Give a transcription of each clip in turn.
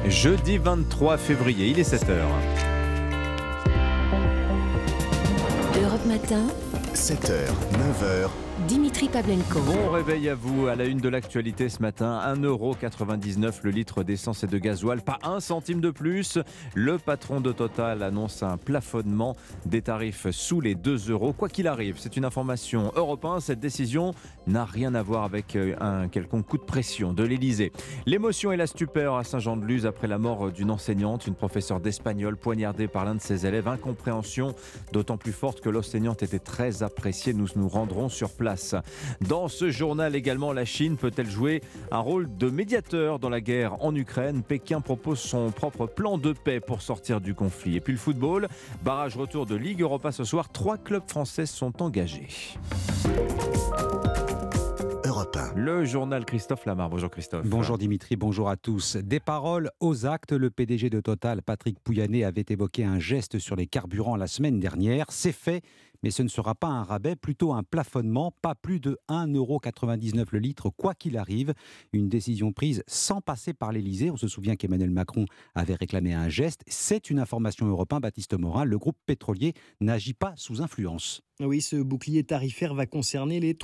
Jeudi 23 février, il est 7h. Europe Matin, 7h, 9h. Dimitri Pavlenko. Bon réveil à vous, à la une de l'actualité ce matin, 1,99€ le litre d'essence et de gasoil, pas un centime de plus. Le patron de Total annonce un plafonnement des tarifs sous les 2€. Quoi qu'il arrive, c'est une information Europe 1, cette décision n'a rien à voir avec un quelconque coup de pression de l'Elysée. L'émotion et la stupeur à Saint-Jean-de-Luz après la mort d'une enseignante, une professeure d'espagnol poignardée par l'un de ses élèves. Incompréhension d'autant plus forte que l'enseignante était très appréciée. Nous nous rendrons sur place. Dans ce journal également, la Chine peut-elle jouer un rôle de médiateur dans la guerre en Ukraine ? Pékin propose son propre plan de paix pour sortir du conflit. Et puis le football, barrage retour de Ligue Europa ce soir, 3 clubs français sont engagés. Europe 1. Le journal Christophe Lamar. Bonjour Christophe. Bonjour Dimitri, bonjour à tous. Des paroles aux actes, le PDG de Total, Patrick Pouyanné, avait évoqué un geste sur les carburants la semaine dernière. C'est fait, mais ce ne sera pas un rabais, plutôt un plafonnement, pas plus de 1,99€ le litre, quoi qu'il arrive. Une décision prise sans passer par l'Elysée. On se souvient qu'Emmanuel Macron avait réclamé un geste. C'est une information Europe 1, Baptiste Morin. Le groupe pétrolier n'agit pas sous influence. Oui, ce bouclier tarifaire va concerner les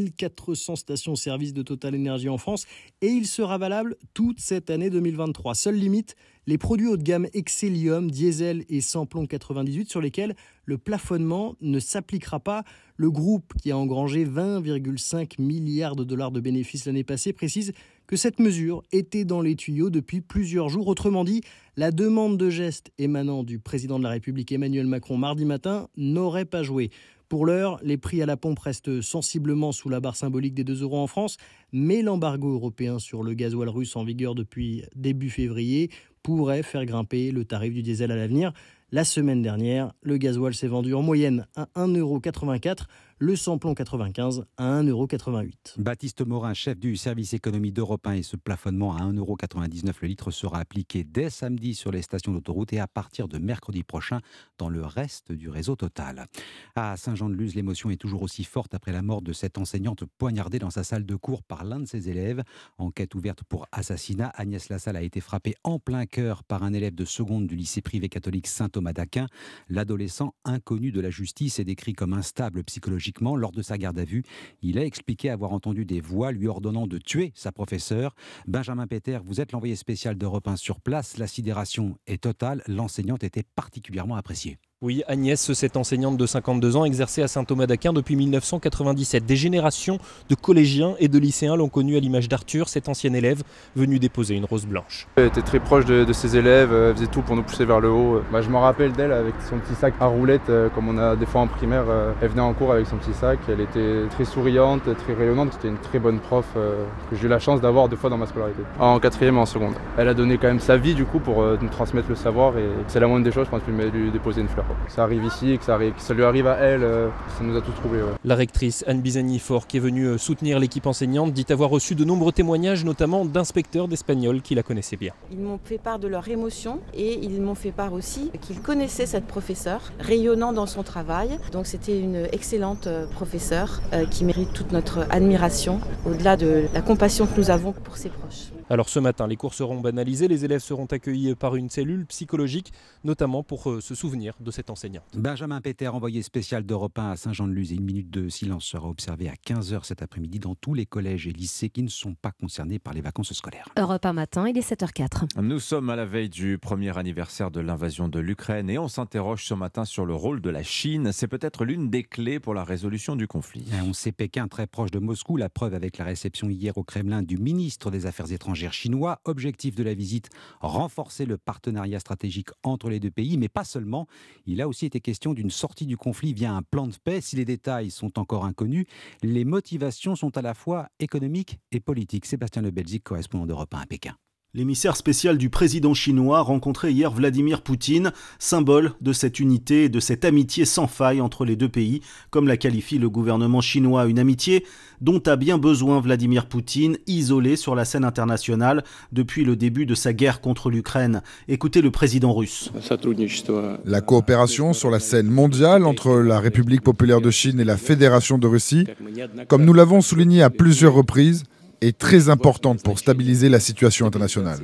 3400 stations-service de Total Énergie en France et il sera valable toute cette année 2023. Seule limite, les produits haut de gamme Excellium, diesel et samplon 98 sur lesquels le plafonnement ne s'appliquera pas. Le groupe, qui a engrangé 20,5 milliards de dollars de bénéfices l'année passée, précise que cette mesure était dans les tuyaux depuis plusieurs jours. Autrement dit, la demande de geste émanant du président de la République Emmanuel Macron mardi matin n'aurait pas joué. Pour l'heure, les prix à la pompe restent sensiblement sous la barre symbolique des 2€ en France, mais l'embargo européen sur le gasoil russe en vigueur depuis début février pourrait faire grimper le tarif du diesel à l'avenir. La semaine dernière, le gasoil s'est vendu en moyenne à 1,84€, le samplon 95 à 1,88€. Baptiste Morin, chef du service économie d'Europe 1, et ce plafonnement à 1,99€ le litre sera appliqué dès samedi sur les stations d'autoroute et à partir de mercredi prochain dans le reste du réseau Total. À Saint-Jean-de-Luz, l'émotion est toujours aussi forte après la mort de cette enseignante poignardée dans sa salle de cours par l'un de ses élèves. Enquête ouverte pour assassinat. Agnès Lassalle a été frappée en plein cœur par un élève de seconde du lycée privé catholique Saint-Thomas d'Aquin. L'adolescent, inconnu de la justice, est décrit comme instable psychologiquement. Lors de sa garde à vue, il a expliqué avoir entendu des voix lui ordonnant de tuer sa professeure. Benjamin Péter, vous êtes l'envoyé spécial d'Europe 1 sur place. La sidération est totale. L'enseignante était particulièrement appréciée. Oui, Agnès, cette enseignante de 52 ans, exerçait à Saint-Thomas d'Aquin depuis 1997. Des générations de collégiens et de lycéens l'ont connue à l'image d'Arthur, cet ancien élève venu déposer une rose blanche. Elle était très proche de ses élèves, elle faisait tout pour nous pousser vers le haut. Je me rappelle d'elle avec son petit sac à roulettes, comme on a des fois en primaire. Elle venait en cours avec son petit sac, elle était très souriante, très rayonnante. C'était une très bonne prof que j'ai eu la chance d'avoir 2 fois dans ma scolarité. En 4e et en seconde. Elle a donné quand même sa vie du coup pour nous transmettre le savoir et c'est la moindre des choses, je pense, de lui déposer une fleur. Que ça arrive ici et que ça lui arrive à elle, ça nous a tous troublés. Ouais. La rectrice Anne Bizani-Fort, qui est venue soutenir l'équipe enseignante, dit avoir reçu de nombreux témoignages, notamment d'inspecteurs d'Espagnols qui la connaissaient bien. Ils m'ont fait part de leur émotion et ils m'ont fait part aussi qu'ils connaissaient cette professeure, rayonnant dans son travail. Donc c'était une excellente professeure qui mérite toute notre admiration, au-delà de la compassion que nous avons pour ses proches. Alors ce matin, les cours seront banalisés, les élèves seront accueillis par une cellule psychologique, notamment pour se souvenir de cette enseignante. Benjamin Péter, envoyé spécial d'Europe 1 à Saint-Jean-de-Luz, et une minute de silence sera observée à 15h cet après-midi dans tous les collèges et lycées qui ne sont pas concernés par les vacances scolaires. Europe 1 matin, il est 7h04. Nous sommes à la veille du premier anniversaire de l'invasion de l'Ukraine et on s'interroge ce matin sur le rôle de la Chine. C'est peut-être l'une des clés pour la résolution du conflit. On sait Pékin très proche de Moscou, la preuve avec la réception hier au Kremlin du ministre des Affaires étrangères chinois. Objectif de la visite, renforcer le partenariat stratégique entre les deux pays, mais pas seulement. Il a aussi été question d'une sortie du conflit via un plan de paix. Si les détails sont encore inconnus, les motivations sont à la fois économiques et politiques. Sébastien Lebelzik, correspondant d'Europe 1 à Pékin. L'émissaire spécial du président chinois rencontrait hier Vladimir Poutine, symbole de cette unité et de cette amitié sans faille entre les deux pays, comme la qualifie le gouvernement chinois, une amitié dont a bien besoin Vladimir Poutine, isolé sur la scène internationale depuis le début de sa guerre contre l'Ukraine. Écoutez le président russe. La coopération sur la scène mondiale entre la République populaire de Chine et la Fédération de Russie, comme nous l'avons souligné à plusieurs reprises, est très importante pour stabiliser la situation internationale.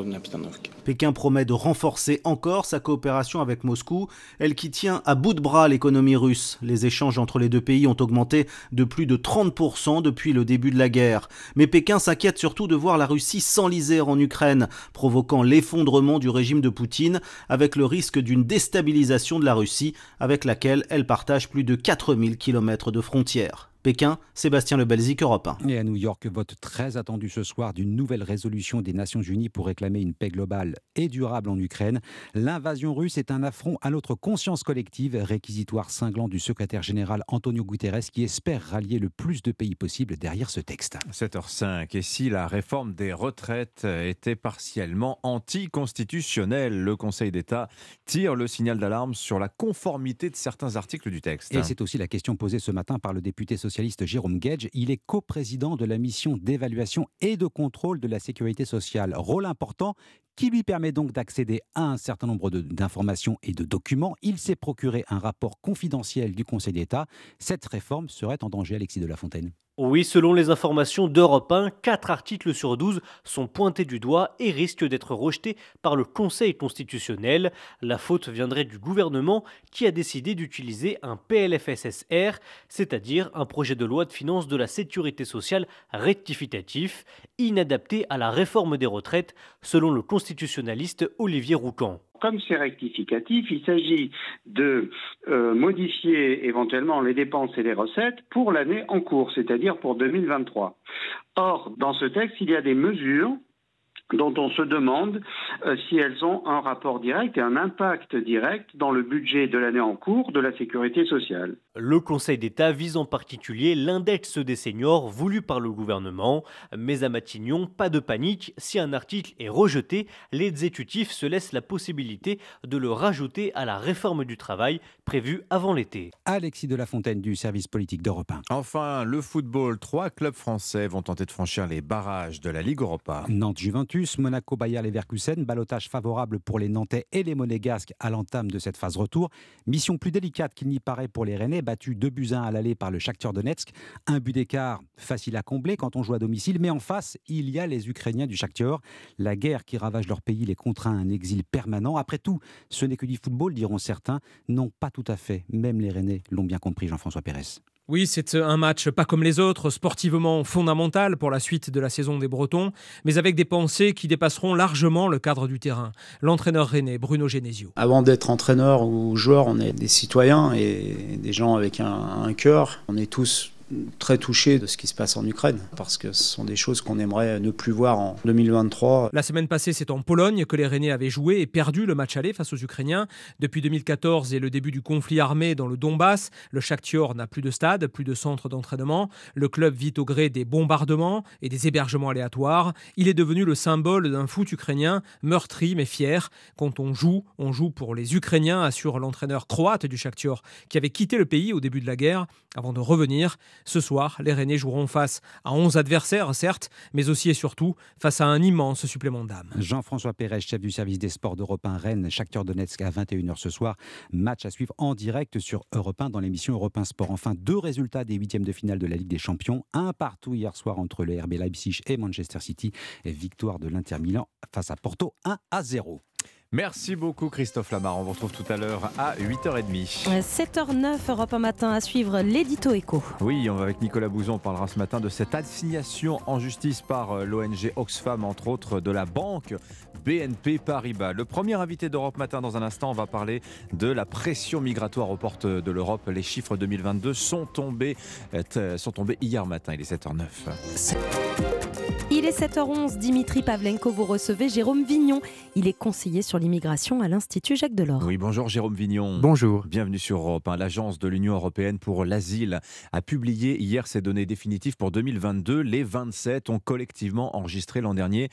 Pékin promet de renforcer encore sa coopération avec Moscou, elle qui tient à bout de bras l'économie russe. Les échanges entre les deux pays ont augmenté de plus de 30% depuis le début de la guerre. Mais Pékin s'inquiète surtout de voir la Russie s'enliser en Ukraine, provoquant l'effondrement du régime de Poutine, avec le risque d'une déstabilisation de la Russie, avec laquelle elle partage plus de 4000 km de frontières. Pékin, Sébastien Lebelzik, Europe 1. Et à New York, vote très attendu ce soir d'une nouvelle résolution des Nations Unies pour réclamer une paix globale et durable en Ukraine. L'invasion russe est un affront à notre conscience collective, réquisitoire cinglant du secrétaire général Antonio Guterres qui espère rallier le plus de pays possible derrière ce texte. 7h05. Et si la réforme des retraites était partiellement anticonstitutionnelle, le Conseil d'État tire le signal d'alarme sur la conformité de certains articles du texte. Et c'est aussi la question posée ce matin par le député socialiste Jérôme Guedj. Il est coprésident de la mission d'évaluation et de contrôle de la sécurité sociale. Rôle important qui lui permet donc d'accéder à un certain nombre d'informations et de documents. Il s'est procuré un rapport confidentiel du Conseil d'État. Cette réforme serait en danger, Alexis de la Fontaine. Oui, selon les informations d'Europe 1, 4 articles sur 12 sont pointés du doigt et risquent d'être rejetés par le Conseil constitutionnel. La faute viendrait du gouvernement qui a décidé d'utiliser un PLFSSR, c'est-à-dire un projet de loi de finances de la sécurité sociale rectificatif, inadapté à la réforme des retraites, selon le constitutionnaliste Olivier Roucan. Comme c'est rectificatif, il s'agit de modifier éventuellement les dépenses et les recettes pour l'année en cours, c'est-à-dire pour 2023. Or, dans ce texte, il y a des mesures dont on se demande si elles ont un rapport direct et un impact direct dans le budget de l'année en cours de la sécurité sociale. Le Conseil d'État vise en particulier l'index des seniors voulu par le gouvernement. Mais à Matignon, pas de panique. Si un article est rejeté, l'exécutif se laisse la possibilité de le rajouter à la réforme du travail prévue avant l'été. Alexis de la Fontaine du service politique d'Europe 1. Enfin, le football. 3 clubs français vont tenter de franchir les barrages de la Ligue Europa. Nantes-Juventus, Monaco, Bayer Leverkusen, ballottage favorable pour les Nantais et les Monégasques à l'entame de cette phase retour. Mission plus délicate qu'il n'y paraît pour les Rennais, battu 2-1 à l'aller par le Shakhtar Donetsk. Un but d'écart facile à combler quand on joue à domicile, mais en face, il y a les Ukrainiens du Shakhtar. La guerre qui ravage leur pays les contraint à un exil permanent. Après tout, ce n'est que du football, diront certains. Non, pas tout à fait. Même les Rennais l'ont bien compris, Jean-François Pérez. Oui, c'est un match pas comme les autres, sportivement fondamental pour la suite de la saison des Bretons, mais avec des pensées qui dépasseront largement le cadre du terrain. L'entraîneur rennais, Bruno Genesio. Avant d'être entraîneur ou joueur, on est des citoyens et des gens avec un cœur. On est tous très touchés de ce qui se passe en Ukraine, parce que ce sont des choses qu'on aimerait ne plus voir en 2023. La semaine passée, c'est en Pologne que les Rennais avaient joué et perdu le match aller face aux Ukrainiens. Depuis 2014 et le début du conflit armé dans le Donbass, le Shakhtar n'a plus de stade, plus de centre d'entraînement. Le club vit au gré des bombardements et des hébergements aléatoires. Il est devenu le symbole d'un foot ukrainien meurtri mais fier. Quand on joue pour les Ukrainiens, assure l'entraîneur croate du Shakhtar qui avait quitté le pays au début de la guerre avant de revenir. Ce soir, les Rennais joueront face à 11 adversaires, certes, mais aussi et surtout face à un immense supplément d'âme. Jean-François Pérez, chef du service des sports d'Europe 1 Rennes, Shakhtar Donetsk à 21h ce soir. Match à suivre en direct sur Europe 1 dans l'émission Europe 1 Sport. Enfin, 2 résultats des 8e de finale de la Ligue des Champions. Un partout hier soir entre le RB Leipzig et Manchester City. Et victoire de l'Inter Milan face à Porto 1-0. Merci beaucoup Christophe Lamar, on vous retrouve tout à l'heure à 8h30. 7h09, Europe 1 matin à suivre l'édito écho. Oui, on va avec Nicolas Bouzon, on parlera ce matin de cette assignation en justice par l'ONG Oxfam, entre autres de la banque BNP Paribas. Le premier invité d'Europe Matin dans un instant, on va parler de la pression migratoire aux portes de l'Europe. Les chiffres 2022 sont tombés hier matin, il est 7h09. Il est 7h11, Dimitri Pavlenko, vous recevez Jérôme Vignon. Il est conseiller sur l'immigration à l'Institut Jacques Delors. Oui, bonjour Jérôme Vignon. Bonjour. Bienvenue sur Europe 1. L'Agence de l'Union européenne pour l'asile a publié hier ses données définitives pour 2022. Les 27 ont collectivement enregistré l'an dernier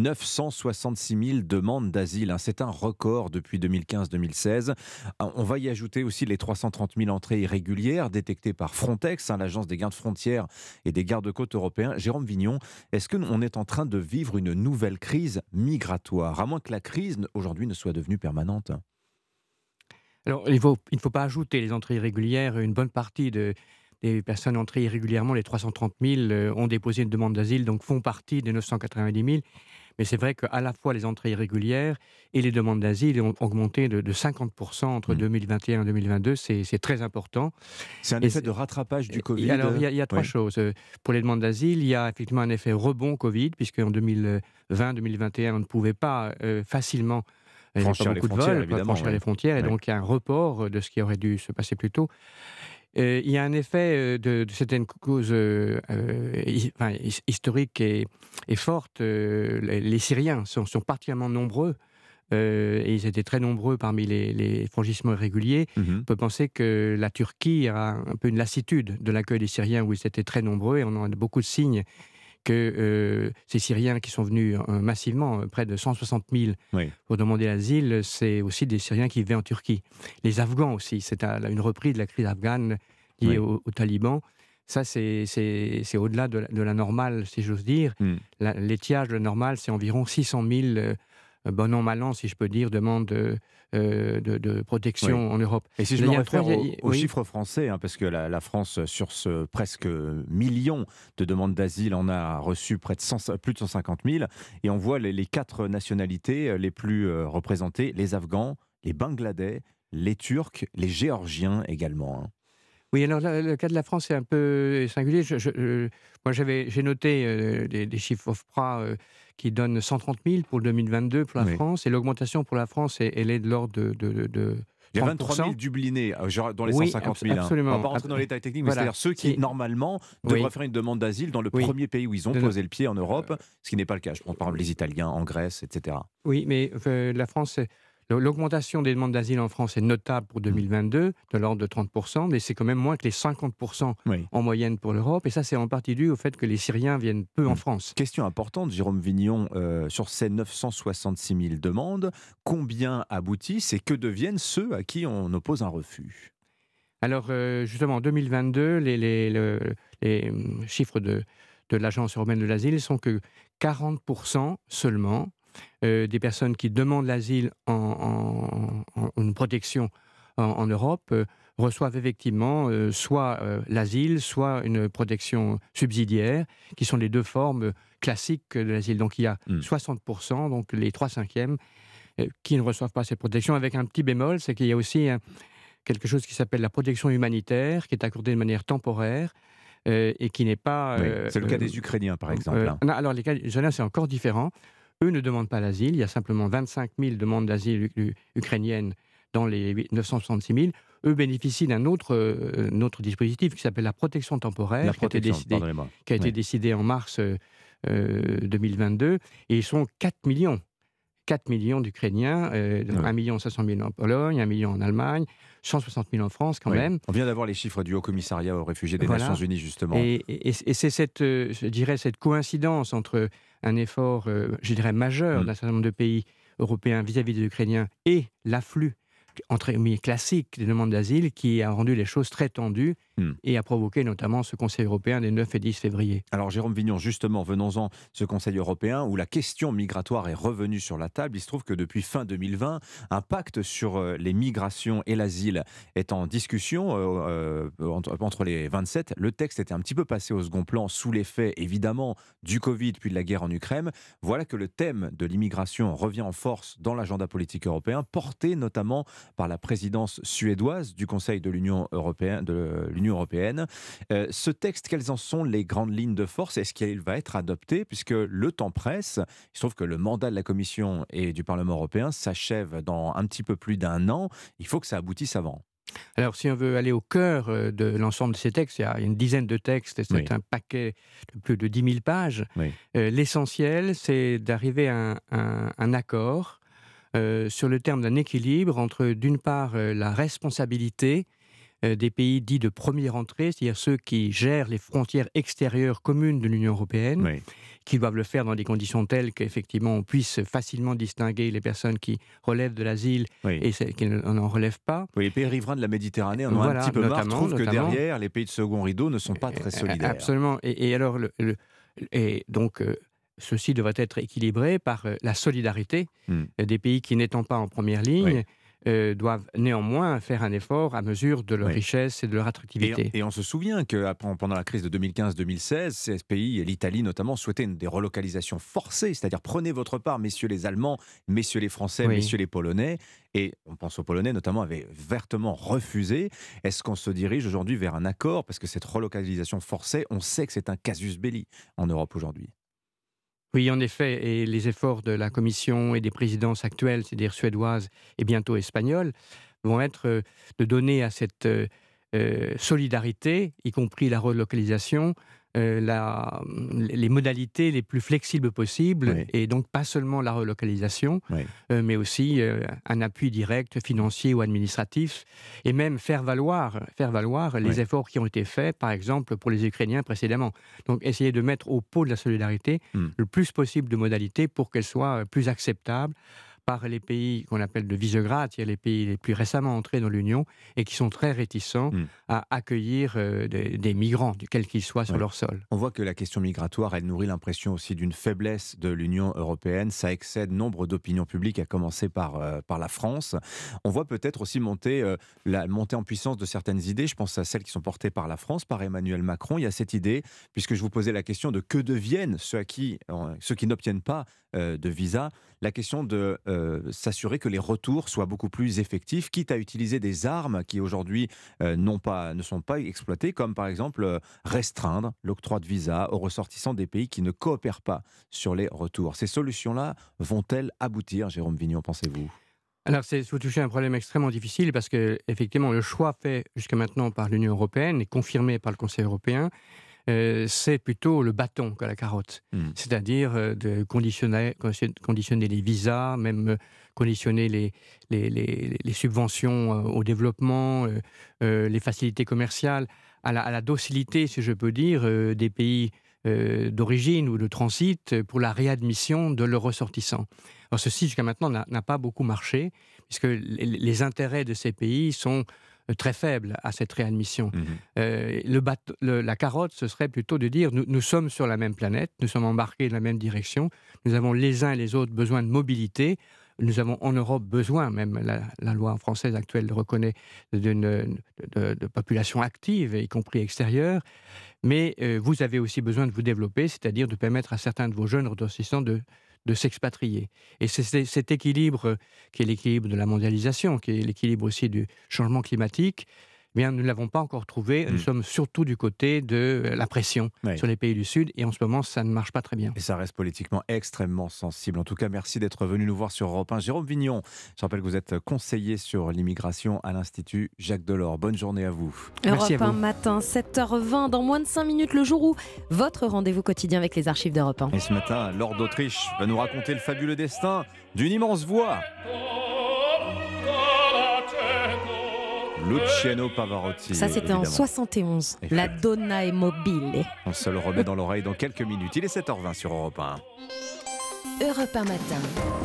966 000 demandes d'asile. C'est un record depuis 2015-2016. On va y ajouter aussi les 330 000 entrées irrégulières détectées par Frontex, l'agence des gardes-frontières et des gardes-côtes européens. Jérôme Vignon, est-ce qu'on est en train de vivre une nouvelle crise migratoire, à moins que la crise aujourd'hui ne soit devenue permanente? Alors, il ne faut pas ajouter les entrées irrégulières. Une bonne partie des des personnes entrées irrégulièrement, les 330 000, ont déposé une demande d'asile, donc font partie des 990 000. Mais c'est vrai qu'à la fois les entrées irrégulières et les demandes d'asile ont augmenté de 50% entre 2021 et 2022. C'est très important. C'est un effet de rattrapage du Covid. Alors, il y a trois choses. Pour les demandes d'asile, il y a effectivement un effet rebond Covid, puisqu'en 2020-2021, on ne pouvait pas facilement franchir les frontières, franchir les frontières, et donc il y a un report de ce qui aurait dû se passer plus tôt. Il y a un effet de certaines causes historiques et fortes. Les Syriens sont particulièrement nombreux. Et ils étaient très nombreux parmi les franchissements irréguliers. On peut penser que la Turquie a un peu une lassitude de l'accueil des Syriens où ils étaient très nombreux, et on a beaucoup de signes que ces Syriens qui sont venus massivement, près de 160 000 pour demander l'asile, c'est aussi des Syriens qui vivaient en Turquie. Les Afghans aussi, c'est une reprise de la crise afghane liée aux talibans. Ça, c'est au-delà de la normale, si j'ose dire. L'étiage de la normale, c'est environ 600 000, bon an, mal an, si je peux dire, demandes de protection en Europe. Et si je me réfère aux chiffres français, parce que la France, sur ce presque million de demandes d'asile, en a reçu plus de 150 000. Et on voit les 4 nationalités les plus représentées, les Afghans, les Bangladais, les Turcs, les Géorgiens également. Oui, alors le cas de la France est un peu singulier. Moi, j'ai noté des chiffres OFPRA qui donnent 130 000 pour le 2022 pour la France, et l'augmentation pour la France, elle est de l'ordre de il y a 23 000 dublinés dans les 150 000. Absolument. On ne va pas rentrer dans les détails techniques, mais c'est-à-dire ceux qui, normalement, devraient faire une demande d'asile dans le premier pays où ils ont posé le pied en Europe, ce qui n'est pas le cas. Je pense par exemple les Italiens, en Grèce, etc. Oui, mais la France... L'augmentation des demandes d'asile en France est notable pour 2022, de l'ordre de 30%, mais c'est quand même moins que les 50% en moyenne pour l'Europe. Et ça, c'est en partie dû au fait que les Syriens viennent peu en France. Question importante, Jérôme Vignon, sur ces 966 000 demandes, combien aboutissent et que deviennent ceux à qui on oppose un refus ? Alors, justement, en 2022, les chiffres de l'Agence européenne de l'asile sont que 40% seulement des personnes qui demandent l'asile en une protection en Europe reçoivent effectivement soit l'asile, soit une protection subsidiaire, qui sont les deux formes classiques de l'asile. Donc il y a 60%, donc les 3/5, qui ne reçoivent pas cette protection, avec un petit bémol, c'est qu'il y a aussi quelque chose qui s'appelle la protection humanitaire, qui est accordée de manière temporaire, et qui n'est pas... c'est le cas des Ukrainiens, par exemple. Alors les cas des Ukrainiens, c'est encore différent. Eux ne demandent pas l'asile. Il y a simplement 25 000 demandes d'asile ukrainiennes dans les 966 000. Eux bénéficient d'un autre dispositif qui s'appelle la protection temporaire, qui a été décidé en mars 2022. Et ils sont 4 millions. 4 millions d'Ukrainiens, 1 500 000 en Pologne, 1 million en Allemagne, 160 000 en France quand même. On vient d'avoir les chiffres du Haut-Commissariat aux réfugiés des Nations Unies, justement. Et c'est cette coïncidence entre un effort, je dirais, majeur d'un certain nombre de pays européens vis-à-vis des Ukrainiens et l'afflux classique des demandes d'asile qui a rendu les choses très tendues et a provoqué notamment ce Conseil européen des 9 et 10 février. Alors Jérôme Vignon, justement, venons-en, ce Conseil européen où la question migratoire est revenue sur la table. Il se trouve que depuis fin 2020, un pacte sur les migrations et l'asile est en discussion entre les 27. Le texte était un petit peu passé au second plan sous l'effet, évidemment, du Covid puis de la guerre en Ukraine. Voilà que le thème de l'immigration revient en force dans l'agenda politique européen, porté notamment par la présidence suédoise du Conseil de l'Union européenne. Ce texte, quelles en sont les grandes lignes de force ? Est-ce qu'il va être adopté ? Puisque le temps presse, il se trouve que le mandat de la Commission et du Parlement européen s'achève dans un petit peu plus d'1 an. Il faut que ça aboutisse avant. Alors, si on veut aller au cœur de l'ensemble de ces textes, il y a une dizaine de textes, c'est un paquet de plus de 10 000 pages. L'essentiel, c'est d'arriver à un accord sur le terme d'un équilibre entre, d'une part, la responsabilité des pays dits de première entrée, c'est-à-dire ceux qui gèrent les frontières extérieures communes de l'Union européenne, qui doivent le faire dans des conditions telles qu'effectivement on puisse facilement distinguer les personnes qui relèvent de l'asile et celles qui n'en relèvent pas. Oui, les pays riverains de la Méditerranée en ont un petit peu marre, trouvent que derrière, les pays de second rideau ne sont pas très solidaires. Absolument. Et alors, donc... ceci devrait être équilibré par la solidarité des pays qui, n'étant pas en première ligne, doivent néanmoins faire un effort à mesure de leur richesse et de leur attractivité. Et on se souvient que pendant la crise de 2015-2016, ces pays, et l'Italie notamment, souhaitaient des relocalisations forcées, c'est-à-dire prenez votre part, messieurs les Allemands, messieurs les Français, messieurs les Polonais, et on pense aux Polonais notamment, avaient vertement refusé. Est-ce qu'on se dirige aujourd'hui vers un accord? Parce que cette relocalisation forcée, on sait que c'est un casus belli en Europe aujourd'hui. Oui, en effet, et les efforts de la Commission et des présidences actuelles, c'est-à-dire suédoises et bientôt espagnoles, vont être de donner à cette solidarité, y compris la relocalisation, les modalités les plus flexibles possibles, et donc pas seulement la relocalisation, mais aussi un appui direct financier ou administratif, et même faire valoir les efforts qui ont été faits, par exemple pour les Ukrainiens précédemment. Donc essayer de mettre au pot de la solidarité le plus possible de modalités pour qu'elles soient plus acceptables par les pays qu'on appelle de Visegrad, c'est-à-dire les pays les plus récemment entrés dans l'Union et qui sont très réticents à accueillir des migrants, quels qu'ils soient, sur leur sol. On voit que la question migratoire, elle nourrit l'impression aussi d'une faiblesse de l'Union européenne. Ça excède nombre d'opinions publiques, à commencer par la France. On voit peut-être aussi la montée en puissance de certaines idées. Je pense à celles qui sont portées par la France, par Emmanuel Macron. Il y a cette idée, puisque je vous posais la question de que deviennent ceux qui n'obtiennent pas de visa, la question de s'assurer que les retours soient beaucoup plus effectifs, quitte à utiliser des armes qui aujourd'hui ne sont pas exploitées, comme par exemple restreindre l'octroi de visa aux ressortissants des pays qui ne coopèrent pas sur les retours. Ces solutions-là vont-elles aboutir, Jérôme Vignon, pensez-vous ? Alors, vous touchez un problème extrêmement difficile parce que, effectivement, le choix fait jusqu'à maintenant par l'Union européenne et confirmé par le Conseil européen, c'est plutôt le bâton que la carotte. C'est-à-dire de conditionner les visas, même conditionner les subventions au développement, les facilités commerciales, à la docilité, si je peux dire, des pays d'origine ou de transit pour la réadmission de leurs ressortissants. Alors ceci, jusqu'à maintenant, n'a pas beaucoup marché, puisque les intérêts de ces pays sont très faible à cette réadmission. La carotte, ce serait plutôt de dire nous sommes sur la même planète, nous sommes embarqués dans la même direction, nous avons les uns et les autres besoin de mobilité, nous avons en Europe besoin, même la loi française actuelle le reconnaît, de population active, y compris extérieure, mais vous avez aussi besoin de vous développer, c'est-à-dire de permettre à certains de vos jeunes ressortissants de s'expatrier. Et c'est cet équilibre qui est l'équilibre de la mondialisation, qui est l'équilibre aussi du changement climatique, eh bien, nous ne l'avons pas encore trouvé. Nous sommes surtout du côté de la pression sur les pays du Sud, et en ce moment, ça ne marche pas très bien. Et ça reste politiquement extrêmement sensible. En tout cas, merci d'être venu nous voir sur Europe 1. Jérôme Vignon, je rappelle que vous êtes conseiller sur l'immigration à l'Institut Jacques Delors. Bonne journée à vous. Europe 1 matin, 7h20, dans moins de 5 minutes, le jour où votre rendez-vous quotidien avec les archives d'Europe 1. Et ce matin, Lord d'Autriche va nous raconter le fabuleux destin d'une immense voix. Luciano Pavarotti. Ça, c'était en 71. La Donna è mobile. On se le remet dans l'oreille dans quelques minutes. Il est 7h20 sur Europe 1. Europe 1 matin.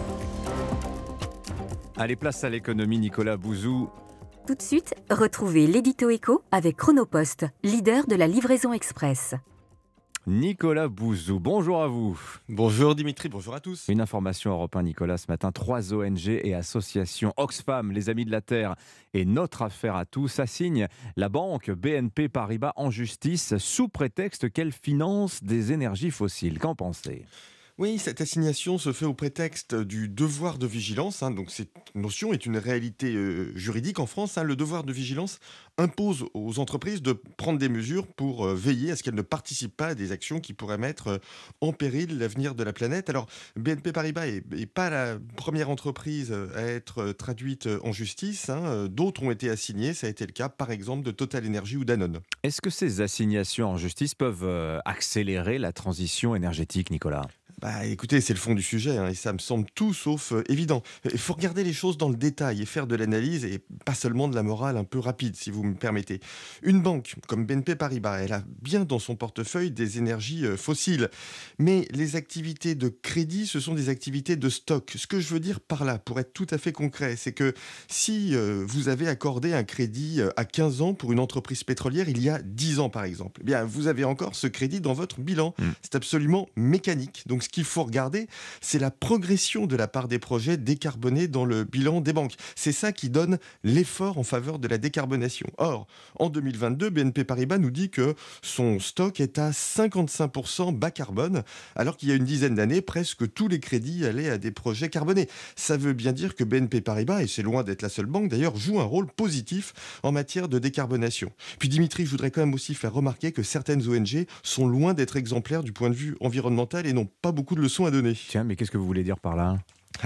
Allez, place à l'économie, Nicolas Bouzou. Tout de suite, retrouvez l'édito éco avec Chronopost, leader de la livraison express. Nicolas Bouzou, bonjour à vous. Bonjour Dimitri, bonjour à tous. Une information Europe 1, Nicolas, ce matin, 3 ONG et associations, Oxfam, les Amis de la Terre et Notre Affaire à tous, assignent la banque BNP Paribas en justice sous prétexte qu'elle finance des énergies fossiles. Qu'en pensez ? Oui, cette assignation se fait au prétexte du devoir de vigilance. Donc cette notion est une réalité juridique en France. Le devoir de vigilance impose aux entreprises de prendre des mesures pour veiller à ce qu'elles ne participent pas à des actions qui pourraient mettre en péril l'avenir de la planète. Alors, BNP Paribas n'est pas la première entreprise à être traduite en justice. D'autres ont été assignées. Ça a été le cas, par exemple, de Total Energy ou Danone. Est-ce que ces assignations en justice peuvent accélérer la transition énergétique, Nicolas ? Écoutez, c'est le fond du sujet, et ça me semble tout sauf évident. Il faut regarder les choses dans le détail et faire de l'analyse et pas seulement de la morale un peu rapide, si vous me permettez. Une banque comme BNP Paribas, elle a bien dans son portefeuille des énergies fossiles, mais les activités de crédit, ce sont des activités de stock. Ce que je veux dire par là, pour être tout à fait concret, c'est que si vous avez accordé un crédit à 15 ans pour une entreprise pétrolière il y a 10 ans par exemple, eh bien vous avez encore ce crédit dans votre bilan. C'est absolument mécanique. Donc ce qu'il faut regarder, c'est la progression de la part des projets décarbonés dans le bilan des banques. C'est ça qui donne l'effort en faveur de la décarbonation. Or, en 2022, BNP Paribas nous dit que son stock est à 55% bas carbone, alors qu'il y a une dizaine d'années, presque tous les crédits allaient à des projets carbonés. Ça veut bien dire que BNP Paribas, et c'est loin d'être la seule banque d'ailleurs, joue un rôle positif en matière de décarbonation. Puis Dimitri, je voudrais quand même aussi faire remarquer que certaines ONG sont loin d'être exemplaires du point de vue environnemental et n'ont pas beaucoup de leçons à donner. Tiens, mais qu'est-ce que vous voulez dire par là ?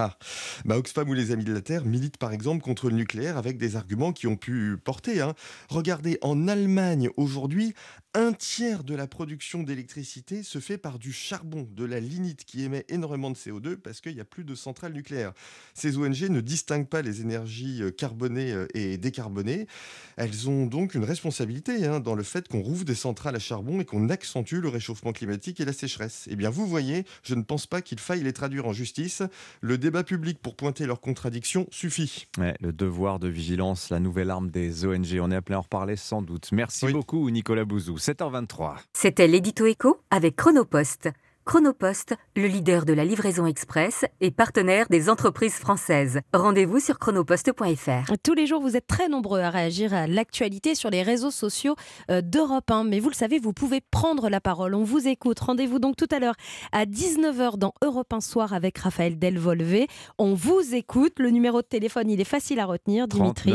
Oxfam ou les Amis de la Terre militent par exemple contre le nucléaire avec des arguments qui ont pu porter. Regardez, en Allemagne aujourd'hui, 1/3 de la production d'électricité se fait par du charbon, de la lignite qui émet énormément de CO2 parce qu'il n'y a plus de centrales nucléaires. Ces ONG ne distinguent pas les énergies carbonées et décarbonées. Elles ont donc une responsabilité dans le fait qu'on rouvre des centrales à charbon et qu'on accentue le réchauffement climatique et la sécheresse. Eh bien, vous voyez, je ne pense pas qu'il faille les traduire en justice. Le débat public pour pointer leurs contradictions suffit. Ouais, le devoir de vigilance, la nouvelle arme des ONG. On est appelé à en reparler sans doute. Merci beaucoup Nicolas Bouzou. 7h23. C'était l'édito éco avec Chronopost. Chronopost, le leader de la livraison express et partenaire des entreprises françaises. Rendez-vous sur chronopost.fr. Tous les jours, vous êtes très nombreux à réagir à l'actualité sur les réseaux sociaux d'Europe 1. Mais vous le savez, vous pouvez prendre la parole. On vous écoute. Rendez-vous donc tout à l'heure à 19h dans Europe 1 Soir avec Raphaël Delvolvé. On vous écoute. Le numéro de téléphone, il est facile à retenir, Dimitri.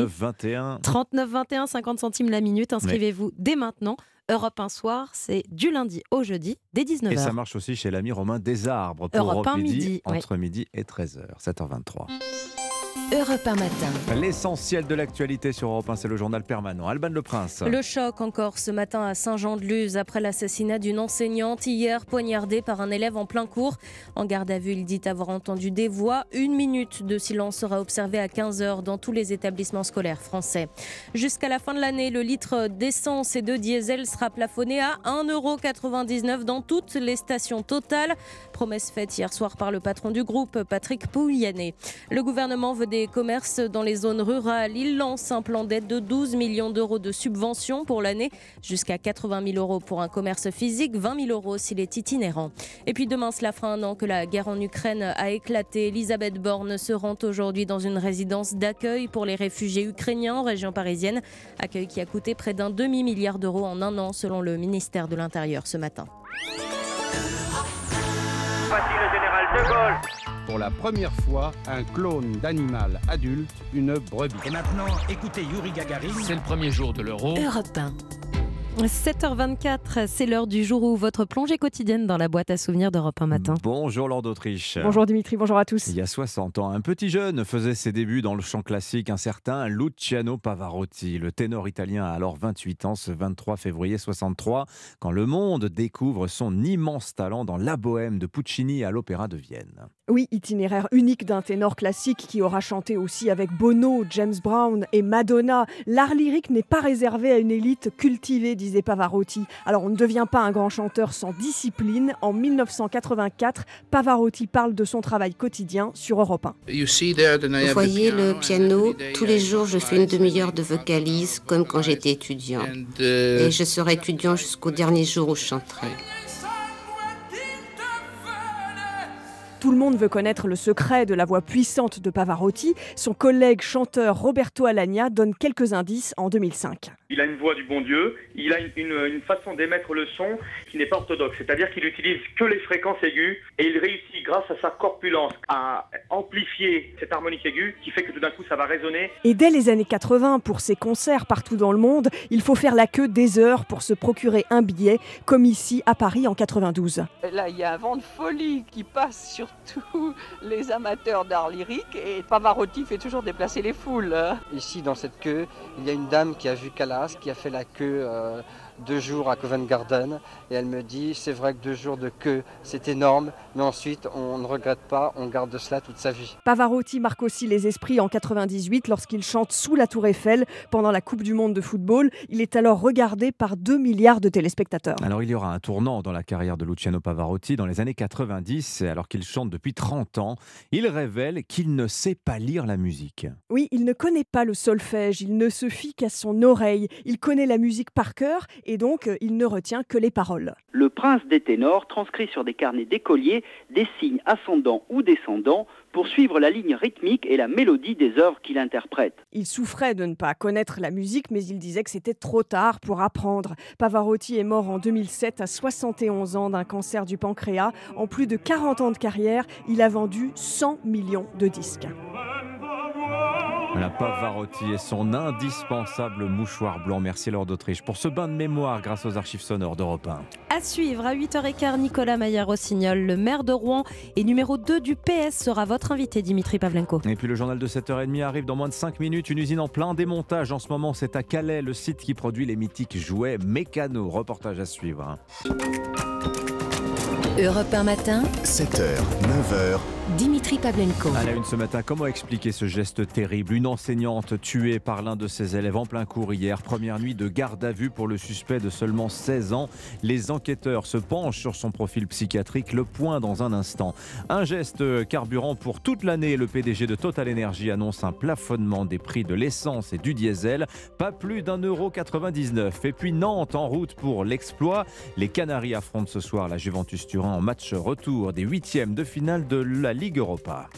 39 21, 50 centimes la minute. Inscrivez-vous dès maintenant. Europe 1 Soir, c'est du lundi au jeudi, dès 19h. Et ça marche aussi chez l'ami Romain Desarbres pour Europe 1 midi, entre midi et 13h, 7h23. Europe 1 matin. L'essentiel de l'actualité sur Europe 1, c'est le journal permanent. Alban Le Prince. Le choc encore ce matin à Saint-Jean-de-Luz après l'assassinat d'une enseignante hier poignardée par un élève en plein cours. En garde à vue, il dit avoir entendu des voix. 1 minute de silence sera observée à 15h dans tous les établissements scolaires français. Jusqu'à la fin de l'année, le litre d'essence et de diesel sera plafonné à 1,99 € dans toutes les stations Total. Promesse faite hier soir par le patron du groupe, Patrick Pouyanné. Le gouvernement veut des commerces dans les zones rurales. Il lance un plan d'aide de 12 millions d'euros de subventions pour l'année, jusqu'à 80 000 € pour un commerce physique, 20 000 € s'il est itinérant. Et puis demain, cela fera 1 an que la guerre en Ukraine a éclaté. Elisabeth Borne se rend aujourd'hui dans une résidence d'accueil pour les réfugiés ukrainiens en région parisienne. Accueil qui a coûté près d'1 demi-milliard d'euros en 1 an, selon le ministère de l'Intérieur ce matin. Voici le général de Gaulle. Pour la première fois, un clone d'animal adulte, une brebis. Et maintenant, écoutez Yuri Gagarin. C'est le premier jour de l'Euro. Europe 1. 7h24, c'est l'heure du jour où votre plongée quotidienne dans la boîte à souvenirs d'Europe 1 matin. Bonjour Laure d'Autriche. Bonjour Dimitri, bonjour à tous. Il y a 60 ans, un petit jeune faisait ses débuts dans le chant classique, un certain Luciano Pavarotti. Le ténor italien a alors 28 ans, ce 23 février 63, quand le monde découvre son immense talent dans La Bohème de Puccini à l'Opéra de Vienne. Oui, itinéraire unique d'un ténor classique qui aura chanté aussi avec Bono, James Brown et Madonna. L'art lyrique n'est pas réservé à une élite cultivée, disait Pavarotti. Alors on ne devient pas un grand chanteur sans discipline. En 1984, Pavarotti parle de son travail quotidien sur Europe 1. Vous voyez le piano, tous les jours je fais une demi-heure de vocalise comme quand j'étais étudiant. Et je serai étudiant jusqu'au dernier jour où je chanterai. Tout le monde veut connaître le secret de la voix puissante de Pavarotti. Son collègue chanteur Roberto Alagna donne quelques indices en 2005. Il a une voix du bon Dieu, il a une façon d'émettre le son qui n'est pas orthodoxe, c'est-à-dire qu'il n'utilise que les fréquences aiguës et il réussit grâce à sa corpulence à amplifier cette harmonique aiguë qui fait que tout d'un coup ça va résonner. Et dès les années 80, pour ses concerts partout dans le monde, il faut faire la queue des heures pour se procurer un billet, comme ici à Paris en 92. Là, il y a un vent de folie qui passe sur tous les amateurs d'art lyrique et Pavarotti fait toujours déplacer les foules. Ici, dans cette queue, il y a une dame qui a vu Callas, qui a fait la queue 2 jours à Covent Garden et elle me dit c'est vrai que 2 jours de queue c'est énorme mais ensuite on ne regrette pas, on garde cela toute sa vie. Pavarotti marque aussi les esprits en 98 lorsqu'il chante sous la Tour Eiffel pendant la Coupe du Monde de football. Il est alors regardé par 2 milliards de téléspectateurs. Alors il y aura un tournant dans la carrière de Luciano Pavarotti dans les années 90 alors qu'il chante depuis 30 ans. Il révèle qu'il ne sait pas lire la musique. Oui, il ne connaît pas le solfège, il ne se fie qu'à son oreille. Il connaît la musique par cœur et donc il ne retient que les paroles. Le prince des ténors transcrit sur des carnets d'écoliers des signes ascendants ou descendants pour suivre la ligne rythmique et la mélodie des œuvres qu'il interprète. Il souffrait de ne pas connaître la musique, mais il disait que c'était trop tard pour apprendre. Pavarotti est mort en 2007 à 71 ans d'un cancer du pancréas. En plus de 40 ans de carrière, il a vendu 100 millions de disques. La Pavarotti et son indispensable mouchoir blanc. Merci Laure d'Autriche pour ce bain de mémoire grâce aux archives sonores d'Europe 1. À suivre, à 8h15, Nicolas Maillard-Rossignol, le maire de Rouen et numéro 2 du PS, sera votre invité, Dimitri Pavlenko. Et puis le journal de 7h30 arrive dans moins de 5 minutes. Une usine en plein démontage. En ce moment, c'est à Calais, le site qui produit les mythiques jouets Mécano. Reportage à suivre. Europe 1 matin, 7h, 9h. Dimitri Pavlenko. À la une ce matin, comment expliquer ce geste terrible? Une enseignante tuée par l'un de ses élèves en plein cours hier. Première nuit de garde à vue pour le suspect de seulement 16 ans. Les enquêteurs se penchent sur son profil psychiatrique. Le point dans un instant. Un geste carburant pour toute l'année. Le PDG de Total Energy annonce un plafonnement des prix de l'essence et du diesel. Pas plus d'1,99 €. Et puis Nantes en route pour l'exploit. Les Canaries affrontent ce soir la Juventus Turin en match retour des 8e de finale de la Ligue Europa.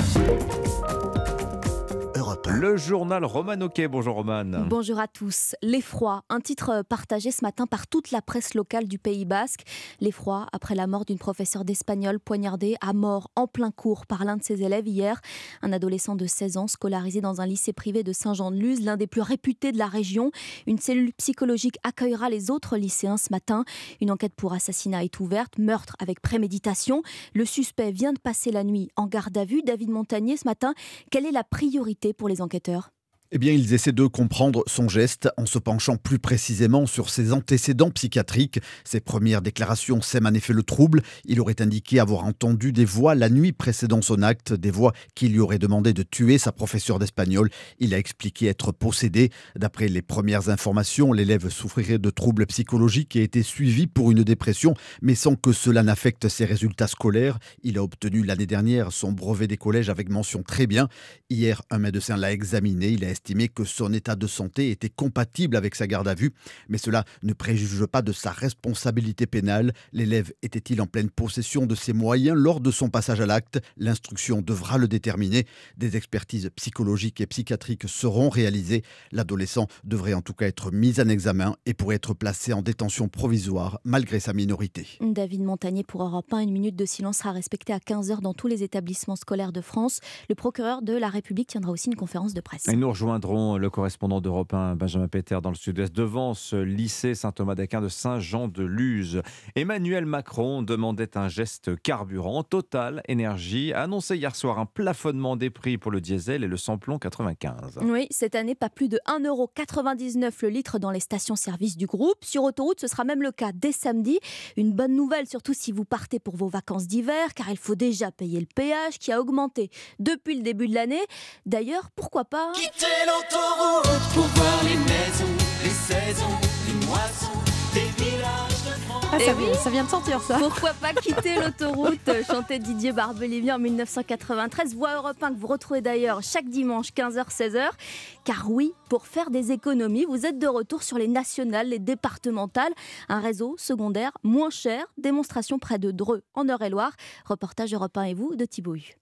Le journal Roman Oquet. Bonjour Roman. Bonjour à tous. L'effroi, un titre partagé ce matin par toute la presse locale du Pays Basque. L'effroi après la mort d'une professeure d'espagnol poignardée à mort en plein cours par l'un de ses élèves hier. Un adolescent de 16 ans scolarisé dans un lycée privé de Saint-Jean-de-Luz, l'un des plus réputés de la région. Une cellule psychologique accueillera les autres lycéens ce matin. Une enquête pour assassinat est ouverte, meurtre avec préméditation. Le suspect vient de passer la nuit en garde à vue. David Montagnier, ce matin, quelle est la priorité pour les enquêteurs ? Eh bien, ils essaient de comprendre son geste en se penchant plus précisément sur ses antécédents psychiatriques. Ses premières déclarations sèment en effet le trouble. Il aurait indiqué avoir entendu des voix la nuit précédant son acte, des voix qui lui auraient demandé de tuer sa professeure d'espagnol. Il a expliqué être possédé. D'après les premières informations, l'élève souffrirait de troubles psychologiques et était suivi pour une dépression, mais sans que cela n'affecte ses résultats scolaires. Il a obtenu l'année dernière son brevet des collèges avec mention très bien. Hier, un médecin l'a examiné. Il a estimé que son état de santé était compatible avec sa garde à vue, mais cela ne préjuge pas de sa responsabilité pénale. L'élève était-il en pleine possession de ses moyens lors de son passage à l'acte? L'instruction devra le déterminer. Des expertises psychologiques et psychiatriques seront réalisées. L'adolescent devrait en tout cas être mis en examen et pourrait être placé en détention provisoire malgré sa minorité. David Montagnier pour Europe 1. Une minute de silence sera respectée à 15h dans tous les établissements scolaires de France. Le procureur de la République tiendra aussi une conférence de presse. Et nous rejoindrons le correspondant d'Europe 1, Benjamin Péter, dans le sud-est, devant ce lycée Saint-Thomas-d'Aquin de Saint-Jean-de-Luz. Emmanuel Macron demandait un geste carburant. Total Energy a annoncé hier soir un plafonnement des prix pour le diesel et le samplon 95. Oui, cette année, pas plus de 1,99 € le litre dans les stations-service du groupe. Sur autoroute, ce sera même le cas dès samedi. Une bonne nouvelle, surtout si vous partez pour vos vacances d'hiver, car il faut déjà payer le péage qui a augmenté depuis le début de l'année. D'ailleurs, pourquoi pas quitter l'autoroute pour voir les maisons, les saisons, les moissons, des villages de France. Ah, ça vient de sortir ça. Pourquoi pas quitter l'autoroute, chantait Didier Barbelivien en 1993. Voix Europe 1 que vous retrouvez d'ailleurs chaque dimanche 15h-16h. Car oui, pour faire des économies, vous êtes de retour sur les nationales, les départementales. Un réseau secondaire moins cher. Démonstration près de Dreux en Eure-et-Loire. Reportage Europe 1 et vous de Thibaut Hu.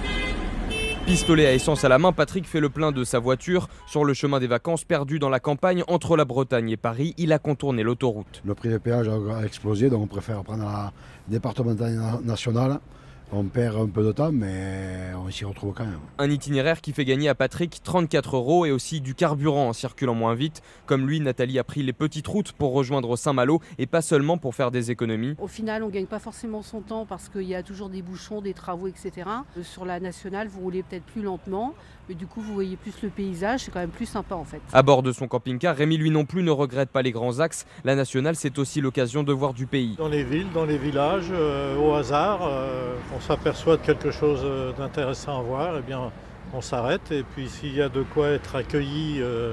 Pistolet à essence à la main, Patrick fait le plein de sa voiture. Sur le chemin des vacances, perdu dans la campagne entre la Bretagne et Paris, il a contourné l'autoroute. Le prix de péage a explosé, donc on préfère prendre la départementale nationale. On perd un peu de temps, mais on s'y retrouve quand même. Un itinéraire qui fait gagner à Patrick 34 € et aussi du carburant en circulant moins vite. Comme lui, Nathalie a pris les petites routes pour rejoindre Saint-Malo et pas seulement pour faire des économies. Au final, on ne gagne pas forcément son temps parce qu'il y a toujours des bouchons, des travaux, etc. Sur la nationale, vous roulez peut-être plus lentement, mais du coup, vous voyez plus le paysage. C'est quand même plus sympa en fait. À bord de son camping-car, Rémi, lui non plus, ne regrette pas les grands axes. La nationale, c'est aussi l'occasion de voir du pays. Dans les villes, dans les villages, au hasard, on s'aperçoit de quelque chose d'intéressant à voir, eh bien, on s'arrête. Et puis s'il y a de quoi être accueilli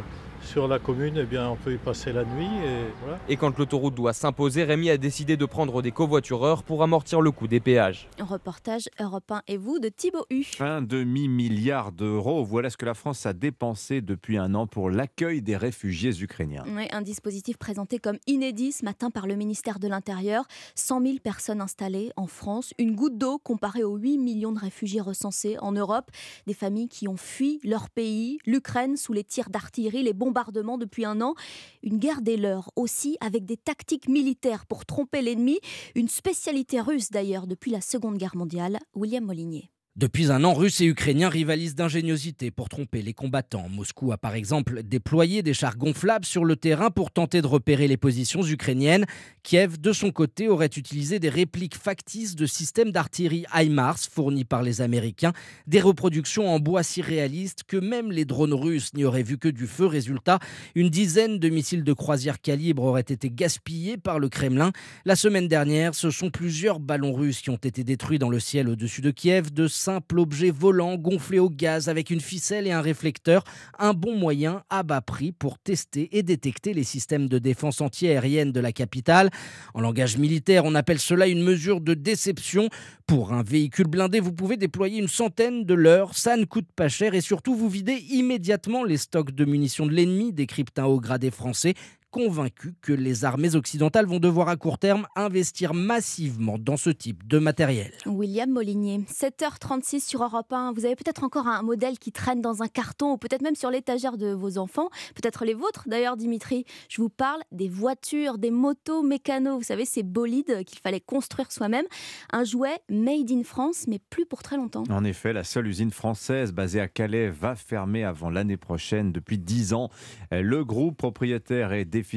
sur la commune, eh bien, on peut y passer la nuit. Et, voilà. Et quand l'autoroute doit s'imposer, Rémi a décidé de prendre des covoitureurs pour amortir le coût des péages. Reportage Europe 1 et vous de Thibaut Hu. Un demi-milliard d'euros, voilà ce que la France a dépensé depuis un an pour l'accueil des réfugiés ukrainiens. Oui, un dispositif présenté comme inédit ce matin par le ministère de l'Intérieur. 100 000 personnes installées en France, une goutte d'eau comparée aux 8 millions de réfugiés recensés en Europe. Des familles qui ont fui leur pays, l'Ukraine sous les tirs d'artillerie, les bombardements depuis un an. Une guerre des leurs aussi, avec des tactiques militaires pour tromper l'ennemi. Une spécialité russe d'ailleurs depuis la Seconde Guerre mondiale. William Molinier. Depuis un an, Russes et Ukrainiens rivalisent d'ingéniosité pour tromper les combattants. Moscou a par exemple déployé des chars gonflables sur le terrain pour tenter de repérer les positions ukrainiennes. Kiev, de son côté, aurait utilisé des répliques factices de systèmes d'artillerie HIMARS fournis par les Américains. Des reproductions en bois si réalistes que même les drones russes n'y auraient vu que du feu. Résultat, une dizaine de missiles de croisière calibre auraient été gaspillés par le Kremlin. La semaine dernière, ce sont plusieurs ballons russes qui ont été détruits dans le ciel au-dessus de Kiev. De simple objet volant gonflé au gaz avec une ficelle et un réflecteur, un bon moyen à bas prix pour tester et détecter les systèmes de défense anti-aérienne de la capitale. En langage militaire, on appelle cela une mesure de déception. Pour un véhicule blindé, vous pouvez déployer une centaine de leurres, ça ne coûte pas cher et surtout vous videz immédiatement les stocks de munitions de l'ennemi, décrypte un haut gradé français, convaincu que les armées occidentales vont devoir à court terme investir massivement dans ce type de matériel. William Molinier, 7h36 sur Europe 1. Vous avez peut-être encore un modèle qui traîne dans un carton ou peut-être même sur l'étagère de vos enfants, peut-être les vôtres d'ailleurs Dimitri. Je vous parle des voitures, des motos mécano, vous savez ces bolides qu'il fallait construire soi-même. Un jouet made in France mais plus pour très longtemps. En effet, la seule usine française basée à Calais va fermer avant l'année prochaine depuis 10 ans. Le groupe propriétaire est déficitaire,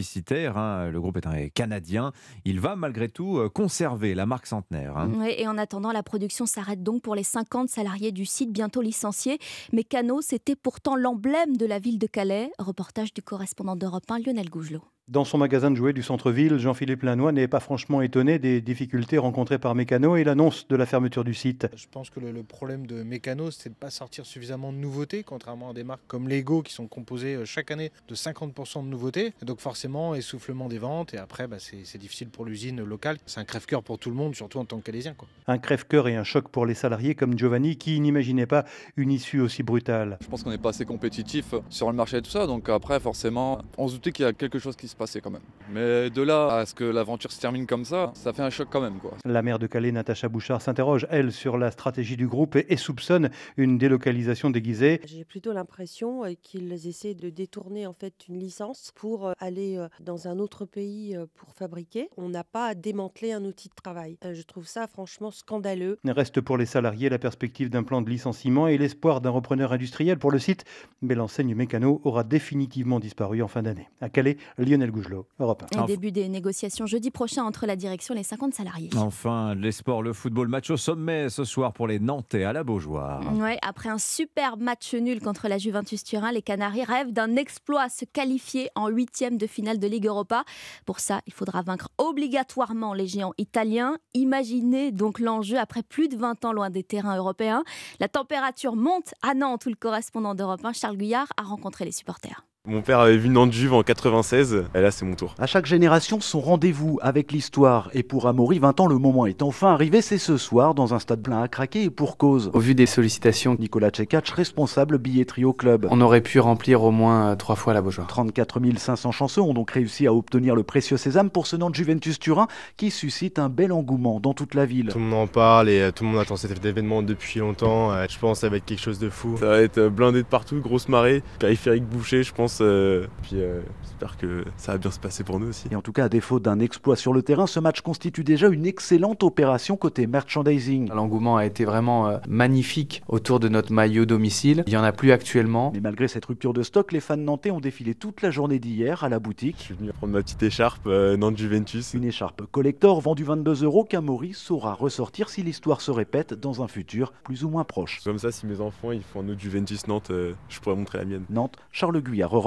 le groupe est un canadien. Il va malgré tout conserver la marque centenaire. Oui, et en attendant, la production s'arrête donc pour les 50 salariés du site bientôt licenciés. Mécano, c'était pourtant l'emblème de la ville de Calais. Reportage du correspondant d'Europe 1, Lionel Gougelot. Dans son magasin de jouets du centre-ville, Jean-Philippe Lannoy n'est pas franchement étonné des difficultés rencontrées par Mécano et l'annonce de la fermeture du site. Je pense que le problème de Mécano, c'est de ne pas sortir suffisamment de nouveautés, contrairement à des marques comme Lego qui sont composées chaque année de 50% de nouveautés. Et donc forcément, essoufflement des ventes et après, c'est difficile pour l'usine locale. C'est un crève-cœur pour tout le monde, surtout en tant que Calaisien. Un crève-cœur et un choc pour les salariés comme Giovanni qui n'imaginait pas une issue aussi brutale. Je pense qu'on n'est pas assez compétitif sur le marché et tout ça, donc après forcément, on se doutait qu'il y a quelque chose qui se passé quand même. Mais de là à ce que l'aventure se termine comme ça fait un choc quand même, quoi. La maire de Calais, Natacha Bouchard, s'interroge, elle, sur la stratégie du groupe et soupçonne une délocalisation déguisée. J'ai plutôt l'impression qu'ils essaient de détourner en fait une licence pour aller dans un autre pays pour fabriquer. On n'a pas à démanteler un outil de travail. Je trouve ça franchement scandaleux. Reste pour les salariés la perspective d'un plan de licenciement et l'espoir d'un repreneur industriel pour le site. Mais l'enseigne Mécano aura définitivement disparu en fin d'année. À Calais, Lionel Gougelot. Europe 1. Début des négociations jeudi prochain entre la direction et les 50 salariés. Enfin, les sports, le football, match au sommet ce soir pour les Nantais à la Beaujoire. Ouais, après un super match nul contre la Juventus Turin, les Canaries rêvent d'un exploit, se qualifier en 8e de finale de Ligue Europa. Pour ça, il faudra vaincre obligatoirement les géants italiens. Imaginez donc l'enjeu après plus de 20 ans loin des terrains européens. La température monte à Nantes où le correspondant d'Europe 1, Charles Guyard, a rencontré les supporters. Mon père avait vu Nantes-Juve en 96, et là c'est mon tour. À chaque génération, son rendez-vous avec l'histoire. Et pour Amaury, 20 ans, le moment est enfin arrivé, c'est ce soir, dans un stade plein à craquer et pour cause. Au vu des sollicitations, Nicolas Tchekatch, responsable billetterie au club. On aurait pu remplir au moins 3 fois la Beaujoire. 34 500 chanceux ont donc réussi à obtenir le précieux sésame pour ce Nantes-Juventus Turin qui suscite un bel engouement dans toute la ville. Tout le monde en parle et tout le monde attend cet événement depuis longtemps. Je pense que ça va être quelque chose de fou. Ça va être blindé de partout, grosse marée, périphérique bouché, je pense. Puis j'espère que ça va bien se passer pour nous aussi. Et en tout cas, à défaut d'un exploit sur le terrain, ce match constitue déjà une excellente opération côté merchandising. L'engouement a été vraiment magnifique autour de notre maillot domicile. Il n'y en a plus actuellement. Mais malgré cette rupture de stock, les fans nantais ont défilé toute la journée d'hier à la boutique. Je suis venu prendre ma petite écharpe Nantes-Juventus. Une écharpe collector vendue 22 € qu'Amaury saura ressortir si l'histoire se répète dans un futur plus ou moins proche. Comme ça, si mes enfants ils font un autre Juventus Nantes, je pourrais montrer la mienne. Nantes, Charles Guyard, Europe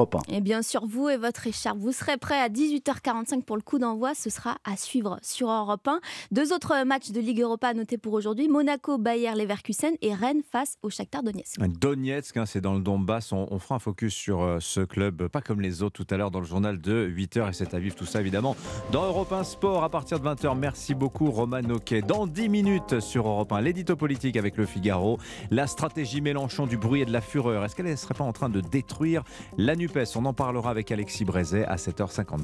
Europe 1. Et bien sûr, vous et votre écharpe, vous serez prêts à 18h45 pour le coup d'envoi. Ce sera à suivre sur Europe 1. 2 autres matchs de Ligue Europa à noter pour aujourd'hui. Monaco, Bayer Leverkusen et Rennes face au Shakhtar Donetsk. Donetsk, c'est dans le Donbass. On fera un focus sur ce club, pas comme les autres tout à l'heure dans le journal de 8h. Et c'est à vivre tout ça évidemment dans Europe 1 Sport à partir de 20h. Merci beaucoup Roman Oquet. Dans 10 minutes sur Europe 1, l'édito politique avec Le Figaro. La stratégie Mélenchon du bruit et de la fureur. Est-ce qu'elle ne serait pas en train de détruire la NUPES? On en parlera avec Alexis Brézet à 7h50.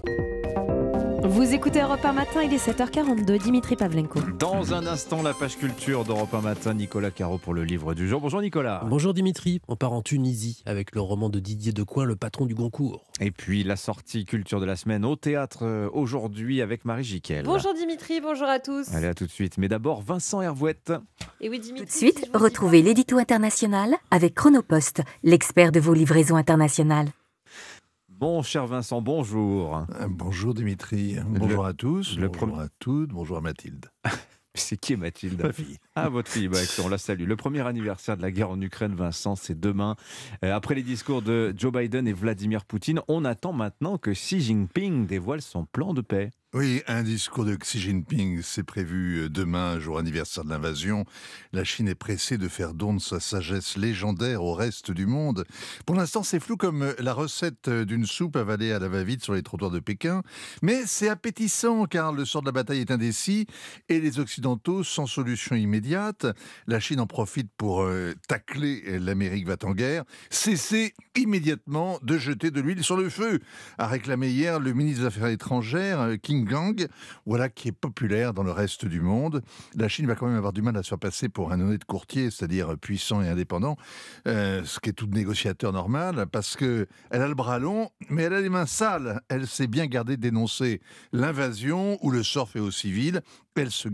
Vous écoutez Europe 1 Matin, il est 7h42, Dimitri Pavlenko. Dans un instant, la page culture d'Europe 1 Matin, Nicolas Caro pour le livre du jour. Bonjour Nicolas. Bonjour Dimitri, on part en Tunisie avec le roman de Didier Decoing, Le patron du Goncourt. Et puis la sortie culture de la semaine au théâtre aujourd'hui avec Marie Jiquel. Bonjour Dimitri, bonjour à tous. Allez, à tout de suite. Mais d'abord, Vincent Hervouette. Et oui, Dimitri, tout de suite, retrouvez l'édito international avec Chronopost, l'expert de vos livraisons internationales. Bon, cher Vincent, bonjour. Bonjour Dimitri, bonjour à tous, bonjour à toutes, bonjour à Mathilde. C'est qui est Mathilde? Ma fille. Ah, votre fille, on la salue. Le premier anniversaire de la guerre en Ukraine, Vincent, c'est demain. Après les discours de Joe Biden et Vladimir Poutine, on attend maintenant que Xi Jinping dévoile son plan de paix. Oui, un discours de Xi Jinping, c'est prévu demain, jour anniversaire de l'invasion. La Chine est pressée de faire don de sa sagesse légendaire au reste du monde. Pour l'instant, c'est flou comme la recette d'une soupe avalée à la va-vite sur les trottoirs de Pékin. Mais c'est appétissant car le sort de la bataille est indécis et les Occidentaux sans solution immédiate. La Chine en profite pour tacler l'Amérique va en guerre. Cessez immédiatement de jeter de l'huile sur le feu, a réclamé hier le ministre des Affaires étrangères, Qin Gang, voilà qui est populaire dans le reste du monde. La Chine va quand même avoir du mal à se faire passer pour un honnête courtier, c'est-à-dire puissant et indépendant, ce qui est tout négociateur normal, parce qu'elle a le bras long, mais elle a les mains sales. Elle sait bien garder de dénoncer l'invasion ou le sort fait aux civils. Elle se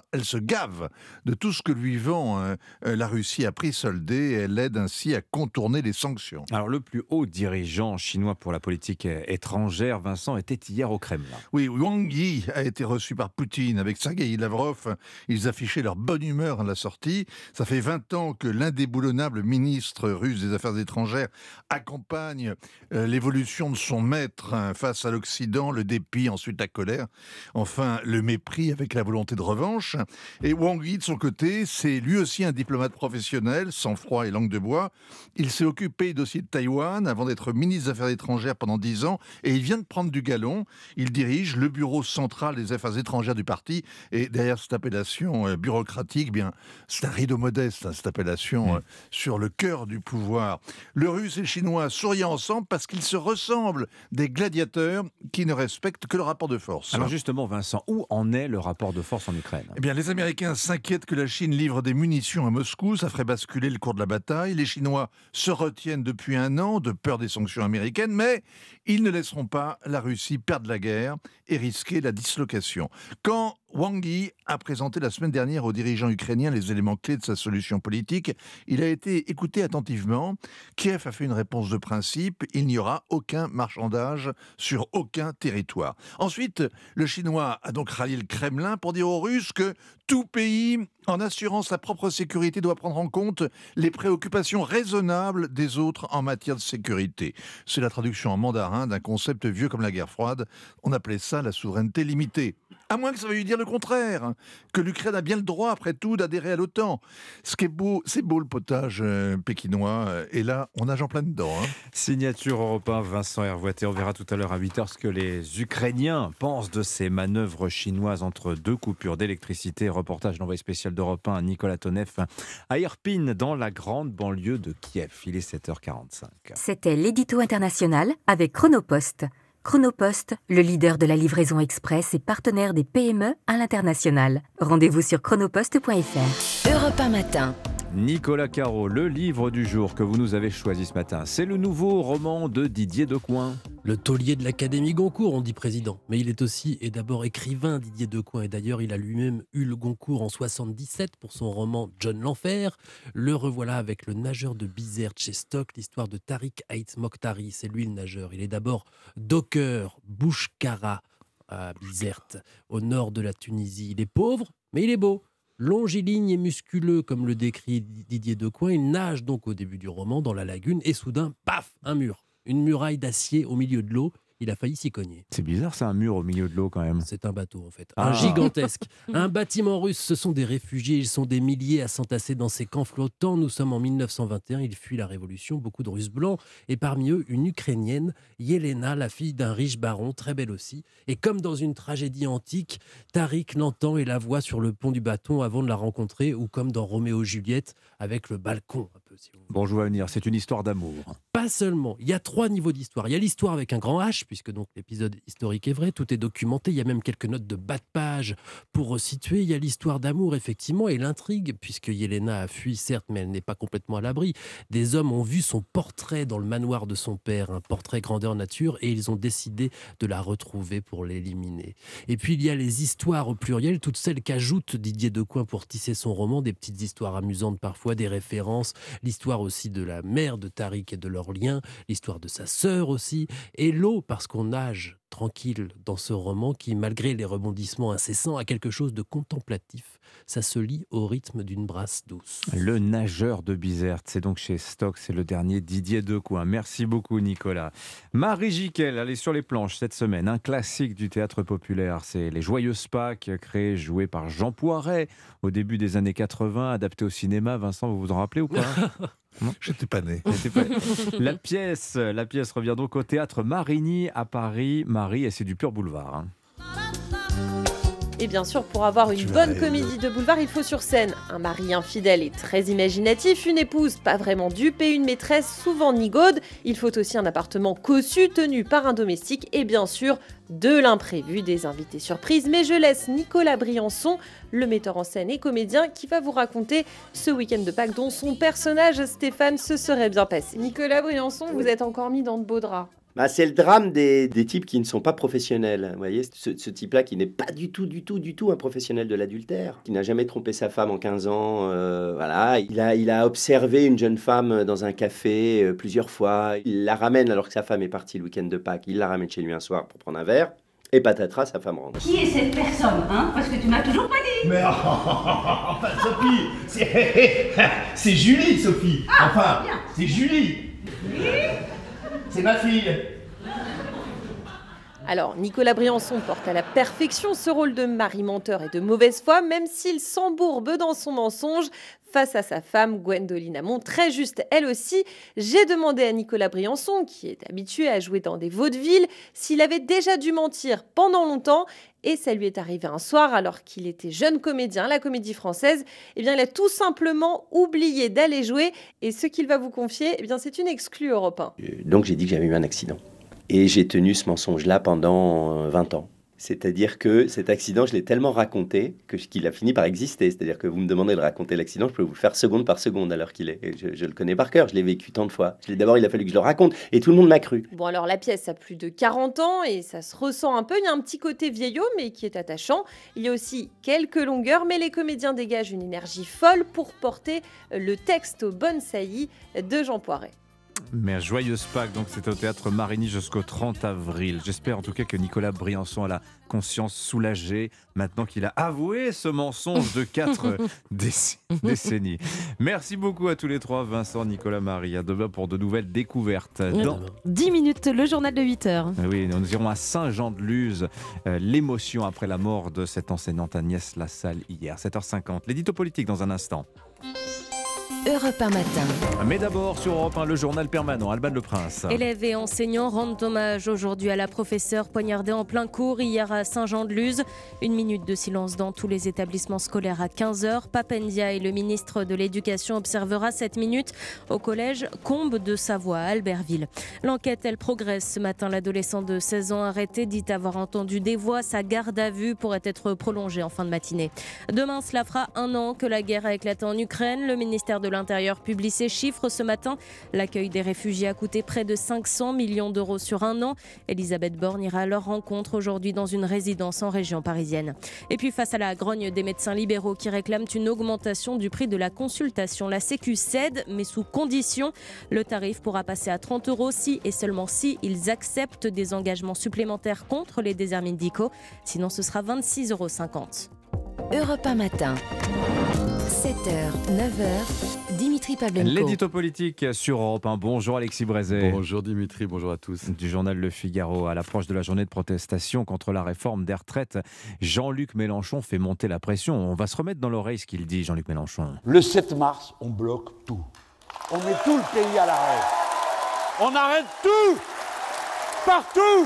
gave de tout ce que lui vend la Russie à prix soldé et elle aide ainsi à contourner les sanctions. Alors le plus haut dirigeant chinois pour la politique étrangère, Vincent, était hier au Kremlin. Oui, Wang Yi a été reçu par Poutine avec Sergueï Lavrov. Ils affichaient leur bonne humeur à la sortie. Ça fait 20 ans que l'indéboulonnable ministre russe des Affaires étrangères accompagne l'évolution de son maître face à l'Occident, le dépit, ensuite la colère, enfin le mépris avec la volonté de revanche. Et Wang Yi, de son côté, c'est lui aussi un diplomate professionnel, sans froid et langue de bois. Il s'est occupé du dossier de Taïwan avant d'être ministre des Affaires étrangères pendant 10 ans et il vient de prendre du galon. Il dirige le bureau central des Affaires étrangères du parti et derrière cette appellation bureaucratique, bien, c'est un rideau modeste, cette appellation sur le cœur du pouvoir. Le russe et le chinois sourient ensemble parce qu'ils se ressemblent, des gladiateurs qui ne respectent que le rapport de force. Alors justement, Vincent, où en est le rapport de force en Ukraine? Eh bien, les Américains s'inquiètent que la Chine livre des munitions à Moscou. Ça ferait basculer le cours de la bataille. Les Chinois se retiennent depuis un an de peur des sanctions américaines, mais ils ne laisseront pas la Russie perdre la guerre et risquer la dislocation. Quand Wang Yi a présenté la semaine dernière aux dirigeants ukrainiens les éléments clés de sa solution politique, il a été écouté attentivement. Kiev a fait une réponse de principe. Il n'y aura aucun marchandage sur aucun territoire. Ensuite, le Chinois a donc rallié le Kremlin pour dire aux Russes que tout pays, en assurant sa propre sécurité, doit prendre en compte les préoccupations raisonnables des autres en matière de sécurité. C'est la traduction en mandarin d'un concept vieux comme la guerre froide. On appelait ça la souveraineté limitée. À moins que ça veuille dire le contraire, que l'Ukraine a bien le droit, après tout, d'adhérer à l'OTAN. Ce qui est beau, c'est beau le potage pékinois, et là, on nage en plein dedans. Signature Europe 1, Vincent Hervouette, et on verra tout à l'heure à 8h ce que les Ukrainiens pensent de ces manœuvres chinoises entre deux coupures d'électricité. Reportage d'envoyé spécial d'Europe 1, Nicolas Toneff, à Irpin, dans la grande banlieue de Kiev. Il est 7h45. C'était l'édito international avec Chronopost. Chronopost, le leader de la livraison express et partenaire des PME à l'international. Rendez-vous sur chronopost.fr. Europe 1 Matin. Nicolas Caro, le livre du jour que vous nous avez choisi ce matin, c'est le nouveau roman de Didier Decoing. Le taulier de l'Académie Goncourt, on dit président. Mais il est aussi et d'abord écrivain, Didier Decoing. Et d'ailleurs, il a lui-même eu le Goncourt en 77 pour son roman John l'Enfer. Le revoilà avec le nageur de Bizerte chez Stock, l'histoire de Tariq Haït Mokhtari. C'est lui le nageur. Il est d'abord docker, Bouchkara, à Bizerte, au nord de la Tunisie. Il est pauvre, mais il est beau. Longiligne et musculeux, comme le décrit Didier Decoing, il nage donc au début du roman dans la lagune et soudain, paf, un mur. une muraille d'acier au milieu de l'eau. Il a failli s'y cogner. C'est bizarre, c'est un mur au milieu de l'eau quand même. C'est un bateau en fait. Un gigantesque. Un bâtiment russe, ce sont des réfugiés. Ils sont des milliers à s'entasser dans ces camps flottants. Nous sommes en 1921, ils fuient la révolution, beaucoup de Russes blancs. Et parmi eux, une Ukrainienne, Yelena, la fille d'un riche baron, très belle aussi. Et comme dans une tragédie antique, Tariq l'entend et la voit sur le pont du bâton avant de la rencontrer, ou comme dans Roméo et Juliette, avec le balcon un peu. Si vous voulez. Bon, je vais venir, c'est une histoire d'amour. Pas seulement, il y a 3 niveaux d'histoire. Il y a l'histoire avec un grand H, puisque donc l'épisode historique est vrai, tout est documenté, il y a même quelques notes de bas de page pour resituer. Il y a l'histoire d'amour, effectivement, et l'intrigue, puisque Yelena a fui, certes, mais elle n'est pas complètement à l'abri. Des hommes ont vu son portrait dans le manoir de son père, un portrait grandeur nature, et ils ont décidé de la retrouver pour l'éliminer. Et puis il y a les histoires au pluriel, toutes celles qu'ajoute Didier Decoing pour tisser son roman, des petites histoires amusantes parfois, des références, l'histoire aussi de la mère de Tariq et de leur lien, l'histoire de sa sœur aussi, et l'eau, parce qu'on nage tranquille dans ce roman qui, malgré les rebondissements incessants, a quelque chose de contemplatif. Ça se lit au rythme d'une brasse douce. Le nageur de Bizerte, c'est donc chez Stock, c'est le dernier Didier Decoing. Merci beaucoup Nicolas. Marie Jiquel, elle est sur les planches cette semaine, un classique du théâtre populaire, c'est Les Joyeuses Pâques, créé, joué par Jean Poiret au début des années 80, adapté au cinéma. Vincent, vous vous en rappelez ou pas? Je n'étais pas né. La pièce revient donc au théâtre Marigny à Paris. Marie, et c'est du pur boulevard. Hein. Et bien sûr, pour avoir une bonne comédie de boulevard, il faut sur scène un mari infidèle et très imaginatif, une épouse pas vraiment dupe et une maîtresse souvent nigaude. Il faut aussi un appartement cossu tenu par un domestique et bien sûr de l'imprévu, des invités surprises. Mais je laisse Nicolas Briançon, le metteur en scène et comédien, qui va vous raconter ce week-end de Pâques dont son personnage Stéphane se serait bien passé. Nicolas Briançon, vous êtes encore mis dans de beaux draps. C'est le drame des types qui ne sont pas professionnels. Vous voyez, ce type-là qui n'est pas du tout un professionnel de l'adultère, qui n'a jamais trompé sa femme en 15 ans. Voilà. Il a observé une jeune femme dans un café plusieurs fois. Il la ramène alors que sa femme est partie le week-end de Pâques. Il la ramène chez lui un soir pour prendre un verre. Et patatras, sa femme rentre. Qui est cette personne, hein? Parce que tu m'as toujours pas dit. Mais enfin, Sophie, c'est Julie, Sophie. Enfin, c'est Julie. Oui. C'est ma fille. Alors, Nicolas Briançon porte à la perfection ce rôle de mari menteur et de mauvaise foi, même s'il s'embourbe dans son mensonge face à sa femme Gwendoline Amon, très juste elle aussi. J'ai demandé à Nicolas Briançon, qui est habitué à jouer dans des vaudevilles, s'il avait déjà dû mentir pendant longtemps. Et ça lui est arrivé un soir, alors qu'il était jeune comédien à la Comédie Française. Eh bien, il a tout simplement oublié d'aller jouer. Et ce qu'il va vous confier, eh bien, c'est une exclue Europe 1. Donc j'ai dit que j'avais eu un accident. Et j'ai tenu ce mensonge-là pendant 20 ans. C'est-à-dire que cet accident, je l'ai tellement raconté qu'il a fini par exister. C'est-à-dire que vous me demandez de raconter l'accident, je peux vous le faire seconde par seconde alors qu'il est. Et je le connais par cœur, je l'ai vécu tant de fois. D'abord, il a fallu que je le raconte et tout le monde m'a cru. Bon, alors la pièce a plus de 40 ans et ça se ressent un peu. Il y a un petit côté vieillot, mais qui est attachant. Il y a aussi quelques longueurs, mais les comédiens dégagent une énergie folle pour porter le texte aux bonnes saillies de Jean Poiret. Mais joyeuse Pâques, donc c'est au théâtre Marigny jusqu'au 30 avril. J'espère en tout cas que Nicolas Briançon a la conscience soulagée maintenant qu'il a avoué ce mensonge de 4 décennies. Merci beaucoup à tous les trois, Vincent, Nicolas, Marie. À demain pour de nouvelles découvertes. Dans 10 minutes, le journal de 8h. Oui, nous irons à Saint-Jean-de-Luz. L'émotion après la mort de cette enseignante Agnès Lassalle hier, 7h50. L'édito politique dans un instant. Europe 1 matin. Mais d'abord, sur Europe 1, le journal permanent, Alban Le Prince. Élèves et enseignants rendent hommage aujourd'hui à la professeure poignardée en plein cours hier à Saint-Jean-de-Luz. Une minute de silence dans tous les établissements scolaires à 15h. Pape Ndiaye, le ministre de l'Éducation, observera cette minute au collège Combe de Savoie à Albertville. L'enquête, elle progresse. Ce matin, l'adolescent de 16 ans arrêté dit avoir entendu des voix. Sa garde à vue pourrait être prolongée en fin de matinée. Demain, cela fera 1 an que la guerre a éclaté en Ukraine. Le ministère de l'Intérieur publie ses chiffres ce matin. L'accueil des réfugiés a coûté près de 500 millions d'euros sur 1 an. Elisabeth Borne ira à leur rencontre aujourd'hui dans une résidence en région parisienne. Et puis face à la grogne des médecins libéraux qui réclament une augmentation du prix de la consultation, la Sécu cède, mais sous condition. Le tarif pourra passer à 30 € si et seulement si ils acceptent des engagements supplémentaires contre les déserts médicaux. Sinon, ce sera 26,50 €. Europe 1 matin. 7h, 9h, Dimitri Pavlenko. L'édito politique sur Europe 1. Bonjour Alexis Brézet. Bonjour Dimitri, bonjour à tous. Du journal Le Figaro. À l'approche de la journée de protestation contre la réforme des retraites, Jean-Luc Mélenchon fait monter la pression. On va se remettre dans l'oreille ce qu'il dit, Jean-Luc Mélenchon. Le 7 mars, on bloque tout. On met tout le pays à l'arrêt. On arrête tout, partout.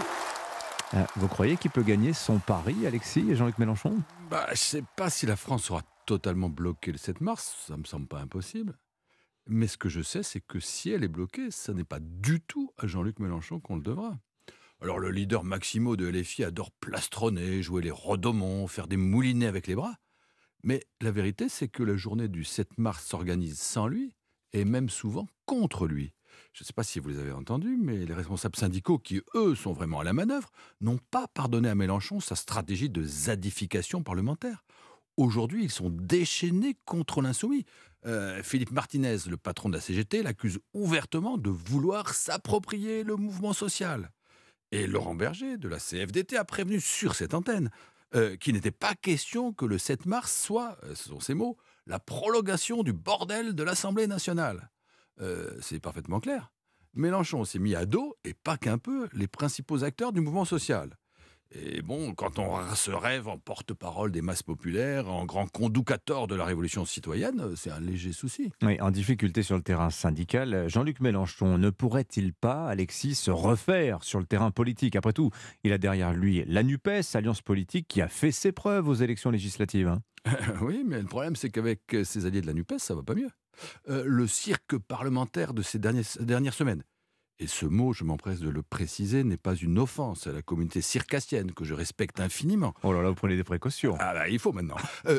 Vous croyez qu'il peut gagner son pari, Alexis et Jean-Luc Mélenchon ? Je ne sais pas si la France sera totalement bloquée le 7 mars, ça ne me semble pas impossible. Mais ce que je sais, c'est que si elle est bloquée, ça n'est pas du tout à Jean-Luc Mélenchon qu'on le devra. Alors le leader Maximo de LFI adore plastronner, jouer les rodomons, faire des moulinets avec les bras. Mais la vérité, c'est que la journée du 7 mars s'organise sans lui, et même souvent contre lui. Je ne sais pas si vous les avez entendus, mais les responsables syndicaux, qui eux sont vraiment à la manœuvre, n'ont pas pardonné à Mélenchon sa stratégie de zadification parlementaire. Aujourd'hui, ils sont déchaînés contre l'insoumis. Philippe Martinez, le patron de la CGT, l'accuse ouvertement de vouloir s'approprier le mouvement social. Et Laurent Berger, de la CFDT, a prévenu sur cette antenne qu'il n'était pas question que le 7 mars soit, ce sont ses mots, la prolongation du bordel de l'Assemblée nationale. C'est parfaitement clair. Mélenchon s'est mis à dos, et pas qu'un peu, les principaux acteurs du mouvement social. Et bon, quand on se rêve en porte-parole des masses populaires, en grand conducateur de la révolution citoyenne, c'est un léger souci. Oui, en difficulté sur le terrain syndical, Jean-Luc Mélenchon ne pourrait-il pas, Alexis, se refaire sur le terrain politique ? Après tout, il a derrière lui la NUPES, alliance politique qui a fait ses preuves aux élections législatives. Oui, mais le problème, c'est qu'avec ses alliés de la NUPES, ça va pas mieux. Le cirque parlementaire de ces dernières semaines, et ce mot, je m'empresse de le préciser, n'est pas une offense à la communauté circassienne, que je respecte infiniment. Oh là là, vous prenez des précautions. Ah bah, il faut maintenant.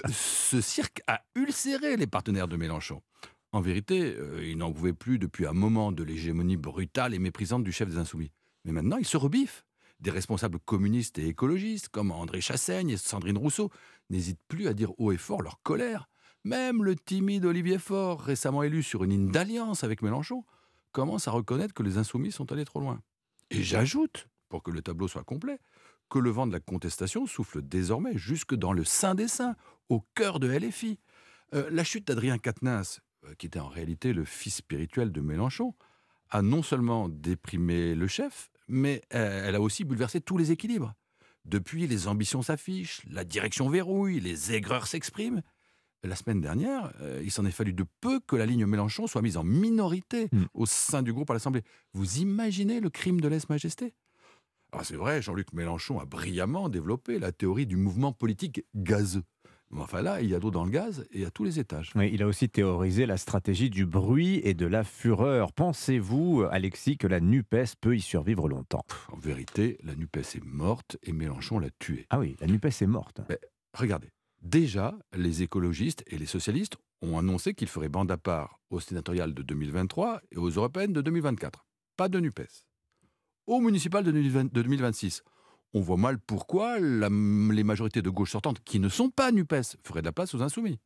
Ce cirque a ulcéré les partenaires de Mélenchon. En vérité, ils n'en pouvaient plus depuis un moment de l'hégémonie brutale et méprisante du chef des Insoumis. Mais maintenant, ils se rebiffent. Des responsables communistes et écologistes, comme André Chassaigne et Sandrine Rousseau, n'hésitent plus à dire haut et fort leur colère. Même le timide Olivier Faure, récemment élu sur une ligne d'alliance avec Mélenchon, commence à reconnaître que les Insoumis sont allés trop loin. Et j'ajoute, pour que le tableau soit complet, que le vent de la contestation souffle désormais jusque dans le sein des saints, au cœur de LFI. La chute d'Adrien Quatennens, qui était en réalité le fils spirituel de Mélenchon, a non seulement déprimé le chef, mais elle a aussi bouleversé tous les équilibres. Depuis, les ambitions s'affichent, la direction verrouille, les aigreurs s'expriment. La semaine dernière, il s'en est fallu de peu que la ligne Mélenchon soit mise en minorité au sein du groupe à l'Assemblée. Vous imaginez le crime de lèse-majesté ? Alors c'est vrai, Jean-Luc Mélenchon a brillamment développé la théorie du mouvement politique gazeux. Mais enfin là, il y a d'eau dans le gaz et à tous les étages. Oui, il a aussi théorisé la stratégie du bruit et de la fureur. Pensez-vous, Alexis, que la NUPES peut y survivre longtemps ? En vérité, la NUPES est morte et Mélenchon l'a tuée. Ah oui, la NUPES est morte. Mais, regardez. Déjà, les écologistes et les socialistes ont annoncé qu'ils feraient bande à part aux sénatoriales de 2023 et aux européennes de 2024. Pas de NUPES. Aux municipales de 2026, on voit mal pourquoi les majorités de gauche sortantes, qui ne sont pas NUPES, feraient de la place aux Insoumis.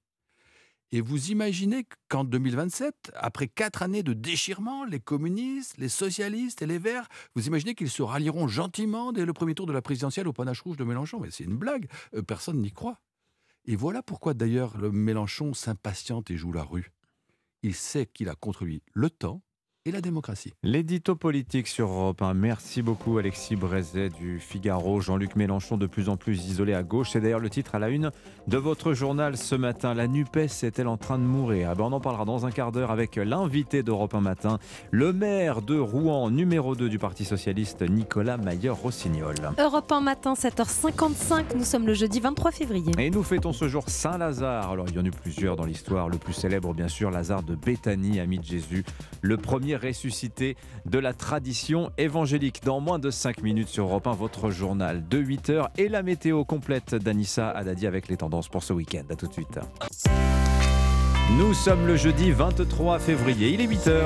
Et vous imaginez qu'en 2027, après 4 années de déchirement, les communistes, les socialistes et les Verts, vous imaginez qu'ils se rallieront gentiment dès le premier tour de la présidentielle au panache rouge de Mélenchon ? Mais c'est une blague, personne n'y croit. Et voilà pourquoi d'ailleurs le Mélenchon s'impatiente et joue la rue. Il sait qu'il a contre lui le temps et la démocratie. L'édito politique sur Europe 1. Merci beaucoup Alexis Brézet du Figaro. Jean-Luc Mélenchon de plus en plus isolé à gauche. C'est d'ailleurs le titre à la une de votre journal ce matin. La NUPES est-elle en train de mourir ? On en parlera dans un quart d'heure avec l'invité d'Europe 1 matin, le maire de Rouen, numéro 2 du Parti Socialiste, Nicolas Mayer-Rossignol. Europe 1 matin, 7h55. Nous sommes le jeudi 23 février. Et nous fêtons ce jour Saint-Lazare. Alors il y en a eu plusieurs dans l'histoire. Le plus célèbre, bien sûr, Lazare de Béthanie, ami de Jésus. Le premier ressuscité de la tradition évangélique. Dans moins de 5 minutes sur Europe 1, votre journal de 8h et la météo complète d'Anissa Haddadi avec les tendances pour ce week-end. A tout de suite. Nous sommes le jeudi 23 février, il est 8h.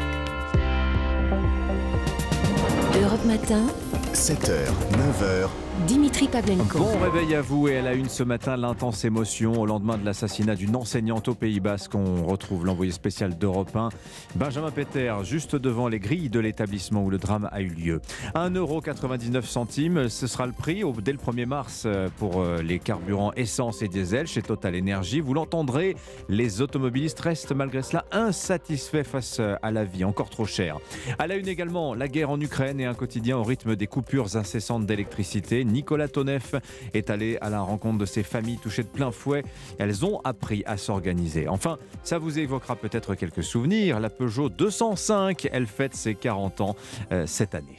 Europe Matin, 7h, 9h, Dimitri Pavlenko. Bon réveil à vous et à la une ce matin, l'intense émotion au lendemain de l'assassinat d'une enseignante au Pays Basque. On retrouve l'envoyé spécial d'Europe 1, Benjamin Peter, juste devant les grilles de l'établissement où le drame a eu lieu. 1,99 €, ce sera le prix dès le 1er mars pour les carburants essence et diesel chez Total Energy. Vous l'entendrez, les automobilistes restent malgré cela insatisfaits face à la vie, encore trop chère. À la une également, la guerre en Ukraine et un quotidien au rythme des coupures incessantes d'électricité. Nicolas Toneff est allé à la rencontre de ces familles touchées de plein fouet. Elles ont appris à s'organiser. Enfin, ça vous évoquera peut-être quelques souvenirs. La Peugeot 205, elle fête ses 40 ans cette année.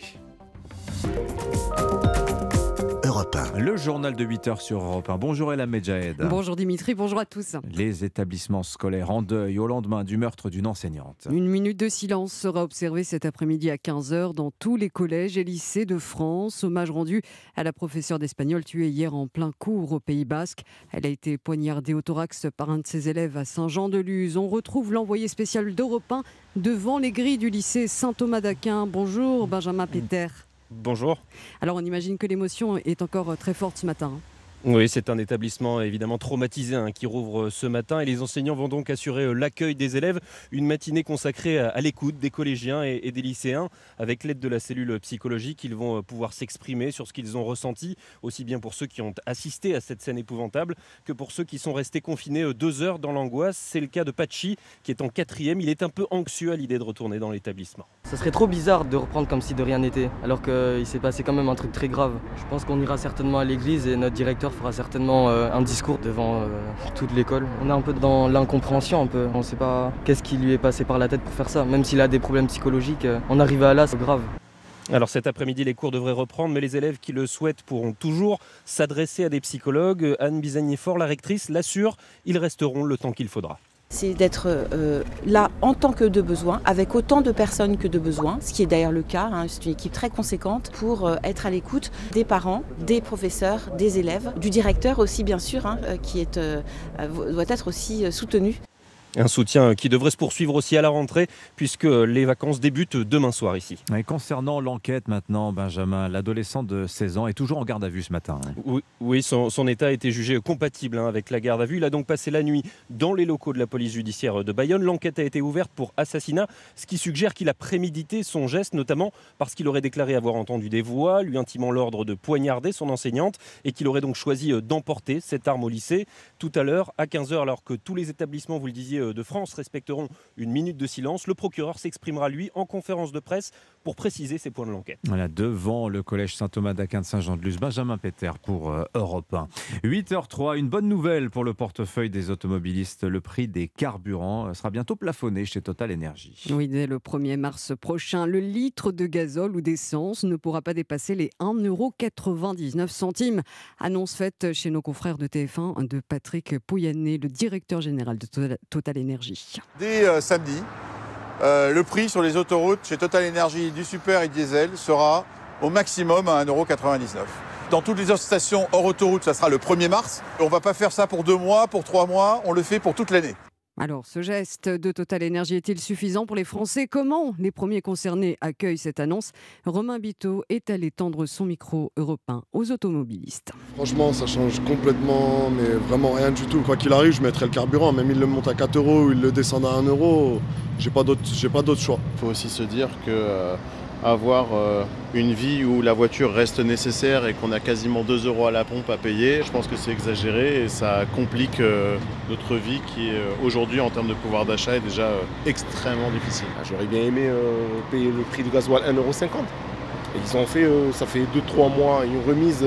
Le journal de 8h sur Europe 1. Bonjour Elam Medjahed. Bonjour Dimitri, bonjour à tous. Les établissements scolaires en deuil au lendemain du meurtre d'une enseignante. Une minute de silence sera observée cet après-midi à 15h dans tous les collèges et lycées de France. Hommage rendu à la professeure d'espagnol tuée hier en plein cours au Pays Basque. Elle a été poignardée au thorax par un de ses élèves à Saint-Jean-de-Luz. On retrouve l'envoyé spécial d'Europe 1 devant les grilles du lycée Saint-Thomas d'Aquin. Bonjour Benjamin Peter. Bonjour. Alors on imagine que l'émotion est encore très forte ce matin. Oui, c'est un établissement évidemment traumatisé qui rouvre ce matin et les enseignants vont donc assurer l'accueil des élèves. Une matinée consacrée à l'écoute des collégiens et des lycéens. Avec l'aide de la cellule psychologique, ils vont pouvoir s'exprimer sur ce qu'ils ont ressenti, aussi bien pour ceux qui ont assisté à cette scène épouvantable que pour ceux qui sont restés confinés 2 heures dans l'angoisse. C'est le cas de Pachi qui est en 4e. Il est un peu anxieux à l'idée de retourner dans l'établissement. Ça serait trop bizarre de reprendre comme si de rien n'était, alors qu'il s'est passé quand même un truc très grave. Je pense qu'on ira certainement à l'église et notre directeur fera certainement un discours devant toute l'école. On est un peu dans l'incompréhension, on ne sait pas qu'est-ce qui lui est passé par la tête pour faire ça. Même s'il a des problèmes psychologiques, en arriver à là, c'est grave. Alors cet après-midi, les cours devraient reprendre, mais les élèves qui le souhaitent pourront toujours s'adresser à des psychologues. Anne Bizagnier-Fort, la rectrice, l'assure, ils resteront le temps qu'il faudra. C'est d'être là en tant que de besoin, avec autant de personnes que de besoins, ce qui est d'ailleurs le cas. C'est une équipe très conséquente pour être à l'écoute des parents, des professeurs, des élèves, du directeur aussi bien sûr, qui doit être aussi soutenu. Un soutien qui devrait se poursuivre aussi à la rentrée puisque les vacances débutent demain soir ici. Et concernant l'enquête maintenant, Benjamin, l'adolescent de 16 ans est toujours en garde à vue ce matin. Oui, son état a été jugé compatible avec la garde à vue. Il a donc passé la nuit dans les locaux de la police judiciaire de Bayonne. L'enquête a été ouverte pour assassinat, ce qui suggère qu'il a prémédité son geste, notamment parce qu'il aurait déclaré avoir entendu des voix, lui intimant l'ordre de poignarder son enseignante et qu'il aurait donc choisi d'emporter cette arme au lycée. Tout à l'heure, à 15h, alors que tous les établissements, vous le disiez, de France respecteront une minute de silence. Le procureur s'exprimera, lui, en conférence de presse pour préciser ses points de l'enquête. Voilà, devant le collège Saint-Thomas d'Aquin de Saint-Jean-de-Luz, Benjamin Peter pour Europe 1. 8h03, une bonne nouvelle pour le portefeuille des automobilistes. Le prix des carburants sera bientôt plafonné chez Total Energy. Oui, dès le 1er mars prochain, le litre de gazole ou d'essence ne pourra pas dépasser les 1,99 €. Annonce faite chez nos confrères de TF1 de Patrick Pouyanné, le directeur général de Total Energy. Dès samedi, le prix sur les autoroutes chez Total Energy du super et diesel sera au maximum à 1,99 €. Dans toutes les autres stations hors autoroute, ça sera le 1er mars. On ne va pas faire ça pour 2 mois, pour 3 mois, on le fait pour toute l'année. Alors, ce geste de Total Energy est-il suffisant pour les Français? Comment les premiers concernés accueillent cette annonce? Romain Biteau est allé tendre son micro Europe 1 aux automobilistes. Franchement, ça change complètement, mais vraiment rien du tout. Quoi qu'il arrive, je mettrai le carburant. Même il le monte à 4 € ou il le descend à 1 €, j'ai pas d'autre choix. Il faut aussi se dire que avoir une vie où la voiture reste nécessaire et qu'on a quasiment 2 € à la pompe à payer, je pense que c'est exagéré et ça complique notre vie qui est aujourd'hui en termes de pouvoir d'achat est déjà extrêmement difficile. J'aurais bien aimé payer le prix du gasoil 1,50 €. Et ils ont fait, ça fait 2-3 mois, une remise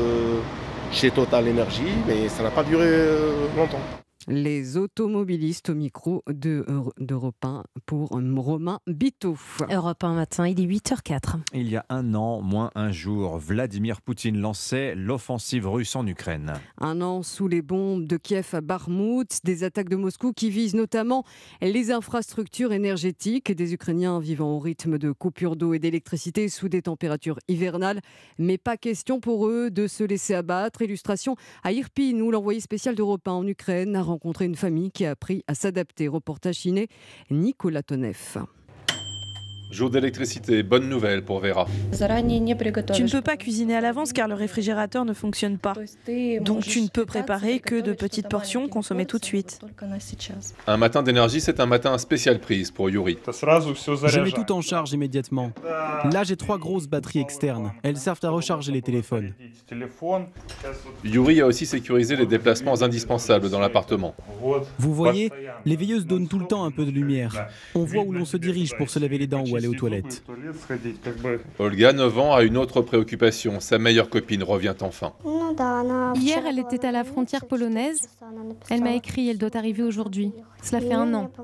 chez Total Energy, mais ça n'a pas duré longtemps. Les automobilistes au micro d'Europe 1 pour Romain Biteau. Europe 1 matin, il est 8h04. Il y a 1 an, moins un jour, Vladimir Poutine lançait l'offensive russe en Ukraine. 1 an sous les bombes de Kiev à Bakhmout, des attaques de Moscou qui visent notamment les infrastructures énergétiques des Ukrainiens vivant au rythme de coupures d'eau et d'électricité sous des températures hivernales. Mais pas question pour eux de se laisser abattre. Illustration à Irpin, où l'envoyé spécial d'Europe 1 en Ukraine a rencontré une famille qui a appris à s'adapter. Reportage ciné, Nicolas Toneff. Jour d'électricité, bonne nouvelle pour Vera. Tu ne peux pas cuisiner à l'avance car le réfrigérateur ne fonctionne pas. Donc tu ne peux préparer que de petites portions consommées tout de suite. Un matin d'énergie, c'est un matin spécial prise pour Yuri. Je mets tout en charge immédiatement. Là, j'ai 3 grosses batteries externes. Elles servent à recharger les téléphones. Yuri a aussi sécurisé les déplacements indispensables dans l'appartement. Vous voyez, les veilleuses donnent tout le temps un peu de lumière. On voit où l'on se dirige pour se laver les dents ou aller aux toilettes. Olga, 9 ans, a une autre préoccupation. Sa meilleure copine revient enfin. Hier, elle était à la frontière polonaise. Elle m'a écrit, elle doit arriver aujourd'hui. Cela fait 1 an.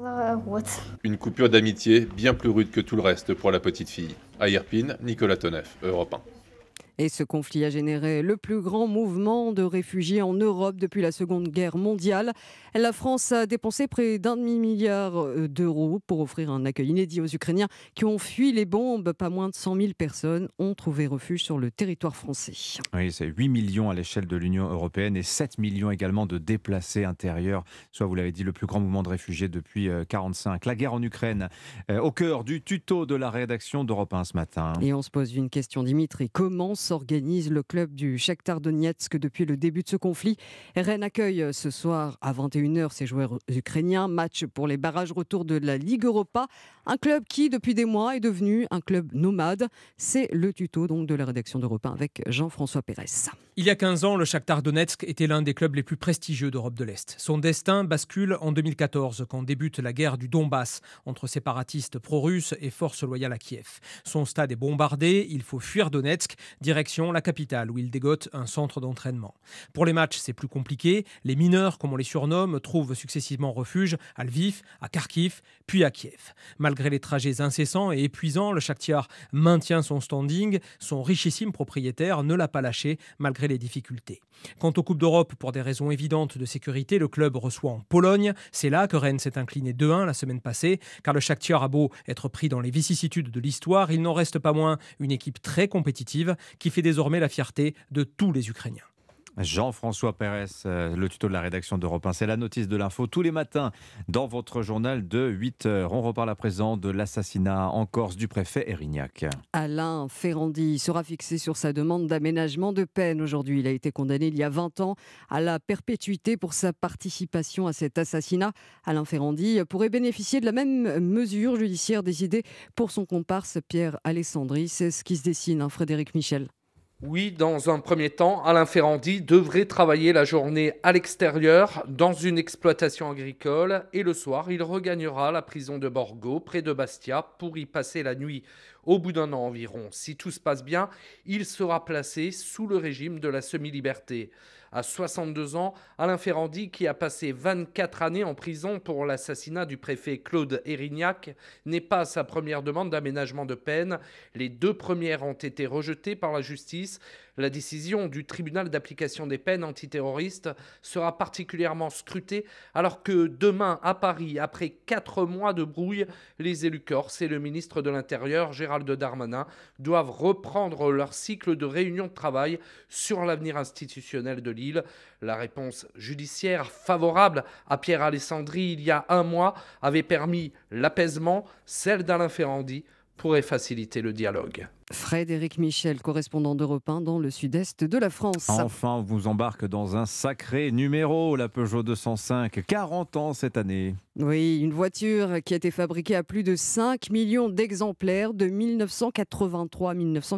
Une coupure d'amitié bien plus rude que tout le reste pour la petite fille. À Irpine, Nicolas Toneff, Europe 1. Et ce conflit a généré le plus grand mouvement de réfugiés en Europe depuis la Seconde Guerre mondiale. La France a dépensé près d'1,5 milliard d'euros pour offrir un accueil inédit aux Ukrainiens qui ont fui les bombes. Pas moins de 100 000 personnes ont trouvé refuge sur le territoire français. Oui, c'est 8 millions à l'échelle de l'Union européenne et 7 millions également de déplacés intérieurs, soit, vous l'avez dit, le plus grand mouvement de réfugiés depuis 1945. La guerre en Ukraine, au cœur du tuto de la rédaction d'Europe 1 ce matin. Et on se pose une question, Dimitri. Comment s'organise le club du Shakhtar Donetsk depuis le début de ce conflit? Rennes accueille ce soir à 21h ses joueurs ukrainiens. Match pour les barrages retour de la Ligue Europa. Un club qui, depuis des mois, est devenu un club nomade. C'est le tuto donc de la rédaction d'Europe 1 avec Jean-François Pérez. Il y a 15 ans, le Shakhtar Donetsk était l'un des clubs les plus prestigieux d'Europe de l'Est. Son destin bascule en 2014, quand débute la guerre du Donbass entre séparatistes pro-russes et forces loyales à Kiev. Son stade est bombardé, il faut fuir Donetsk, direction la capitale, où il dégote un centre d'entraînement. Pour les matchs, c'est plus compliqué. Les mineurs, comme on les surnomme, trouvent successivement refuge à Lviv, à Kharkiv, puis à Kiev. Malgré les trajets incessants et épuisants, le Shakhtar maintient son standing. Son richissime propriétaire ne l'a pas lâché, malgré les difficultés. Quant aux Coupes d'Europe, pour des raisons évidentes de sécurité, le club reçoit en Pologne. C'est là que Rennes s'est incliné 2-1 la semaine passée, car le Shakhtar a beau être pris dans les vicissitudes de l'histoire, il n'en reste pas moins une équipe très compétitive qui fait désormais la fierté de tous les Ukrainiens. Jean-François Pérez, le tuto de la rédaction d'Europe 1, c'est la notice de l'info tous les matins dans votre journal de 8h. On reparle à présent de l'assassinat en Corse du préfet Erignac. Alain Ferrandi sera fixé sur sa demande d'aménagement de peine aujourd'hui. Il a été condamné il y a 20 ans à la perpétuité pour sa participation à cet assassinat. Alain Ferrandi pourrait bénéficier de la même mesure judiciaire décidée pour son comparse Pierre Alessandri. C'est ce qui se dessine, Frédéric Michel. Oui, dans un premier temps, Alain Ferrandi devrait travailler la journée à l'extérieur dans une exploitation agricole et le soir, il regagnera la prison de Borgo, près de Bastia, pour y passer la nuit. Au bout d'un an environ, si tout se passe bien, il sera placé sous le régime de la semi-liberté. À 62 ans, Alain Ferrandi, qui a passé 24 années en prison pour l'assassinat du préfet Claude Erignac, n'est pas à sa première demande d'aménagement de peine. Les 2 premières ont été rejetées par la justice. La décision du tribunal d'application des peines antiterroristes sera particulièrement scrutée alors que demain à Paris, après 4 mois de brouille, les élus corses et le ministre de l'Intérieur, Gérald Darmanin, doivent reprendre leur cycle de réunions de travail sur l'avenir institutionnel de l'île. La réponse judiciaire favorable à Pierre Alessandri il y a 1 mois avait permis l'apaisement. Celle d'Alain Ferrandi pourrait faciliter le dialogue. Frédéric Michel, correspondant d'Europe 1 dans le sud-est de la France. Enfin, on vous embarque dans un sacré numéro, la Peugeot 205, 40 ans cette année. Oui, une voiture qui a été fabriquée à plus de 5 millions d'exemplaires de 1983 à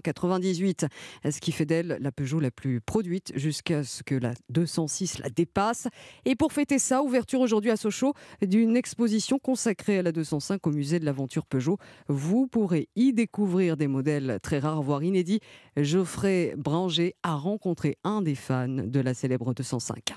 1998, ce qui fait d'elle la Peugeot la plus produite jusqu'à ce que la 206 la dépasse. Et pour fêter ça, ouverture aujourd'hui à Sochaux d'une exposition consacrée à la 205 au musée de l'aventure Peugeot. Vous pourrez y découvrir des modèles très rare, voire inédit. Geoffrey Branger a rencontré un des fans de la célèbre 205.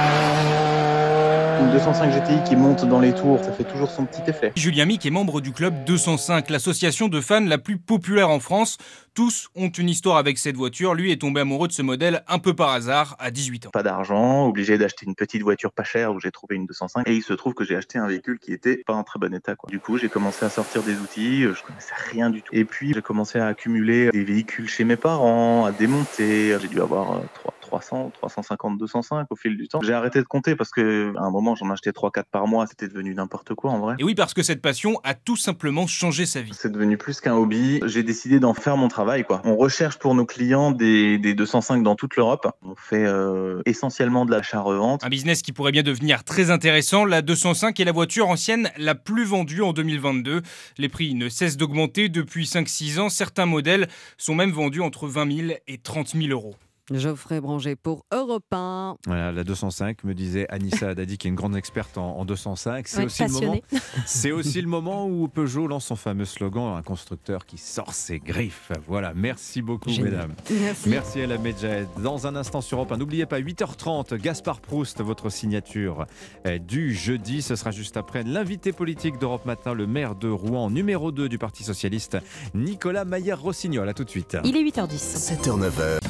Une 205 GTI qui monte dans les tours, ça fait toujours son petit effet. Julien Mick est membre du club 205, l'association de fans la plus populaire en France. Tous ont une histoire avec cette voiture. Lui est tombé amoureux de ce modèle un peu par hasard à 18 ans. Pas d'argent, obligé d'acheter une petite voiture pas chère où j'ai trouvé une 205. Et il se trouve que j'ai acheté un véhicule qui était pas en très bon état, quoi. Du coup, j'ai commencé à sortir des outils, je connaissais rien du tout. Et puis, j'ai commencé à accumuler des véhicules chez mes parents, à démonter. J'ai dû avoir 300, 350, 205 au fil du temps. J'ai arrêté de compter parce qu'à un moment, j'en achetais 3-4 par mois. C'était devenu n'importe quoi en vrai. Et oui, parce que cette passion a tout simplement changé sa vie. C'est devenu plus qu'un hobby. J'ai décidé d'en faire mon travail, quoi. On recherche pour nos clients des 205 dans toute l'Europe. On fait essentiellement de l'achat-revente. Un business qui pourrait bien devenir très intéressant. La 205 est la voiture ancienne la plus vendue en 2022. Les prix ne cessent d'augmenter depuis 5-6 ans. Certains modèles sont même vendus entre 20 000 et 30 000 euros. Geoffrey Branger pour Europe 1. Voilà, la 205, me disait Anissa Haddadi, qui est une grande experte en 205. C'est, Ouais, c'est aussi le moment où Peugeot lance son fameux slogan, un constructeur qui sort ses griffes. Voilà, merci beaucoup, mesdames. Merci à la Medjahed. Dans un instant sur Europe 1, n'oubliez pas, 8h30, Gaspard Proust, votre signature du jeudi. Ce sera juste après l'invité politique d'Europe Matin, le maire de Rouen, numéro 2 du Parti Socialiste, Nicolas Mayer-Rossignol. À tout de suite. Il est 8h10. 7h-9h.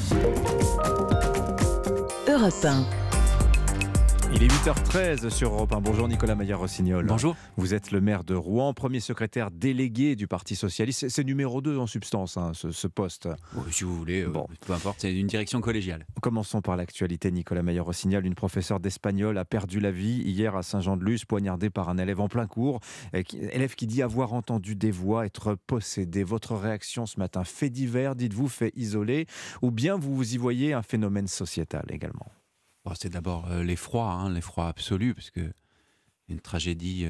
Europe 1. Il est 8h13 sur Europe 1. Bonjour Nicolas Mayer-Rossignol. Bonjour. Vous êtes le maire de Rouen, premier secrétaire délégué du Parti Socialiste. C'est numéro 2 en substance, hein, ce poste. Oui, si vous voulez, peu importe, c'est une direction collégiale. Commençons par l'actualité. Nicolas Mayer-Rossignol, une professeure d'espagnol a perdu la vie hier à Saint-Jean-de-Luz, poignardée par un élève en plein cours. Élève qui dit avoir entendu des voix, être possédé. Votre réaction ce matin, fait divers, dites-vous, fait isolé, ou bien vous y voyez un phénomène sociétal également? C'est d'abord l'effroi absolu, parce que une tragédie,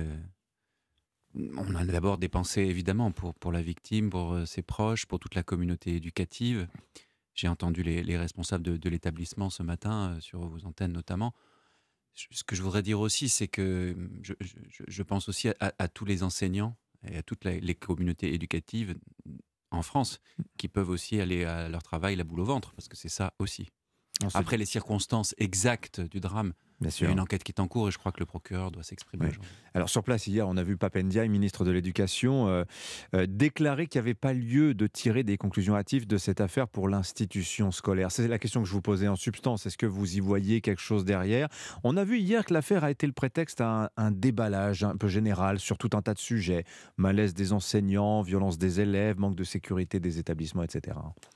on a d'abord dépensé évidemment pour la victime, pour ses proches, pour toute la communauté éducative. J'ai entendu les responsables de l'établissement ce matin, sur vos antennes notamment. Ce que je voudrais dire aussi, c'est que je pense aussi à tous les enseignants et à toutes les communautés éducatives en France qui peuvent aussi aller à leur travail la boule au ventre, parce que c'est ça aussi. Après les circonstances exactes du drame, il y a une enquête qui est en cours et je crois que le procureur doit s'exprimer aujourd'hui. Alors sur place hier, on a vu Pape Ndiaye, ministre de l'Éducation, déclarer qu'il n'y avait pas lieu de tirer des conclusions hâtives de cette affaire pour l'institution scolaire. C'est la question que je vous posais en substance. Est-ce que vous y voyez quelque chose derrière? On a vu hier que l'affaire a été le prétexte à un déballage un peu général sur tout un tas de sujets. Malaise des enseignants, violence des élèves, manque de sécurité des établissements, etc.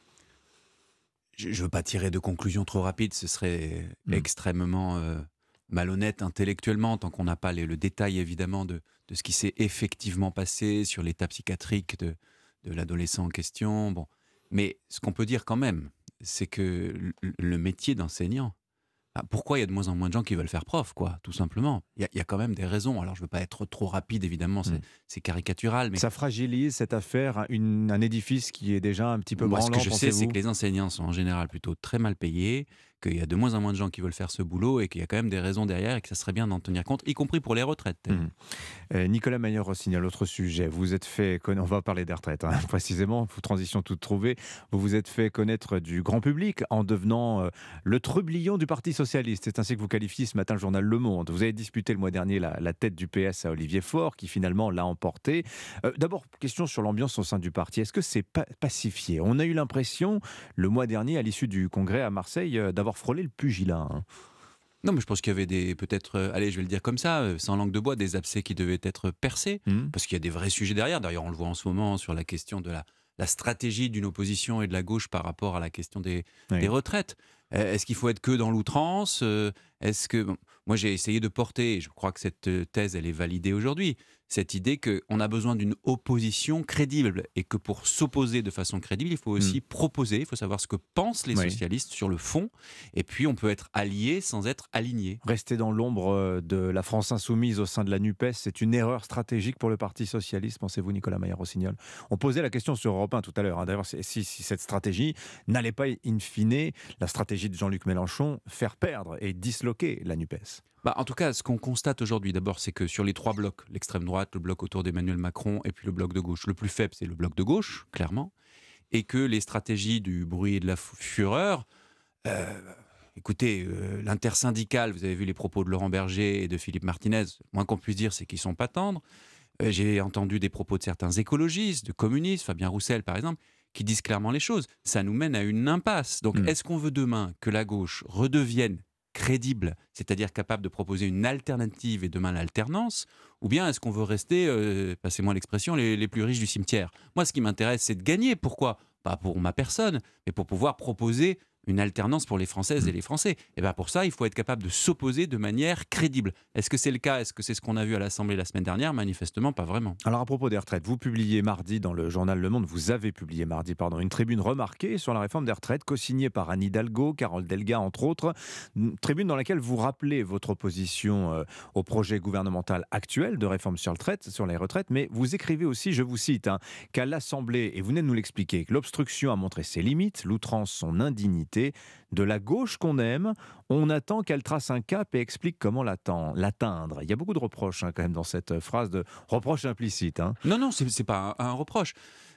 Je ne veux pas tirer de conclusions trop rapides, ce serait extrêmement malhonnête intellectuellement, tant qu'on n'a pas le détail évidemment de ce qui s'est effectivement passé sur l'état psychiatrique de l'adolescent en question. Bon. Mais ce qu'on peut dire quand même, c'est que le métier d'enseignant, pourquoi il y a de moins en moins de gens qui veulent faire prof, quoi, tout simplement. Il y a quand même des raisons. Alors, je ne veux pas être trop rapide, évidemment, c'est caricatural. Mais ça fragilise cette affaire, un édifice qui est déjà un petit peu branlant. Ce que je sais, c'est que les enseignants sont en général plutôt très mal payés, qu'il y a de moins en moins de gens qui veulent faire ce boulot et qu'il y a quand même des raisons derrière et que ça serait bien d'en tenir compte, y compris pour les retraites. Nicolas Mayer-Rossignol, autre sujet. Vous êtes fait connaître, on va parler des retraites, précisément, transition toute trouvée. Vous vous êtes fait connaître du grand public en devenant le trublion du Parti Socialiste. C'est ainsi que vous qualifiez ce matin le journal Le Monde. Vous avez disputé le mois dernier la tête du PS à Olivier Faure, qui finalement l'a emporté. D'abord, question sur l'ambiance au sein du parti. Est-ce que c'est pacifié? On a eu l'impression, le mois dernier, à l'issue du congrès à Marseille, d'avoir frôlé le pugilat. Non, mais je pense qu'il y avait peut-être, allez, je vais le dire comme ça, sans langue de bois, des abcès qui devaient être percés, parce qu'il y a des vrais sujets derrière. D'ailleurs, on le voit en ce moment sur la question de la stratégie d'une opposition et de la gauche par rapport à la question des retraites. Est-ce qu'il faut être que dans l'outrance? Moi, j'ai essayé de porter, et je crois que cette thèse, elle est validée aujourd'hui, cette idée qu'on a besoin d'une opposition crédible et que pour s'opposer de façon crédible, il faut aussi proposer, il faut savoir ce que pensent les socialistes sur le fond, et puis on peut être allié sans être aligné. Rester dans l'ombre de la France insoumise au sein de la NUPES, c'est une erreur stratégique pour le Parti Socialiste, pensez-vous, Nicolas Mayer-Rossignol? On posait la question sur Europe 1 tout à l'heure, d'ailleurs, si cette stratégie n'allait pas, in fine, la stratégie de Jean-Luc Mélenchon, faire perdre et disloquer la NUPES. En tout cas, ce qu'on constate aujourd'hui, d'abord, c'est que sur les trois blocs, l'extrême droite, le bloc autour d'Emmanuel Macron et puis le bloc de gauche, le plus faible, c'est le bloc de gauche, clairement, et que les stratégies du bruit et de la fureur, écoutez, l'intersyndicale, vous avez vu les propos de Laurent Berger et de Philippe Martinez, moins qu'on puisse dire, c'est qu'ils ne sont pas tendres. J'ai entendu des propos de certains écologistes, de communistes, Fabien Roussel par exemple, qui disent clairement les choses. Ça nous mène à une impasse. Donc, est-ce qu'on veut demain que la gauche redevienne crédible, c'est-à-dire capable de proposer une alternative et demain l'alternance, ou bien est-ce qu'on veut rester, passez-moi l'expression, les plus riches du cimetière? Moi, ce qui m'intéresse, c'est de gagner. Pourquoi? Pas pour ma personne, mais pour pouvoir proposer une alternance pour les Françaises et les Français. Et bien pour ça, il faut être capable de s'opposer de manière crédible. Est-ce que c'est le cas ? Est-ce que c'est ce qu'on a vu à l'Assemblée la semaine dernière ? Manifestement, pas vraiment. Alors à propos des retraites, vous publiez mardi dans le journal Le Monde, vous avez publié mardi, une tribune remarquée sur la réforme des retraites, co-signée par Anne Hidalgo, Carole Delga, entre autres. Une tribune dans laquelle vous rappelez votre opposition au projet gouvernemental actuel de réforme sur les retraites, mais vous écrivez aussi, je vous cite, qu'à l'Assemblée, et vous venez de nous l'expliquer, que l'obstruction a montré ses limites, l'outrance son indignité. De la gauche qu'on aime, on attend qu'elle trace un cap et explique comment l'atteindre. Il y a beaucoup de reproches quand même dans cette phrase, de reproches implicites. Non, c'est pas un reproche.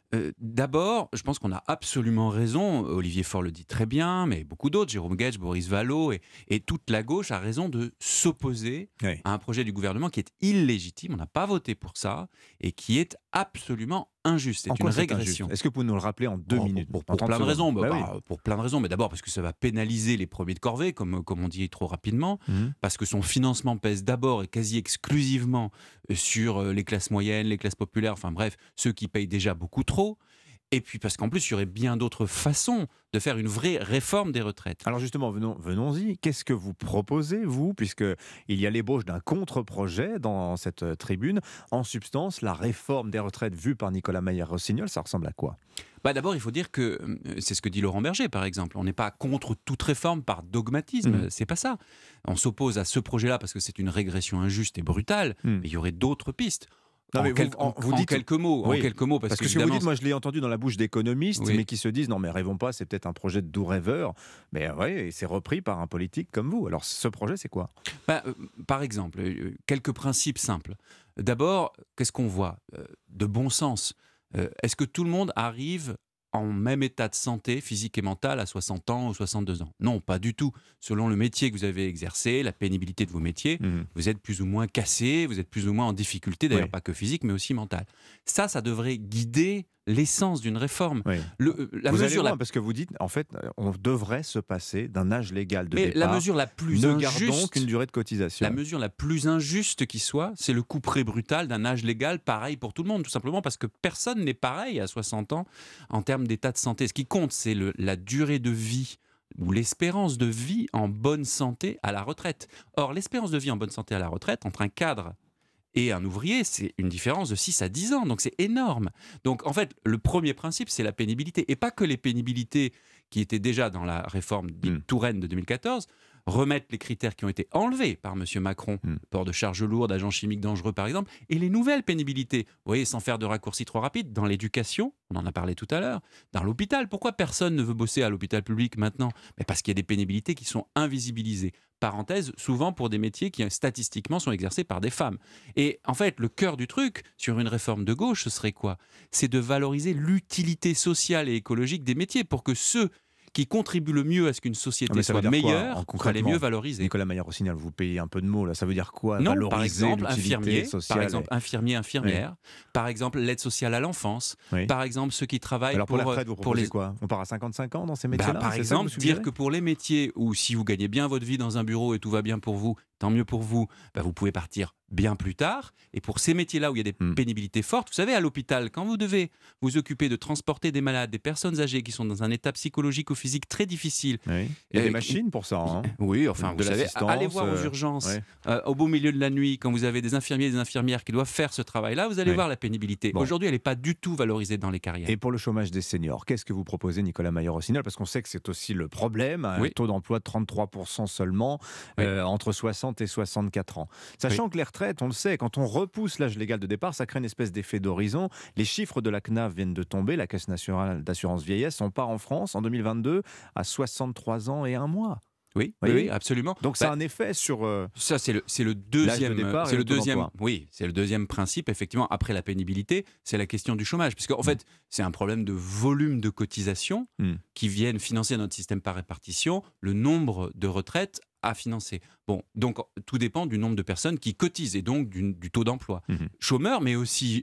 D'abord, je pense qu'on a absolument raison, Olivier Faure le dit très bien, mais beaucoup d'autres, Jérôme Guedj, Boris Vallaud et toute la gauche a raison de s'opposer à un projet du gouvernement qui est illégitime, on n'a pas voté pour ça, et qui est absolument injuste. C'est une régression. Est-ce que vous pouvez nous le rappeler en 2 minutes ? Pour plein de raisons. Pour plein de raisons, mais d'abord parce que ça va pénaliser les premiers de corvée, comme on dit trop rapidement, parce que son financement pèse d'abord et quasi exclusivement sur les classes moyennes, les classes populaires, enfin bref, ceux qui payent déjà beaucoup trop. Et puis parce qu'en plus, il y aurait bien d'autres façons de faire une vraie réforme des retraites. Alors justement, venons-y. Qu'est-ce que vous proposez, vous, puisqu'il y a l'ébauche d'un contre-projet dans cette tribune. En substance, la réforme des retraites vue par Nicolas Maillard-Rossignol, ça ressemble à quoi ? D'abord, il faut dire que c'est ce que dit Laurent Berger, par exemple. On n'est pas contre toute réforme par dogmatisme, c'est pas ça. On s'oppose à ce projet-là parce que c'est une régression injuste et brutale, mais il y aurait d'autres pistes. Non, mais vous dites quelques mots, parce que ce que vous dites, moi je l'ai entendu dans la bouche d'économistes, mais qui se disent non mais rêvons pas, c'est peut-être un projet de doux rêveur, mais c'est repris par un politique comme vous. Alors ce projet, c'est quoi ? Par exemple, quelques principes simples. D'abord, qu'est-ce qu'on voit ? De bon sens. Est-ce que tout le monde arrive en même état de santé physique et mentale à 60 ans ou 62 ans ? Non, pas du tout. Selon le métier que vous avez exercé, la pénibilité de vos métiers, vous êtes plus ou moins cassé, vous êtes plus ou moins en difficulté, d'ailleurs pas que physique, mais aussi mentale. Ça devrait guider l'essence d'une réforme. Vous allez loin parce que vous dites, en fait, on devrait se passer d'un âge légal de départ. La mesure la plus injuste, gardons qu'une durée de cotisation. La mesure la plus injuste qui soit, c'est le couperet brutal d'un âge légal pareil pour tout le monde, tout simplement parce que personne n'est pareil à 60 ans en termes d'état de santé. Ce qui compte, c'est la durée de vie ou l'espérance de vie en bonne santé à la retraite. Or, l'espérance de vie en bonne santé à la retraite, entre un cadre et un ouvrier, c'est une différence de 6 à 10 ans, donc c'est énorme. Donc en fait, le premier principe, c'est la pénibilité, et pas que les pénibilités qui étaient déjà dans la réforme dite Touraine de 2014, remettre les critères qui ont été enlevés par M. Macron, port de charges lourdes, agents chimiques dangereux par exemple, et les nouvelles pénibilités. Vous voyez, sans faire de raccourcis trop rapides, dans l'éducation, on en a parlé tout à l'heure, dans l'hôpital. Pourquoi personne ne veut bosser à l'hôpital public maintenant ? Parce qu'il y a des pénibilités qui sont invisibilisées. Parenthèse, souvent pour des métiers qui statistiquement sont exercés par des femmes. Et en fait, le cœur du truc, sur une réforme de gauche, ce serait quoi ? C'est de valoriser l'utilité sociale et écologique des métiers pour que ceux qui contribue le mieux à ce qu'une société soit meilleure, pour aller mieux valoriser. Nicolas Maillard-Rossignol, vous payez un peu de mots là, ça veut dire quoi ? Non, valoriser l'utilité sociale. Par exemple, infirmier, infirmière, par exemple l'aide sociale à l'enfance, par exemple ceux qui travaillent alors pour la retraite, vous proposez quoi ? On part à 55 ans dans ces métiers-là ? Par exemple, dire que pour les métiers où si vous gagnez bien votre vie dans un bureau et tout va bien pour vous, tant mieux pour vous, vous pouvez partir bien plus tard. Et pour ces métiers-là où il y a des pénibilités fortes, vous savez, à l'hôpital, quand vous devez vous occuper de transporter des malades, des personnes âgées qui sont dans un état psychologique ou physique très difficile. Il y a des machines pour ça. Oui, enfin, vous savez, allez voir aux urgences, au beau milieu de la nuit, quand vous avez des infirmiers et des infirmières qui doivent faire ce travail-là, vous allez voir la pénibilité. Aujourd'hui, elle n'est pas du tout valorisée dans les carrières. Et pour le chômage des seniors, qu'est-ce que vous proposez, Nicolas Maillard-Rossignol ? Parce qu'on sait que c'est aussi le problème, un taux d'emploi de 33% seulement, entre 60 et 64 ans. Sachant que les retraites, on le sait, quand on repousse l'âge légal de départ, ça crée une espèce d'effet d'horizon. Les chiffres de la CNAV viennent de tomber, la Caisse nationale d'assurance vieillesse. On part en France en 2022 à 63 ans et 1 mois. Oui, absolument. Donc ça a un effet sur ça, c'est le deuxième départ, c'est le deuxième principe, effectivement, après la pénibilité, c'est la question du chômage, puisque en fait, c'est un problème de volume de cotisation qui viennent financer notre système par répartition, le nombre de retraites à financer. Bon, donc tout dépend du nombre de personnes qui cotisent et donc du taux d'emploi. Chômeurs, mais aussi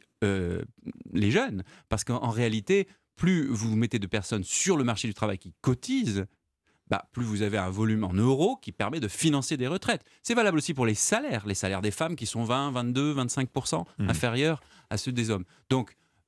les jeunes, parce qu'en réalité, plus vous mettez de personnes sur le marché du travail qui cotisent, plus vous avez un volume en euros qui permet de financer des retraites. C'est valable aussi pour les salaires des femmes qui sont 20, 22, 25% inférieurs à ceux des hommes. Donc,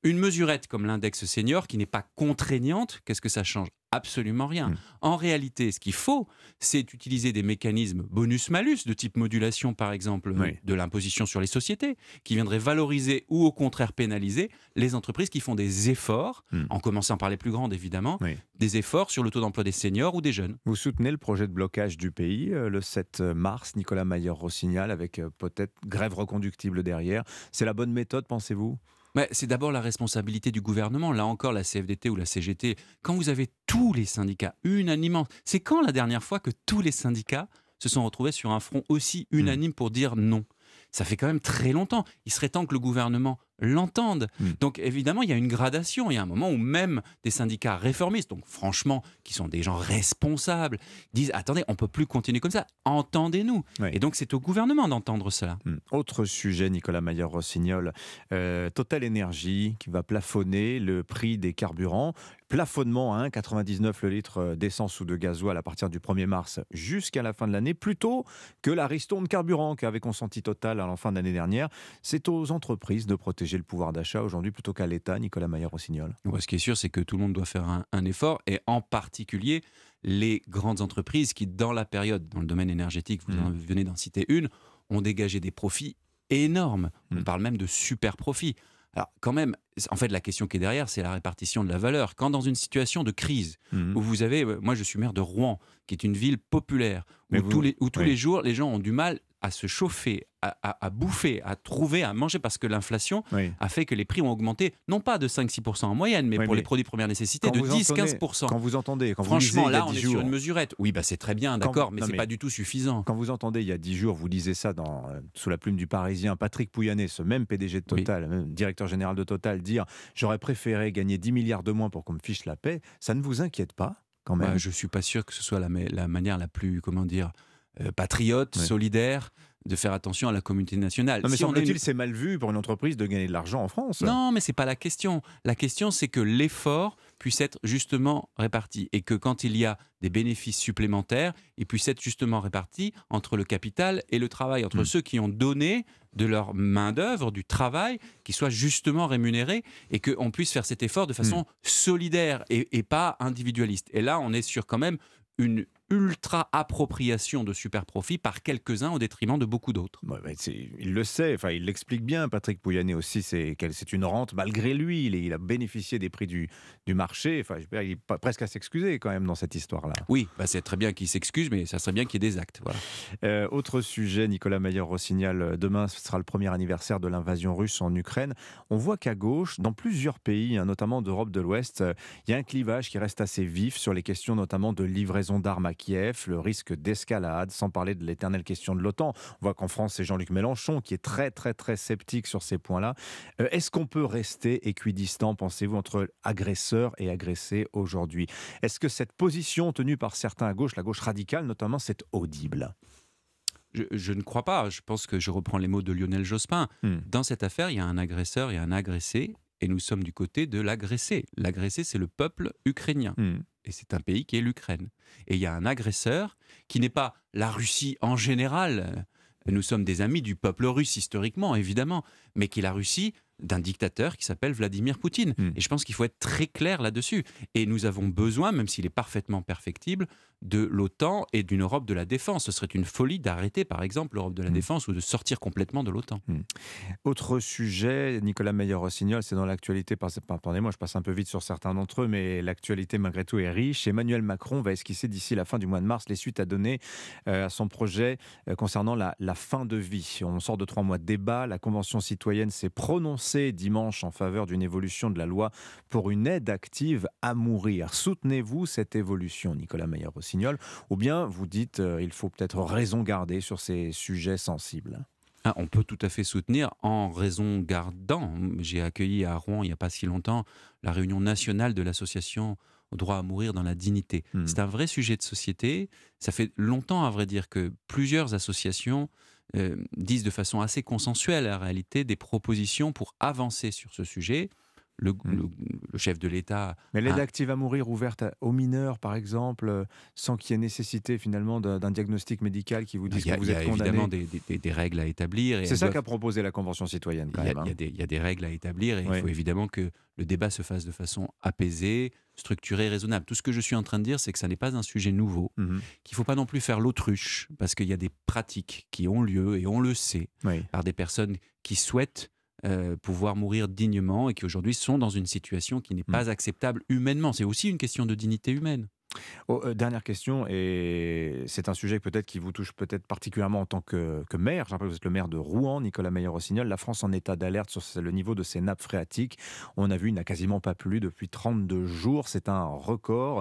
Une mesurette comme l'index senior qui n'est pas contraignante, qu'est-ce que ça change ? Absolument rien. En réalité, ce qu'il faut, c'est utiliser des mécanismes bonus-malus de type modulation, par exemple, de l'imposition sur les sociétés, qui viendraient valoriser ou au contraire pénaliser les entreprises qui font des efforts, en commençant par les plus grandes évidemment, des efforts sur le taux d'emploi des seniors ou des jeunes. Vous soutenez le projet de blocage du pays le 7 mars, Nicolas Mayer-Rossignol, avec peut-être grève reconductible derrière. C'est la bonne méthode, pensez-vous ? Mais c'est d'abord la responsabilité du gouvernement. Là encore, la CFDT ou la CGT, quand vous avez tous les syndicats unanimement, c'est quand la dernière fois que tous les syndicats se sont retrouvés sur un front aussi unanime pour dire non ? Ça fait quand même très longtemps. Il serait temps que le gouvernement l'entende. Donc évidemment, il y a une gradation. Il y a un moment où même des syndicats réformistes, donc franchement, qui sont des gens responsables, disent « Attendez, on ne peut plus continuer comme ça. Entendez-nous ». Et donc c'est au gouvernement d'entendre cela. Autre sujet, Nicolas Mayer-Rossignol, Total Energy qui va plafonner le prix des carburants. Plafonnement à 1,99 le litre d'essence ou de gasoil à partir du 1er mars jusqu'à la fin de l'année, plutôt que la ristourne carburant qu'avait consenti Total à la fin de l'année dernière. C'est aux entreprises de protéger le pouvoir d'achat aujourd'hui plutôt qu'à l'État, Nicolas Mayer-Rossignol. Ce qui est sûr, c'est que tout le monde doit faire un effort, et en particulier les grandes entreprises qui, dans la période, dans le domaine énergétique, vous en venez d'en citer une, ont dégagé des profits énormes. On parle même de super profits. Alors quand même, en fait, la question qui est derrière, c'est la répartition de la valeur. Quand dans une situation de crise, où vous avez... Moi, je suis maire de Rouen, qui est une ville populaire, où tous les jours, les gens ont du mal à se chauffer, à bouffer, à trouver, à manger, parce que l'inflation a fait que les prix ont augmenté, non pas de 5-6% en moyenne, mais pour les produits de première nécessité, de 10-15%. Quand vous entendez, franchement, là, on est sur une mesurette. Oui, c'est très bien, d'accord, mais ce n'est pas du tout suffisant. Quand vous entendez, il y a 10 jours, vous lisez ça sous la plume du Parisien, Patrick Pouyanné, ce même PDG de Total, même directeur général de Total, dire « J'aurais préféré gagner 10 milliards de moins pour qu'on me fiche la paix », ça ne vous inquiète pas quand même? Je ne suis pas sûr que ce soit la manière la plus, patriote, solidaire, de faire attention à la communauté nationale. Non, mais semble-t-il, c'est mal vu pour une entreprise de gagner de l'argent en France. Non, mais c'est pas la question. La question, c'est que l'effort puisse être justement réparti, et que quand il y a des bénéfices supplémentaires, ils puissent être justement répartis entre le capital et le travail, entre ceux qui ont donné de leur main-d'œuvre, du travail, qui soient justement rémunérés, et qu'on puisse faire cet effort de façon solidaire et pas individualiste. Et là, on est sur quand même une ultra-appropriation de super-profits par quelques-uns au détriment de beaucoup d'autres. Il le sait, il l'explique bien, Patrick Pouyanné aussi, c'est une rente malgré lui, il a bénéficié des prix du marché, il est presque à s'excuser quand même dans cette histoire-là. Oui, c'est très bien qu'il s'excuse, mais ça serait bien qu'il y ait des actes. Voilà. Autre sujet, Nicolas Mayer-Rossignol, demain ce sera le premier anniversaire de l'invasion russe en Ukraine. On voit qu'à gauche, dans plusieurs pays, notamment d'Europe de l'Ouest, il y a un clivage qui reste assez vif sur les questions notamment de livraison d'armes à Kiev, le risque d'escalade, sans parler de l'éternelle question de l'OTAN. On voit qu'en France, c'est Jean-Luc Mélenchon qui est très, très, très sceptique sur ces points-là. Est-ce qu'on peut rester équidistant, pensez-vous, entre agresseurs et agressés aujourd'hui? Est-ce que cette position tenue par certains à gauche, la gauche radicale notamment, c'est audible? Je ne crois pas. Je pense que je reprends les mots de Lionel Jospin. Dans cette affaire, il y a un agresseur et un agressé, et nous sommes du côté de l'agressé. L'agressé, c'est le peuple ukrainien. Et c'est un pays qui est l'Ukraine. Et il y a un agresseur qui n'est pas la Russie en général. Nous sommes des amis du peuple russe historiquement, évidemment, mais qui est la Russie d'un dictateur qui s'appelle Vladimir Poutine. Et je pense qu'il faut être très clair là-dessus. Et nous avons besoin, même s'il est parfaitement perfectible, de l'OTAN et d'une Europe de la défense. Ce serait une folie d'arrêter, par exemple, l'Europe de la défense ou de sortir complètement de l'OTAN. Autre sujet, Nicolas Mayer-Rossignol, c'est dans l'actualité. Pardonnez-moi, je passe un peu vite sur certains d'entre eux, mais l'actualité, malgré tout, est riche. Emmanuel Macron va esquisser d'ici la fin du mois de mars les suites à donner à son projet concernant la fin de vie. On sort de 3 mois de débat. La Convention citoyenne s'est prononcée dimanche en faveur d'une évolution de la loi pour une aide active à mourir. Soutenez-vous cette évolution, Nicolas Mayer-Rossignol, ou bien vous dites il faut peut-être raison garder sur ces sujets sensibles? On peut tout à fait soutenir en raison gardant. J'ai accueilli à Rouen, il n'y a pas si longtemps, la réunion nationale de l'association au droit à mourir dans la dignité. C'est un vrai sujet de société. Ça fait longtemps, à vrai dire, que plusieurs associations disent de façon assez consensuelle, en réalité, des propositions pour avancer sur ce sujet. le chef de l'État... Mais l'aide active à mourir ouverte aux mineurs, par exemple, sans qu'il y ait nécessité finalement d'un diagnostic médical qui vous dise que vous êtes condamné. Il y a évidemment des règles à établir. C'est ça qu'a proposé la Convention citoyenne quand même. Il y a des règles à établir et il faut évidemment que le débat se fasse de façon apaisée, structurée, raisonnable. Tout ce que je suis en train de dire, c'est que ça n'est pas un sujet nouveau, qu'il ne faut pas non plus faire l'autruche, parce qu'il y a des pratiques qui ont lieu, et on le sait, par des personnes qui souhaitent pouvoir mourir dignement et qui aujourd'hui sont dans une situation qui n'est pas acceptable humainement. C'est aussi une question de dignité humaine. Dernière question, et c'est un sujet peut-être qui vous touche peut-être particulièrement en tant que maire. Je rappelle que vous êtes le maire de Rouen, Nicolas Meyer-Rossignol. La France en état d'alerte sur le niveau de ses nappes phréatiques. On a vu, il n'a quasiment pas plu depuis 32 jours. C'est un record.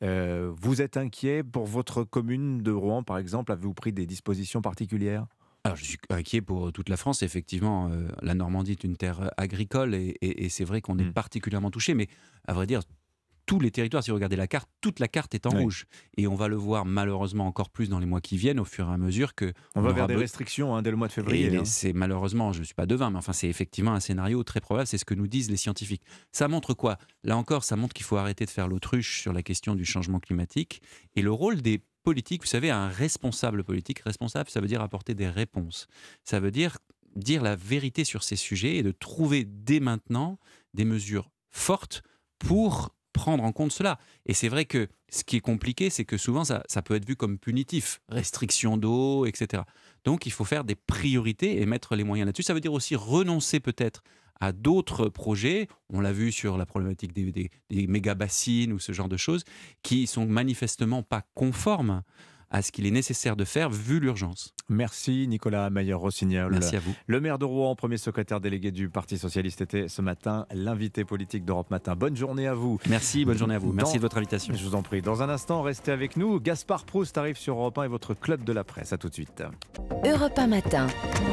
Vous êtes inquiet pour votre commune de Rouen, par exemple? Avez-vous pris des dispositions particulières? Alors, je suis inquiet pour toute la France. Effectivement, la Normandie est une terre agricole et c'est vrai qu'on est particulièrement touché. Mais à vrai dire, tous les territoires, si vous regardez la carte, toute la carte est en rouge. Et on va le voir malheureusement encore plus dans les mois qui viennent, au fur et à mesure que... On va vers des restrictions dès le mois de février. C'est malheureusement, je ne suis pas devin, mais enfin c'est effectivement un scénario très probable, c'est ce que nous disent les scientifiques. Ça montre quoi? Là encore, ça montre qu'il faut arrêter de faire l'autruche sur la question du changement climatique. Et le rôle des politiques, vous savez, un responsable politique, responsable, ça veut dire apporter des réponses. Ça veut dire la vérité sur ces sujets et de trouver dès maintenant des mesures fortes pour prendre en compte cela. Et c'est vrai que ce qui est compliqué, c'est que souvent ça peut être vu comme punitif, restriction d'eau, etc. Donc il faut faire des priorités et mettre les moyens là-dessus. Ça veut dire aussi renoncer peut-être à d'autres projets, on l'a vu sur la problématique des méga-bassines ou ce genre de choses, qui sont manifestement pas conformes à ce qu'il est nécessaire de faire vu l'urgence. Merci Nicolas Meyer-Rossignol. Merci à vous. Le maire de Rouen, premier secrétaire délégué du Parti Socialiste, était ce matin l'invité politique d'Europe Matin. Bonne journée à vous. Merci, bonne journée à vous. Merci de votre invitation. Je vous en prie. Dans un instant, restez avec nous. Gaspard Proust arrive sur Europe 1 et votre club de la presse. À tout de suite. Europe 1 Matin.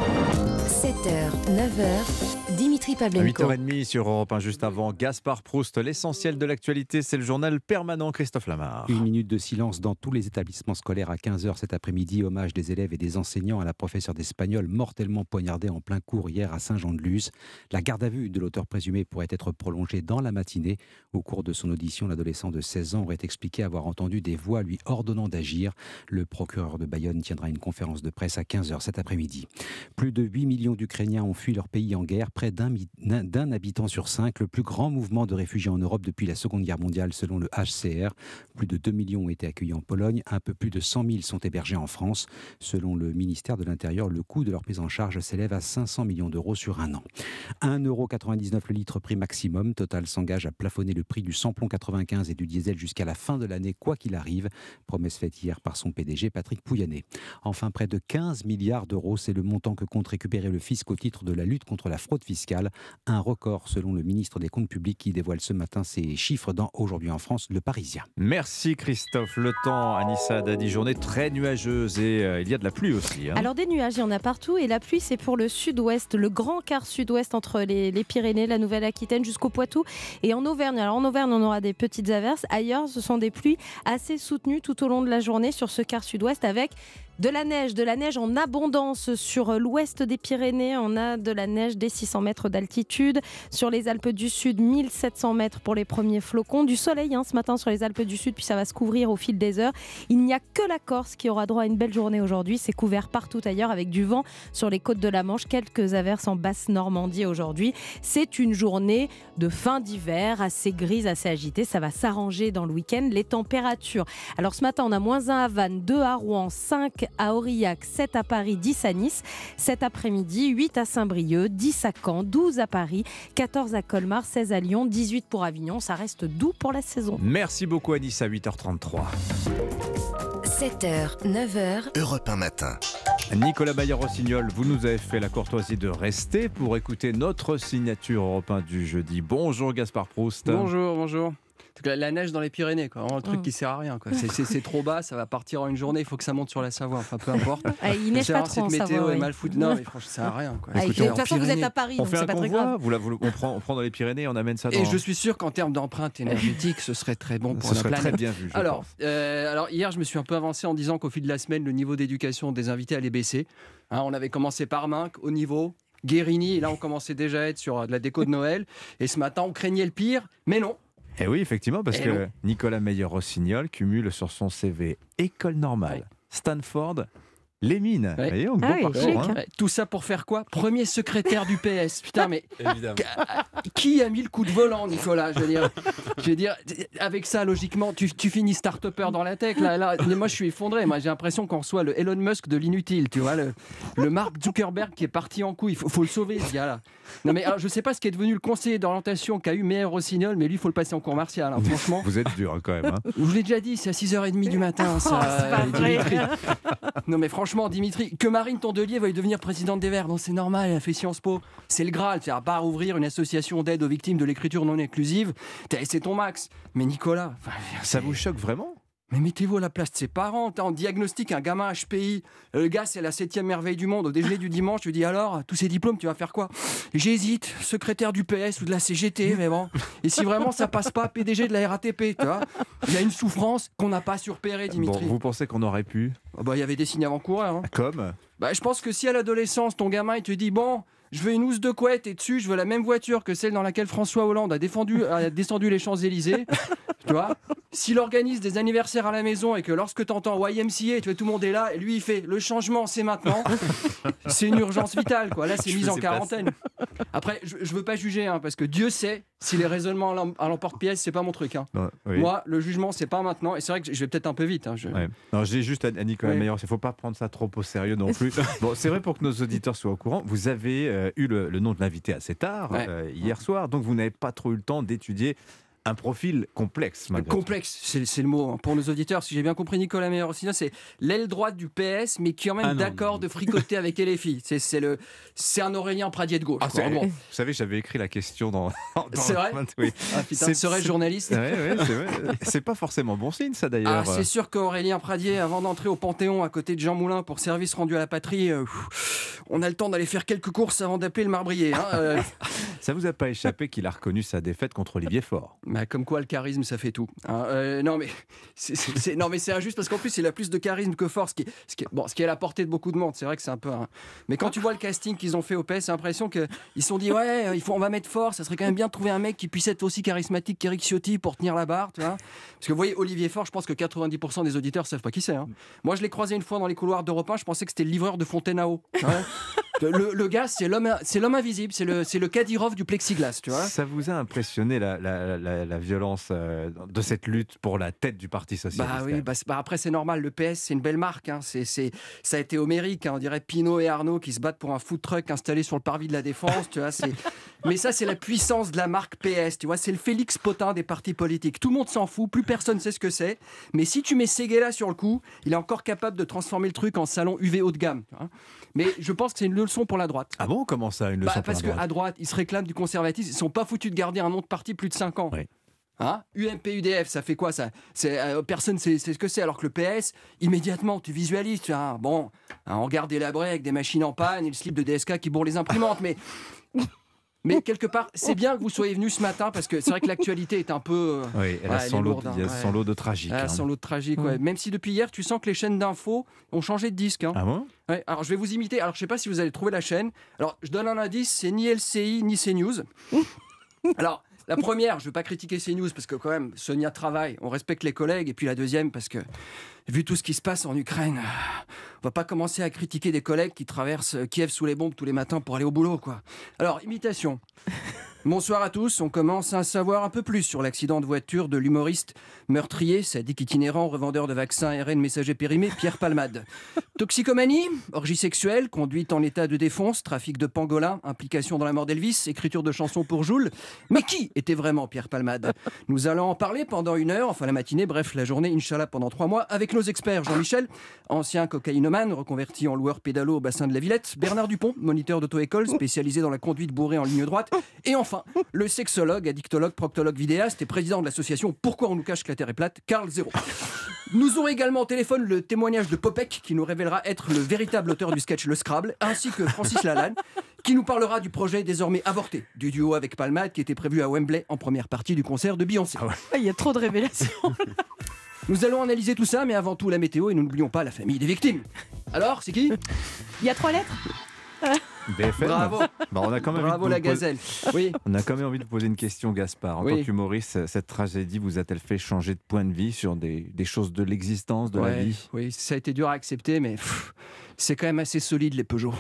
7h, 9h, Dimitri Pavlenko. 8h30 sur Europe 1, juste avant Gaspard Proust. L'essentiel de l'actualité, c'est le journal permanent Christophe Lamar. Une minute de silence dans tous les établissements scolaires à 15h cet après-midi. Hommage des élèves et des enseignants à la professeure d'espagnol mortellement poignardée en plein cours hier à Saint-Jean-de-Luz. La garde à vue de l'auteur présumé pourrait être prolongée dans la matinée. Au cours de son audition, l'adolescent de 16 ans aurait expliqué avoir entendu des voix lui ordonnant d'agir. Le procureur de Bayonne tiendra une conférence de presse à 15h cet après-midi. Plus de 8 millions d'Ukrainiens ont fui leur pays en guerre, près d'un habitant sur 5, le plus grand mouvement de réfugiés en Europe depuis la Seconde Guerre mondiale selon le HCR. Plus de 2 millions ont été accueillis en Pologne, un peu plus de 100 000 sont hébergés en France. Selon le ministère de l'Intérieur, le coût de leur prise en charge s'élève à 500 millions d'euros sur un an. 1,99 € le litre prix maximum. Total s'engage à plafonner le prix du samplon 95 et du diesel jusqu'à la fin de l'année, quoi qu'il arrive. Promesse faite hier par son PDG, Patrick Pouyanné. Enfin, près de 15 milliards d'euros, c'est le montant que compte récupérer le fisc au titre de la lutte contre la fraude fiscale. Un record selon le ministre des Comptes publics qui dévoile ce matin ses chiffres dans Aujourd'hui en France, Le Parisien. Merci Christophe. Le temps à Nice a dit journée très nuageuse et il y a de la pluie aussi. Alors des nuages, il y en a partout et la pluie c'est pour le sud-ouest, le grand quart sud-ouest entre les Pyrénées, la Nouvelle-Aquitaine jusqu'au Poitou et en Auvergne. Alors en Auvergne on aura des petites averses, ailleurs ce sont des pluies assez soutenues tout au long de la journée sur ce quart sud-ouest avec de la neige en abondance sur l'ouest des Pyrénées. On a de la neige dès 600 mètres d'altitude. Sur les Alpes du Sud, 1700 mètres pour les premiers flocons. Du soleil ce matin sur les Alpes du Sud, puis ça va se couvrir au fil des heures. Il n'y a que la Corse qui aura droit à une belle journée aujourd'hui. C'est couvert partout ailleurs avec du vent sur les côtes de la Manche. Quelques averses en basse Normandie aujourd'hui. C'est une journée de fin d'hiver, assez grise, assez agitée. Ça va s'arranger dans le week-end. Les températures. Alors ce matin, on a -1 à Vannes, 2 à Rouen, 5 à Aurillac, 7 à Paris, 10 à Nice. Cet après-midi, 8 à Saint-Brieuc, 10 à Caen, 12 à Paris, 14 à Colmar, 16 à Lyon, 18 pour Avignon. Ça reste doux pour la saison. Merci beaucoup à Nice à 8h33. 7h, 9h. Europe 1 Matin. Nicolas Meyer-Rossignol, vous nous avez fait la courtoisie de rester pour écouter notre signature Europe 1 du jeudi. Bonjour Gaspard Proust. Bonjour. La neige dans les Pyrénées, quoi. Un truc qui sert à rien, quoi. C'est trop bas, ça va partir en une journée, il faut que ça monte sur la Savoie, enfin peu importe. Il neige pas trop en Savoie. Cette météo est mal foutue. Non, mais franchement, ça sert à rien, quoi. De toute façon, vous êtes à Paris, on donc fait c'est un pas très convoi, grave. on prend dans les Pyrénées, on amène ça dans... Et je suis sûr qu'en termes d'empreinte énergétique, ce serait très bon pour la planète. Très bien vu, alors, hier, je me suis un peu avancé en disant qu'au fil de la semaine, le niveau d'éducation des invités allait baisser. On avait commencé par Minc, haut niveau, Guérini, et là on commençait déjà à être sur de la déco de Noël. Et ce matin, on craignait le pire, mais non. Et oui, effectivement, parce que Nicolas Meyer-Rossignol cumule sur son CV École normale, Stanford, les mines. Voyez, bon parcours, hein. Tout ça pour faire quoi? Premier secrétaire du PS. Putain, mais qui a mis le coup de volant, Nicolas? Je veux dire, avec ça, logiquement, tu finis start-upper dans la tech. Là, moi, je suis effondré. Moi, j'ai l'impression qu'on reçoit le Elon Musk de l'inutile. Tu vois, le Mark Zuckerberg qui est parti en couille. Il faut le sauver, ce gars-là. Non, mais alors, je sais pas ce qui est devenu le conseiller d'orientation qu'a eu Meyer-Rossignol, mais lui, il faut le passer en cours martial. Hein, franchement. Vous êtes dur, hein, quand même. Hein. Je vous l'ai déjà dit, c'est à 6h30 du matin. Ça, Dimitri. Non, mais franchement, Dimitri, que Marine Tondelier veuille devenir présidente des Verts, non, c'est normal, elle a fait Sciences Po. C'est le Graal, c'est à part ouvrir une association d'aide aux victimes de l'écriture non inclusive. C'est ton max. Mais Nicolas, ça vous choque vraiment? Mais mettez-vous à la place de ses parents. On diagnostique un gamin HPI. Le gars, c'est la 7e merveille du monde. Au déjeuner du dimanche, je lui dis alors, tous ces diplômes, tu vas faire quoi? J'hésite, secrétaire du PS ou de la CGT, mais bon. Et si vraiment ça passe pas, PDG de la RATP, tu vois? Il y a une souffrance qu'on n'a pas surpérée, Dimitri. Bon, vous pensez qu'on aurait pu? Il y avait des signes avant-coureurs. Hein. Comme? Je pense que si à l'adolescence, ton gamin, il te dit, bon, je veux une housse de couette et dessus, je veux la même voiture que celle dans laquelle François Hollande a descendu les Champs-Élysées. Tu vois, s'il organise des anniversaires à la maison et que lorsque tu entends YMCA, tu vois, tout le monde est là, et lui il fait le changement, c'est maintenant. C'est une urgence vitale, quoi. Là, c'est mise en quarantaine. Après, je veux pas juger, hein, parce que Dieu sait si les raisonnements à l'emporte-pièce, c'est pas mon truc. Hein. Oui. Moi, le jugement, c'est pas maintenant. Et c'est vrai que je vais peut-être un peu vite. Hein, Non, je dis juste à Nicolas Meyer, il faut pas prendre ça trop au sérieux non plus. Bon, c'est vrai, pour que nos auditeurs soient au courant, vous avez eu le nom de l'invité assez tard, hier soir, donc vous n'avez pas trop eu le temps d'étudier un profil complexe. Complexe, c'est le mot. Hein. Pour nos auditeurs, si j'ai bien compris, Nicolas Meyer-Rossignol, c'est l'aile droite du PS, mais qui est en même d'accord de fricoter avec LFI. C'est un Aurélien Pradier de gauche. Vous savez, j'avais écrit la question dans c'est vrai. Oui. Serais-je journaliste? C'est vrai. C'est pas forcément bon signe, ça, d'ailleurs. C'est sûr qu'Aurélien Pradier, avant d'entrer au Panthéon à côté de Jean Moulin pour service rendu à la patrie, on a le temps d'aller faire quelques courses avant d'appeler le marbrier. Hein. Ça vous a pas échappé qu'il a reconnu sa défaite contre Olivier Faure? Comme quoi, le charisme, ça fait tout. Hein. Non, mais c'est injuste parce qu'en plus, il a plus de charisme que Faure, ce qui est à la portée de beaucoup de monde. C'est vrai que c'est un peu. Mais quand tu vois le casting qu'ils ont fait au PS, c'est l'impression qu'ils se sont dit on va mettre Faure. Ça serait quand même bien de trouver un mec qui puisse être aussi charismatique qu'Éric Ciotti pour tenir la barre, tu vois. Parce que vous voyez, Olivier Faure, je pense que 90% des auditeurs savent pas qui c'est. Hein. Moi, je l'ai croisé une fois dans les couloirs d'Europe 1. Je pensais que c'était le livreur de Fontaine à eau. Hein. Le gars, c'est l'homme invisible, c'est le Kadyrov du plexiglas, tu vois. Ça vous a impressionné la violence de cette lutte pour la tête du Parti socialiste? Après c'est normal, le PS c'est une belle marque, hein. Ça a été homérique, hein. On dirait Pinault et Arnaud qui se battent pour un food truck installé sur le parvis de la Défense, tu vois. Mais ça c'est la puissance de la marque PS, tu vois. C'est le Félix Potin des partis politiques. Tout le monde s'en fout, plus personne sait ce que c'est. Mais si tu mets Séguéla sur le coup, il est encore capable de transformer le truc en salon UV haut de gamme. Tu vois. Mais je pense que c'est une leçon pour la droite. Ah bon, comment ça, une leçon pour la droite? Parce qu'à droite, ils se réclament du conservatisme. Ils sont pas foutus de garder un nom de parti plus de 5 ans. Oui. Hein? UMP-UDF, ça fait quoi ça? Personne ne sait ce que c'est, alors que le PS, immédiatement, tu visualises. Tu vois, on regarde délabré avec des machines en panne et le slip de DSK qui bourre les imprimantes. Mais quelque part, c'est bien que vous soyez venus ce matin parce que c'est vrai que l'actualité est un peu. Oui, elle a son lot de tragique. Elle a son lot de tragique, ouais. Même si depuis hier, tu sens que les chaînes d'infos ont changé de disque. Hein. Ah bon? Ouais, alors je vais vous imiter. Alors je sais pas si vous allez trouver la chaîne. Alors je donne un indice, c'est ni LCI ni CNews. Alors. La première, je ne vais pas critiquer CNews parce que quand même, Sonia travaille, on respecte les collègues. Et puis la deuxième, parce que vu tout ce qui se passe en Ukraine, on va pas commencer à critiquer des collègues qui traversent Kiev sous les bombes tous les matins pour aller au boulot, quoi. Alors, imitation. Bonsoir à tous, on commence à savoir un peu plus sur l'accident de voiture de l'humoriste meurtrier, sadique itinérant, revendeur de vaccins ARN messager périmé, Pierre Palmade. Toxicomanie, orgie sexuelle, conduite en état de défonce, trafic de pangolin, implication dans la mort d'Elvis, écriture de chansons pour Joule. Mais qui était vraiment Pierre Palmade? Nous allons en parler pendant 1 heure, enfin la matinée, bref la journée, Inch'Allah pendant 3 mois, avec nos experts Jean-Michel, ancien cocaïnomane, reconverti en loueur pédalo au bassin de la Villette, Bernard Dupont, moniteur d'auto-école, spécialisé dans la conduite bourrée en ligne droite, et enfin, le sexologue, addictologue, proctologue, vidéaste et président de l'association Pourquoi on nous cache que la Terre est plate, Carl Zéro. Nous aurons également au téléphone le témoignage de Popek, qui nous révélera être le véritable auteur du sketch Le Scrabble, ainsi que Francis Lalanne, qui nous parlera du projet désormais avorté du duo avec Palmade, qui était prévu à Wembley en première partie du concert de Beyoncé. Il y a trop de révélations. Nous allons analyser tout ça, mais avant tout la météo, et nous n'oublions pas la famille des victimes. Alors, c'est qui? Il y a 3 lettres. BFM. Bravo. Bah, on a quand même Bravo la gazelle. Oui. On a quand même envie de vous poser une question, Gaspard. En tant qu'humoriste, cette tragédie vous a-t-elle fait changer de point de vue sur des choses de l'existence, de la vie? Oui, ça a été dur à accepter, mais c'est quand même assez solide les Peugeot.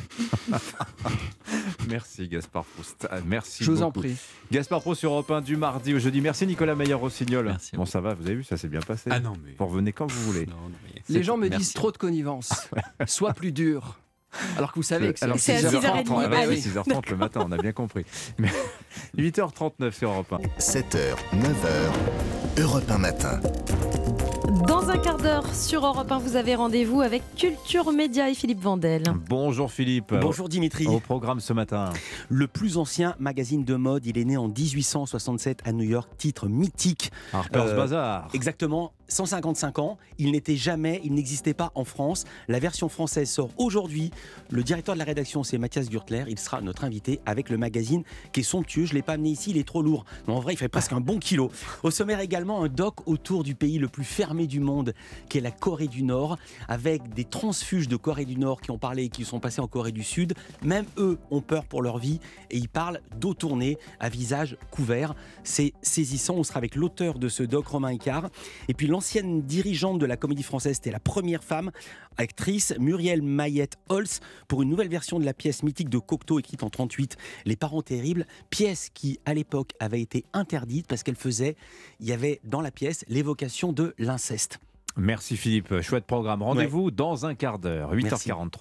Merci Gaspard Proust. Merci Je vous beaucoup. en prie. Gaspard Proust sur Europe 1 du mardi au jeudi. Merci Nicolas Meyer-Rossignol. Merci. Bon, ça va, vous avez vu, ça s'est bien passé. Ah non, mais... Vous revenez quand vous voulez. Les gens me disent trop de connivence. Sois plus dur. Alors que vous savez que c'est à 6h30. 6h30. C'est 6h30 le matin, on a bien compris. 8h39 sur Europe 1. 7h, 9h, Europe 1 matin. Dans un quart d'heure sur Europe 1, vous avez rendez-vous avec Culture Média et Philippe Vandel. Bonjour Philippe. Bonjour Dimitri. Au programme ce matin. Le plus ancien magazine de mode, il est né en 1867 à New York, titre mythique. Harper's Bazaar. Exactement, 155 ans, il n'existait pas en France. La version française sort aujourd'hui. Le directeur de la rédaction, c'est Mathias Gürtler. Il sera notre invité avec le magazine qui est somptueux. Je ne l'ai pas amené ici, il est trop lourd. Mais en vrai, il fait presque un bon kilo. Au sommaire également, un doc autour du pays le plus fermé du monde, qui est la Corée du Nord, avec des transfuges de Corée du Nord qui ont parlé et qui sont passés en Corée du Sud. Même eux ont peur pour leur vie et ils parlent dos tourné, à visage couvert. C'est saisissant. On sera avec l'auteur de ce doc, Romain Icard. Et puis l'ancienne dirigeante de la Comédie Française, c'était la première femme actrice, Muriel Mayette-Holtz, pour une nouvelle version de la pièce mythique de Cocteau, écrite en 38, Les Parents Terribles, pièce qui, à l'époque, avait été interdite parce il y avait dans la pièce l'évocation de l'inceste. Merci Philippe, chouette programme. Rendez-vous dans un quart d'heure, 8h43.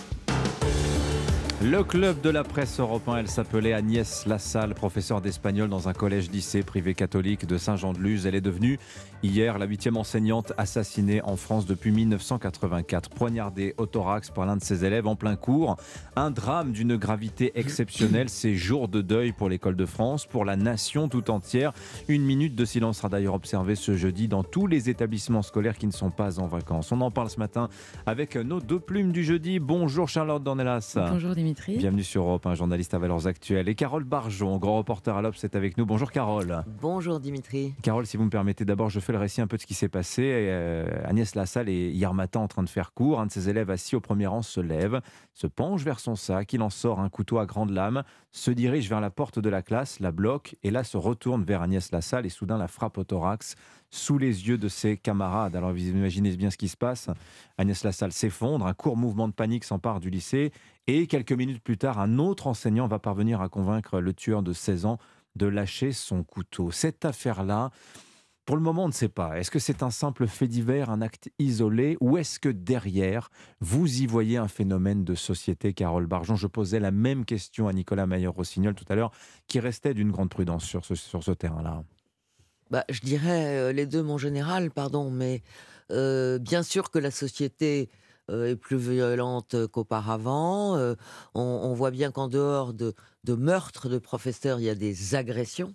Le club de la presse européen, elle s'appelait Agnès Lassalle, professeure d'espagnol dans un collège-lycée privé catholique de Saint-Jean-de-Luz. Elle est devenue hier la 8e enseignante assassinée en France depuis 1984. Poignardée au thorax par l'un de ses élèves en plein cours. Un drame d'une gravité exceptionnelle. C'est jour de deuil pour l'école de France, pour la nation tout entière. Une minute de silence sera d'ailleurs observée ce jeudi dans tous les établissements scolaires qui ne sont pas en vacances. On en parle ce matin avec nos deux plumes du jeudi. Bonjour Charlotte Dornelas. Bonjour Dimitri. Bienvenue sur Europe 1, journaliste à Valeurs Actuelles. Et Carole Barjon, grand reporter à l'Obs, est avec nous. Bonjour Carole. Bonjour Dimitri. Carole, si vous me permettez, d'abord je fais le récit un peu de ce qui s'est passé. Agnès Lassalle est hier matin en train de faire cours. Un de ses élèves assis au premier rang se lève, se penche vers son sac, il en sort un couteau à grande lame, se dirige vers la porte de la classe, la bloque et là se retourne vers Agnès Lassalle et soudain la frappe au thorax sous les yeux de ses camarades. Alors vous imaginez bien ce qui se passe. Agnès Lassalle s'effondre, un court mouvement de panique s'empare du lycée et quelques minutes plus tard, un autre enseignant va parvenir à convaincre le tueur de 16 ans de lâcher son couteau. Cette affaire-là, pour le moment, on ne sait pas. Est-ce que c'est un simple fait divers, un acte isolé, ou est-ce que derrière, vous y voyez un phénomène de société, Carole Barjon? Je posais la même question à Nicolas Meyer-Rossignol tout à l'heure, qui restait d'une grande prudence sur ce terrain-là. Je dirais les deux, mon général, mais bien sûr que la société est plus violente qu'auparavant. On voit bien qu'en dehors de meurtres de professeurs, il y a des agressions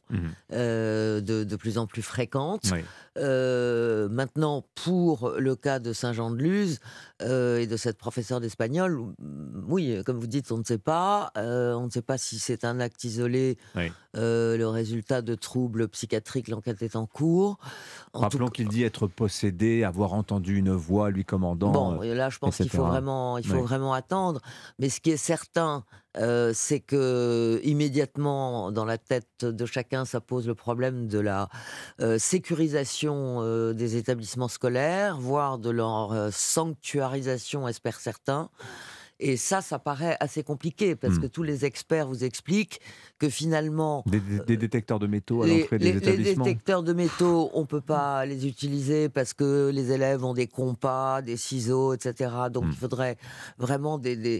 de plus en plus fréquentes. Oui. Maintenant, pour le cas de Saint-Jean-de-Luz et de cette professeure d'espagnol, oui, comme vous dites, on ne sait pas. On ne sait pas si c'est un acte isolé, oui. Le résultat de troubles psychiatriques, l'enquête est en cours. Rappelons qu'il dit être possédé, avoir entendu une voix lui commandant. Bon, là, je pense qu'il faut vraiment attendre. Mais ce qui est certain, c'est que immédiatement dans la tête de chacun, ça pose le problème de la sécurisation des établissements scolaires, voire de leur sanctuarisation, espèrent certains. Et ça paraît assez compliqué parce que tous les experts vous expliquent que finalement... Des détecteurs de métaux à l'entrée des établissements. Les détecteurs de métaux, on ne peut pas les utiliser parce que les élèves ont des compas, des ciseaux, etc. Donc il faudrait vraiment des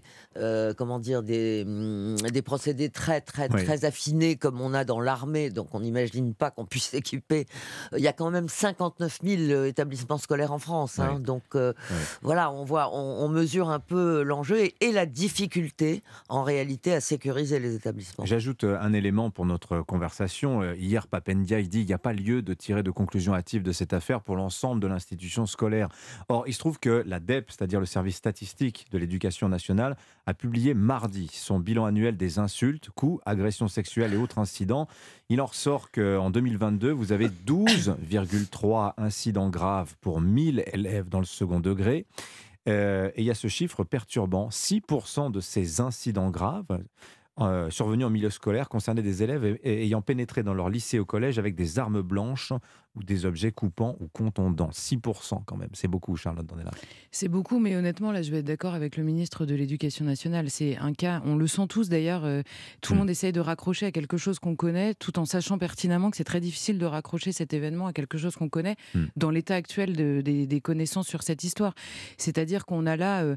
procédés très affinés comme on a dans l'armée. Donc on n'imagine pas qu'on puisse s'équiper. Il y a quand même 59 000 établissements scolaires en France. Hein, donc voilà, on mesure un peu l'enjeu et la difficulté, en réalité, à sécuriser les établissements. J'ajoute un élément pour notre conversation. Hier, Pape Ndiaye dit qu'il n'y a pas lieu de tirer de conclusions hâtives de cette affaire pour l'ensemble de l'institution scolaire. Or, il se trouve que la DEP, c'est-à-dire le service statistique de l'éducation nationale, a publié mardi son bilan annuel des insultes, coups, agressions sexuelles et autres incidents. Il en ressort qu'en 2022, vous avez 12,3 incidents graves pour 1000 élèves dans le second degré. Et il y a ce chiffre perturbant, 6% de ces incidents graves survenus en milieu scolaire concernaient des élèves ayant pénétré dans leur lycée ou collège avec des armes blanches ou des objets coupants ou contondants. 6% quand même, c'est beaucoup, Charlotte Dornelas. C'est beaucoup, mais honnêtement, là, je vais être d'accord avec le ministre de l'Éducation nationale. C'est un cas, on le sent tous d'ailleurs, tout le monde essaye de raccrocher à quelque chose qu'on connaît, tout en sachant pertinemment que c'est très difficile de raccrocher cet événement à quelque chose qu'on connaît dans l'état actuel des connaissances sur cette histoire. C'est-à-dire qu'on a là,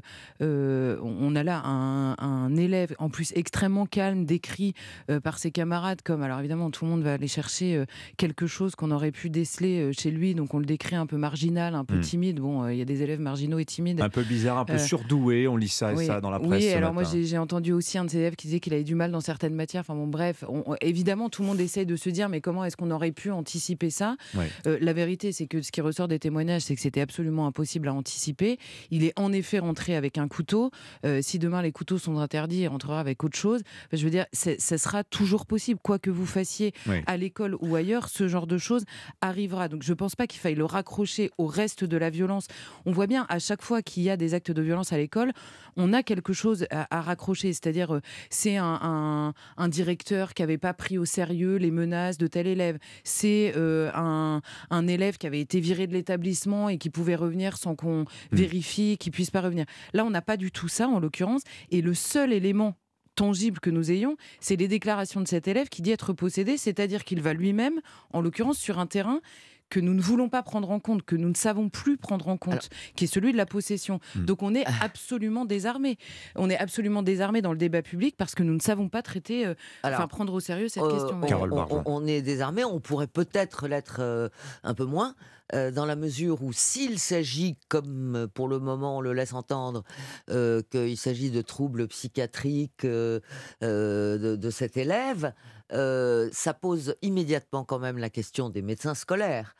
un élève, en plus extrêmement calme, décrit par ses camarades comme, alors évidemment, tout le monde va aller chercher quelque chose qu'on aurait pu déceler chez lui, donc on le décrit un peu marginal, un peu timide. Bon, il y a des élèves marginaux et timides. Un peu bizarre, un peu surdoué, on lit ça et ça dans la presse. Oui, alors moi j'ai entendu aussi un de ces élèves qui disait qu'il avait du mal dans certaines matières. Enfin bon, bref, évidemment tout le monde essaye de se dire mais comment est-ce qu'on aurait pu anticiper ça ? La vérité c'est que ce qui ressort des témoignages c'est que c'était absolument impossible à anticiper. Il est en effet rentré avec un couteau. Si demain les couteaux sont interdits, il rentrera avec autre chose. Enfin, je veux dire, ça sera toujours possible. Quoi que vous fassiez à l'école ou ailleurs, ce genre de choses arrivera. Donc je ne pense pas qu'il faille le raccrocher au reste de la violence. On voit bien à chaque fois qu'il y a des actes de violence à l'école, on a quelque chose à raccrocher. C'est-à-dire, c'est un directeur qui n'avait pas pris au sérieux les menaces de tel élève. C'est un élève qui avait été viré de l'établissement et qui pouvait revenir sans qu'on vérifie qu'il ne puisse pas revenir. Là, on n'a pas du tout ça, en l'occurrence. Et le seul élément tangible que nous ayons, c'est les déclarations de cet élève qui dit être possédé, c'est-à-dire qu'il va lui-même, en l'occurrence sur un terrain que nous ne voulons pas prendre en compte, que nous ne savons plus prendre en compte, qui est celui de la possession. Donc on est absolument désarmés. On est absolument désarmés dans le débat public parce que nous ne savons pas traiter, prendre au sérieux cette question. On est désarmés, on pourrait peut-être l'être un peu moins, dans la mesure où s'il s'agit, comme pour le moment on le laisse entendre, qu'il s'agit de troubles psychiatriques de cet élève, ça pose immédiatement quand même la question des médecins scolaires.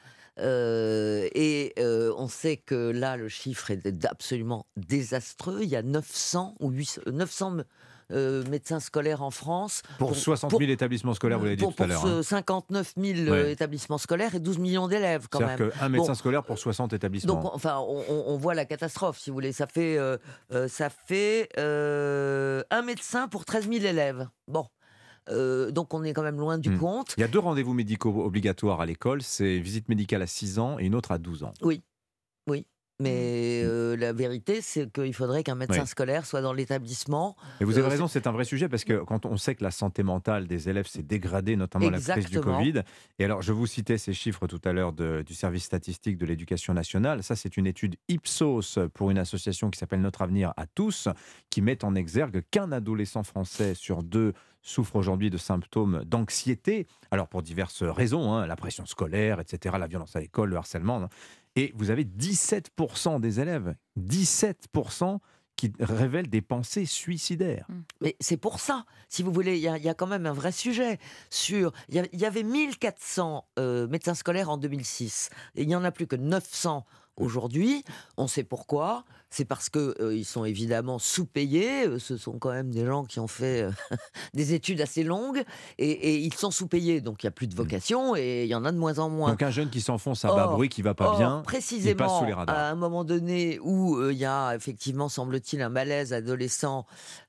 On sait que là, le chiffre est absolument désastreux. Il y a 900 médecins scolaires en France. Pour 60 000 établissements scolaires, vous l'avez dit tout à l'heure. Pour 59 000 établissements scolaires et 12 millions d'élèves quand même. C'est-à-dire qu'un médecin scolaire pour 60 établissements. Donc, enfin, on voit la catastrophe, si vous voulez. Ça fait un médecin pour 13 000 élèves. Bon. Donc on est quand même loin du compte. Il y a 2 rendez-vous médicaux obligatoires à l'école, c'est visite médicale à 6 ans et une autre à 12 ans. Oui. Mais la vérité, c'est qu'il faudrait qu'un médecin scolaire soit dans l'établissement. Et vous avez raison, c'est un vrai sujet parce que quand on sait que la santé mentale des élèves s'est dégradée, notamment à la crise du Covid. Et alors, je vous citais ces chiffres tout à l'heure du service statistique de l'éducation nationale. Ça, c'est une étude Ipsos pour une association qui s'appelle Notre Avenir à tous, qui met en exergue qu'un adolescent français sur 2 souffre aujourd'hui de symptômes d'anxiété. Alors, pour diverses raisons, la pression scolaire, etc., la violence à l'école, le harcèlement. Et vous avez 17% des élèves, 17% qui révèlent des pensées suicidaires. Mais c'est pour ça, si vous voulez, il y a quand même un vrai sujet. Il y avait 1400 médecins scolaires en 2006, et il n'y en a plus que 900 aujourd'hui. On sait pourquoi. C'est parce qu'ils sont évidemment sous-payés. Ce sont quand même des gens qui ont fait des études assez longues et ils sont sous-payés. Donc il n'y a plus de vocation et il y en a de moins en moins. Donc un jeune qui s'enfonce à bas bruit, qui ne va pas bien, précisément, il passe sous les radars. À un moment donné où il y a effectivement, semble-t-il, un malaise adolescent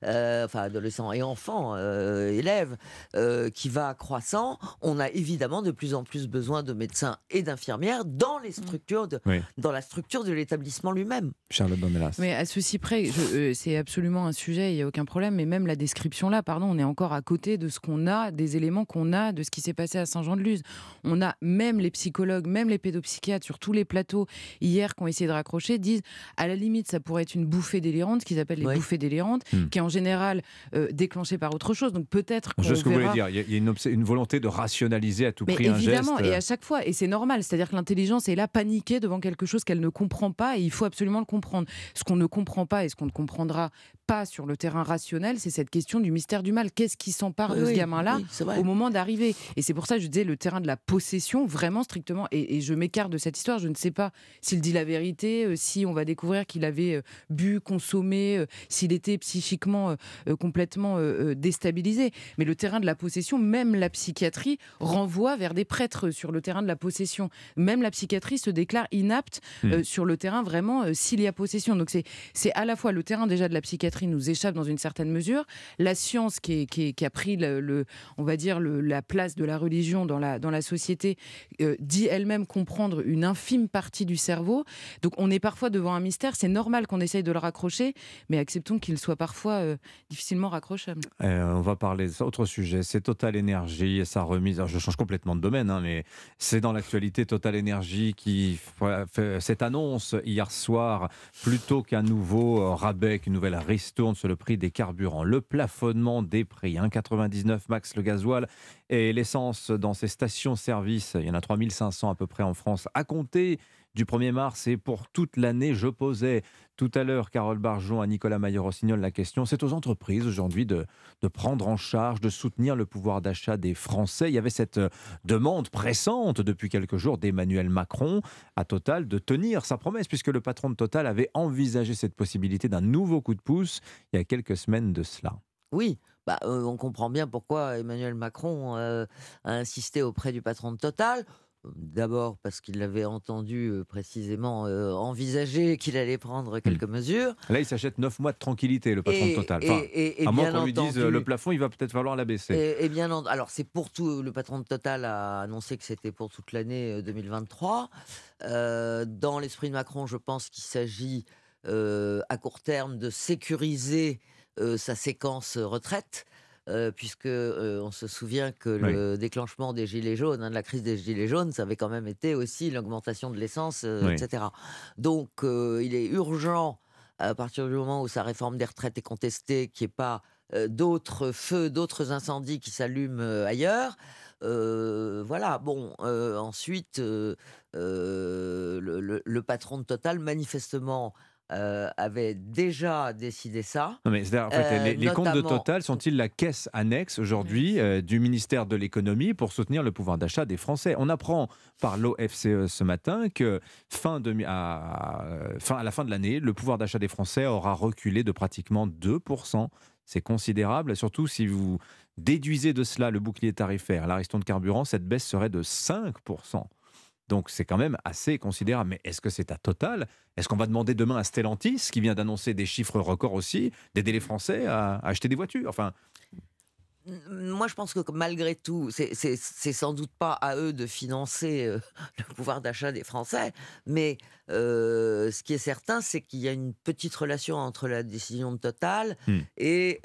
et enfant, élèves, qui va croissant, on a évidemment de plus en plus besoin de médecins et d'infirmières dans les structures dans la structure de l'établissement lui-même. Charlotte Dornelas. Mais à ceci près, c'est absolument un sujet, il n'y a aucun problème, mais même la description là, on est encore à côté de ce qu'on a, des éléments qu'on a, de ce qui s'est passé à Saint-Jean-de-Luz. On a même les psychologues, même les pédopsychiatres sur tous les plateaux hier qui ont essayé de raccrocher, disent à la limite ça pourrait être une bouffée délirante, ce qu'ils appellent les bouffées délirantes, qui est en général déclenchée par autre chose. Donc peut-être qu'on verra... Ce que vous voulez dire, il y a une volonté de rationaliser à tout prix un geste. Évidemment, et à chaque fois, et c'est normal, c'est-à-dire que l'intelligence est là paniquée devant quelque chose qu'elle ne comprend pas et il faut absolument le comprendre. Ce qu'on ne comprend pas et ce qu'on ne comprendra pas sur le terrain rationnel, c'est cette question du mystère du mal. Qu'est-ce qui s'empare de ce gamin-là au moment d'arriver ? Et c'est pour ça que je disais le terrain de la possession, vraiment strictement, et je m'écarte de cette histoire, je ne sais pas s'il dit la vérité, si on va découvrir qu'il avait bu, consommé, s'il était psychiquement complètement déstabilisé. Mais le terrain de la possession, même la psychiatrie renvoie vers des prêtres sur le terrain de la possession. Même la psychiatrie se déclare inapte sur le terrain vraiment s'il y a possession. question. Donc c'est à la fois le terrain déjà de la psychiatrie nous échappe dans une certaine mesure, la science qui a pris on va dire la place de la religion dans la société dit elle-même comprendre une infime partie du cerveau. Donc on est parfois devant un mystère. C'est normal qu'on essaye de le raccrocher, mais acceptons qu'il soit parfois difficilement raccrochable. On va parler d'autre sujet. C'est Total Energy et sa remise. Alors, je change complètement de domaine, mais c'est dans l'actualité. Total Energy qui fait cette annonce hier soir, plutôt qu'un nouveau rabais, qu'une nouvelle ristourne sur le prix des carburants. Le plafonnement des prix, 1,99 max le gasoil et l'essence dans ces stations-service. Il y en a 3500 à peu près en France à compter du 1er mars et pour toute l'année. Je posais tout à l'heure, Carole Barjon, à Nicolas Maillot-Rossignol, la question. C'est aux entreprises aujourd'hui de prendre en charge, de soutenir le pouvoir d'achat des Français. Il y avait cette demande pressante depuis quelques jours d'Emmanuel Macron à Total de tenir sa promesse, puisque le patron de Total avait envisagé cette possibilité d'un nouveau coup de pouce il y a quelques semaines de cela. Oui, on comprend bien pourquoi Emmanuel Macron a insisté auprès du patron de Total. D'abord parce qu'il avait entendu précisément envisager qu'il allait prendre quelques mesures. Là, il s'achète 9 mois de tranquillité, le patron de Total. À moins qu'on lui dise le plafond, il va peut-être falloir l'abaisser. Alors, c'est pour tout. Le patron de Total a annoncé que c'était pour toute l'année 2023. Dans l'esprit de Macron, je pense qu'il s'agit à court terme de sécuriser sa séquence retraite. Puisque on se souvient que le déclenchement des gilets jaunes, de la crise des gilets jaunes, ça avait quand même été aussi l'augmentation de l'essence, etc. Donc il est urgent, à partir du moment où sa réforme des retraites est contestée, qu'il n'y ait pas d'autres feux, d'autres incendies qui s'allument ailleurs. Voilà, ensuite, le patron de Total, manifestement, avait déjà décidé ça. Non mais, en fait, les comptes de Total sont-ils la caisse annexe aujourd'hui du ministère de l'économie pour soutenir le pouvoir d'achat des Français? On apprend par l'OFCE ce matin que à la fin de l'année, le pouvoir d'achat des Français aura reculé de pratiquement 2%. C'est considérable, surtout si vous déduisez de cela le bouclier tarifaire, la ristourne de carburant, cette baisse serait de 5%. Donc c'est quand même assez considérable. Mais est-ce que c'est à Total? Est-ce qu'on va demander demain à Stellantis, qui vient d'annoncer des chiffres records aussi, d'aider les Français à acheter des voitures? Moi, je pense que malgré tout, c'est sans doute pas à eux de financer le pouvoir d'achat des Français, mais ce qui est certain, c'est qu'il y a une petite relation entre la décision de Total et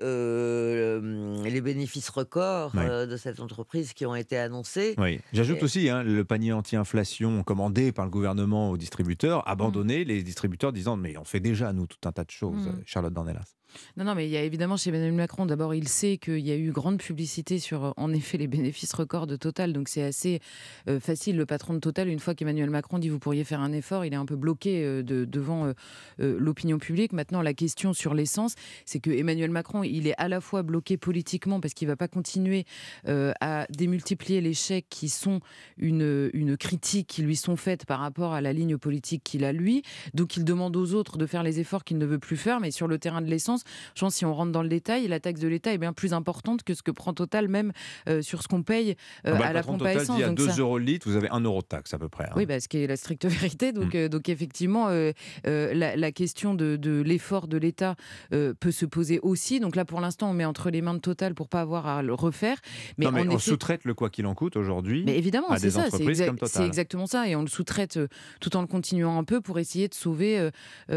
les bénéfices records de cette entreprise qui ont été annoncés. Oui. J'ajoute aussi le panier anti-inflation commandé par le gouvernement aux distributeurs, abandonné, les distributeurs disant « mais on fait déjà, nous, tout un tas de choses ». Charlotte Dornelas. Non, mais il y a évidemment chez Emmanuel Macron, d'abord, il sait qu'il y a eu grande publicité sur, en effet, les bénéfices records de Total. Donc, c'est assez facile. Le patron de Total, une fois qu'Emmanuel Macron dit vous pourriez faire un effort, il est un peu bloqué devant l'opinion publique. Maintenant, la question sur l'essence, c'est que Emmanuel Macron, il est à la fois bloqué politiquement parce qu'il ne va pas continuer à démultiplier les chèques qui sont une critique qui lui sont faites par rapport à la ligne politique qu'il a lui. Donc, il demande aux autres de faire les efforts qu'il ne veut plus faire. Mais sur le terrain de l'essence, je pense, si on rentre dans le détail, la taxe de l'État est bien plus importante que ce que prend Total, même sur ce qu'on paye à la pompe à essence. Total dit à 2 euros le litre, vous avez 1 euro de taxe à peu près. Oui, ce qui est la stricte vérité. Donc effectivement, la question de l'effort de l'État peut se poser aussi. Donc là, pour l'instant, on met entre les mains de Total pour ne pas avoir à le refaire. Mais on sous-traite le quoi qu'il en coûte aujourd'hui à des entreprises comme Total. C'est exactement ça. Et on le sous-traite tout en le continuant un peu pour essayer de sauver,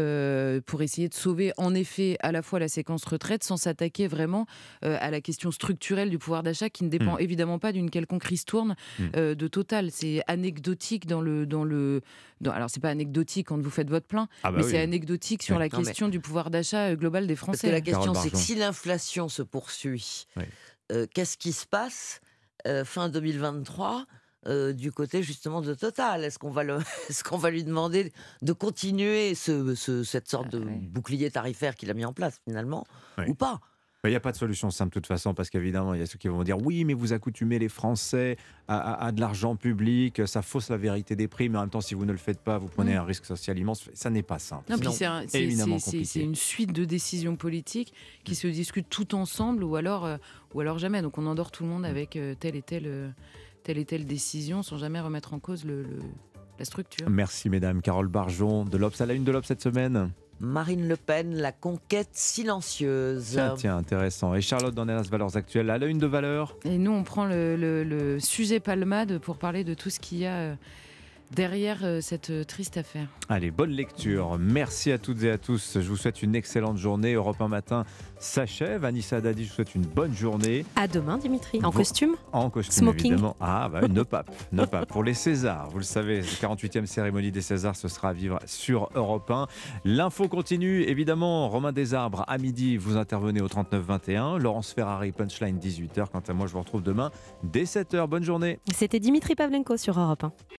en effet, à la fois la séquence retraite sans s'attaquer vraiment à la question structurelle du pouvoir d'achat qui ne dépend évidemment pas d'une quelconque ristourne de Total. C'est anecdotique alors c'est pas anecdotique quand vous faites votre plein, c'est anecdotique sur la question du pouvoir d'achat global des Français. Parce que la question c'est que si l'inflation se poursuit, qu'est-ce qui se passe fin 2023 du côté justement de Total? Est-ce qu'on va lui demander de continuer cette sorte de bouclier tarifaire qu'il a mis en place finalement ou pas? Il n'y a pas de solution simple de toute façon, parce qu'évidemment, il y a ceux qui vont dire oui, mais vous accoutumez les Français à de l'argent public, ça fausse la vérité des prix, mais en même temps, si vous ne le faites pas, vous prenez un risque social immense. Ça n'est pas simple. Non, puis c'est une suite de décisions politiques qui se discutent tout ensemble ou alors jamais. Donc on endort tout le monde avec telle et telle décision sans jamais remettre en cause la structure. Merci mesdames. Carole Barjon de l'Obs à la une de l'Obs cette semaine. Marine Le Pen, la conquête silencieuse. Tiens, intéressant. Et Charlotte, dans Hélas Valeurs Actuelles, à la une de Valeurs. Et nous, on prend le sujet palmade pour parler de tout ce qu'il y a derrière cette triste affaire. Allez, bonne lecture. Merci à toutes et à tous. Je vous souhaite une excellente journée. Europe 1 Matin s'achève. Anissa Dadi, je vous souhaite une bonne journée. À demain, Dimitri. En costume. En costume, Smoking. évidemment. Ah, bah, no pape. Pour les Césars, vous le savez, la 48e cérémonie des Césars, ce sera à vivre sur Europe 1. L'info continue, évidemment. Romain Desarbres, à midi, vous intervenez au 39-21. Laurence Ferrari, Punchline, 18h. Quant à moi, je vous retrouve demain dès 7h. Bonne journée. C'était Dimitri Pavlenko sur Europe 1.